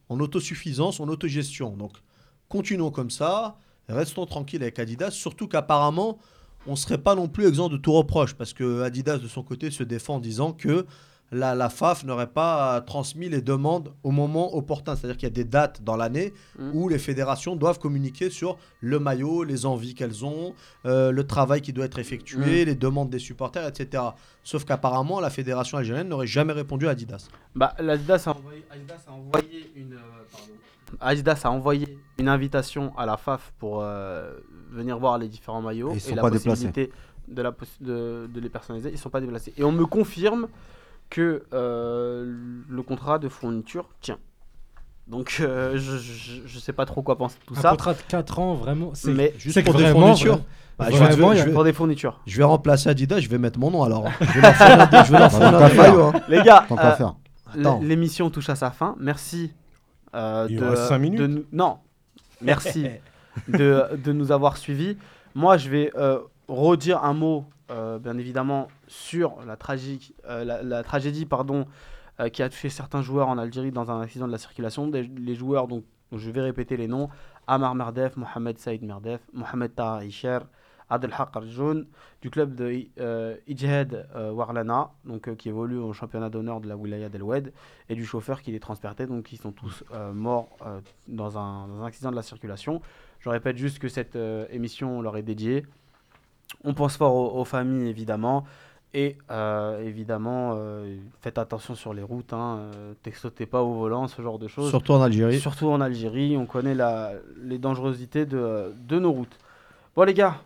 en autosuffisance, en autogestion. Donc, continuons comme ça, restons tranquilles avec Adidas, surtout qu'apparemment, on ne serait pas non plus exempt de tout reproche, parce que Adidas, de son côté, se défend en disant que la, la F A F n'aurait pas transmis les demandes au moment opportun. C'est-à-dire qu'il y a des dates dans l'année mmh. où les fédérations doivent communiquer sur le maillot, les envies qu'elles ont, euh, le travail qui doit être effectué, mmh. les demandes des supporters, et cetera. Sauf qu'apparemment, la fédération algérienne n'aurait jamais répondu à Adidas. Bah, l'Adidas a envoyé, Adidas a envoyé une... Euh, pardon. Adidas a envoyé une invitation à la F A F pour euh, venir voir les différents maillots et, et la possibilité de, la, de, de les personnaliser. Ils ne sont pas déplacés. Et on me confirme que euh, le contrat de fourniture tient. Donc euh, je ne sais pas trop quoi penser de tout un ça. Un contrat de quatre ans, vraiment, c'est mais juste pour des fournitures. Bah, je vraiment, vais, je vais, pour des fournitures. Je vais remplacer Adidas, je vais mettre mon nom alors. Je vais leur faire un, je vais leur faire un maillot. Hein. Les gars, euh, l'émission touche à sa fin. Merci. Euh, Il de, reste cinq minutes. De, non, merci de, de nous avoir suivis. Moi, je vais euh, redire un mot, euh, bien évidemment, sur la, tragique, euh, la, la tragédie pardon, euh, qui a touché certains joueurs en Algérie dans un accident de la circulation. Des, les joueurs, donc, je vais répéter les noms, Amar Merdef, Mohamed Saïd Merdef, Mohamed Taha Isher, Adel Haq Arjoun, du club de euh, Ijhed euh, Warlana, donc, euh, qui évolue au championnat d'honneur de la Wilaya d'El Oued, et du chauffeur qui les transportait, donc ils sont tous euh, morts euh, dans, un, dans un accident de la circulation. Je répète juste que cette euh, émission leur est dédiée. On pense fort aux, aux familles, évidemment, et euh, évidemment, euh, faites attention sur les routes, hein, euh, textotez pas au volant, ce genre de choses. Surtout en Algérie. Surtout en Algérie, on connaît la, les dangerosités de, de nos routes. Bon les gars,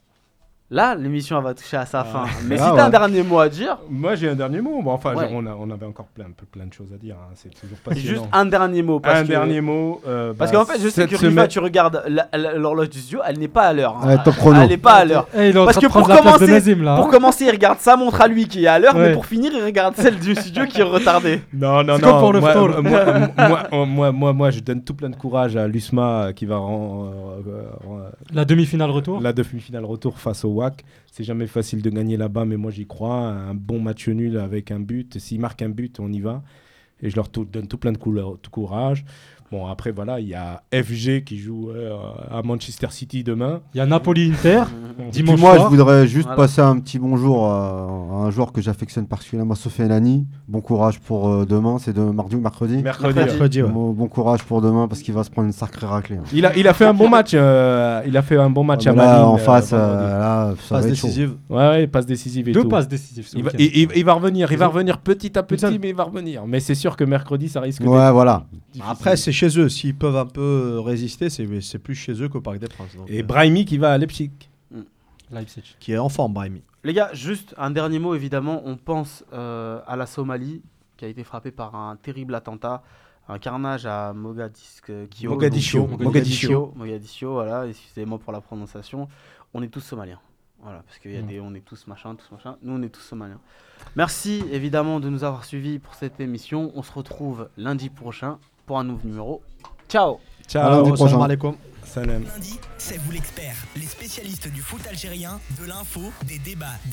là, l'émission elle va toucher à sa ah. fin. Mais ah, si tu as ouais. un dernier mot à dire... Moi, j'ai un dernier mot. Bon, enfin, ouais. genre, on, a, on avait encore plein, plein de choses à dire. Hein. C'est toujours passionnant. Juste un dernier mot. Parce un que... dernier mot. Euh, parce bah, qu'en fait, je sais que Rifa, semaine... tu regardes la, la, l'horloge du studio, elle n'est pas à l'heure. Hein. Ouais, top chrono. Elle n'est pas à l'heure. Hey, parce que pour commencer, Nazim, là, hein. pour commencer, il regarde sa montre à lui qui est à l'heure, ouais. mais pour finir, il regarde celle du studio qui est retardée. Non, non, c'est non. Comme pour le moi, moi, moi, moi, moi, moi, moi, je donne tout plein de courage à l'USMA qui va rendre euh, la demi-finale retour. La demi-finale retour face au W A C. C'est jamais facile de gagner là-bas, mais moi j'y crois. Un bon match nul avec un but. S'ils marquent un but, on y va. Et je leur tout, donne tout plein de couleur, tout courage. Bon, après, voilà, il y a F G qui joue euh, à Manchester City demain. Il y a Napoli-Inter dimanche moi, soir. je voudrais juste voilà. passer un petit bonjour à, à un joueur que j'affectionne particulièrement, Sofiane. Bon courage pour euh, demain. C'est de mardi ou mercredi Mercredi, mercredi ouais. bon, bon courage pour demain parce qu'il va se prendre une sacrée raclée. Hein. Il a, il a fait un bon match. Euh, il a fait un bon match ah, à Malines. En face, euh, là, ça passe va décisive. Ouais, ouais, passe décisive et Deux tout. passes décisives. Il va, il, il, il va revenir. Il va revenir petit à petit, mais il va revenir. Mais c'est sûr que mercredi, ça risque. Ouais, voilà. Après, c'est chez eux. S'ils peuvent un peu résister, c'est, c'est plus chez eux qu'au Parc des Princes. Donc, et euh... Brahimi qui va à Leipzig. Mm. Leipzig. Qui est en forme, Brahimi. Les gars, juste un dernier mot, évidemment. On pense euh, à la Somalie, qui a été frappée par un terrible attentat, un carnage à Mogadiscio. Mogadiscio. Donc, Mogadiscio. Mogadiscio, voilà. Excusez-moi pour la prononciation. On est tous somaliens. Voilà, parce qu'il y a mmh. des, on est tous machin, tous machin. Nous, on est tous somaliens. Merci, évidemment, de nous avoir suivis pour cette émission. On se retrouve lundi prochain pour un nouveau numéro. Ciao. Ciao. Salam alaikum. Salam. Lundi, c'est vous l'expert, les spécialistes du foot algérien, de l'info, des débats.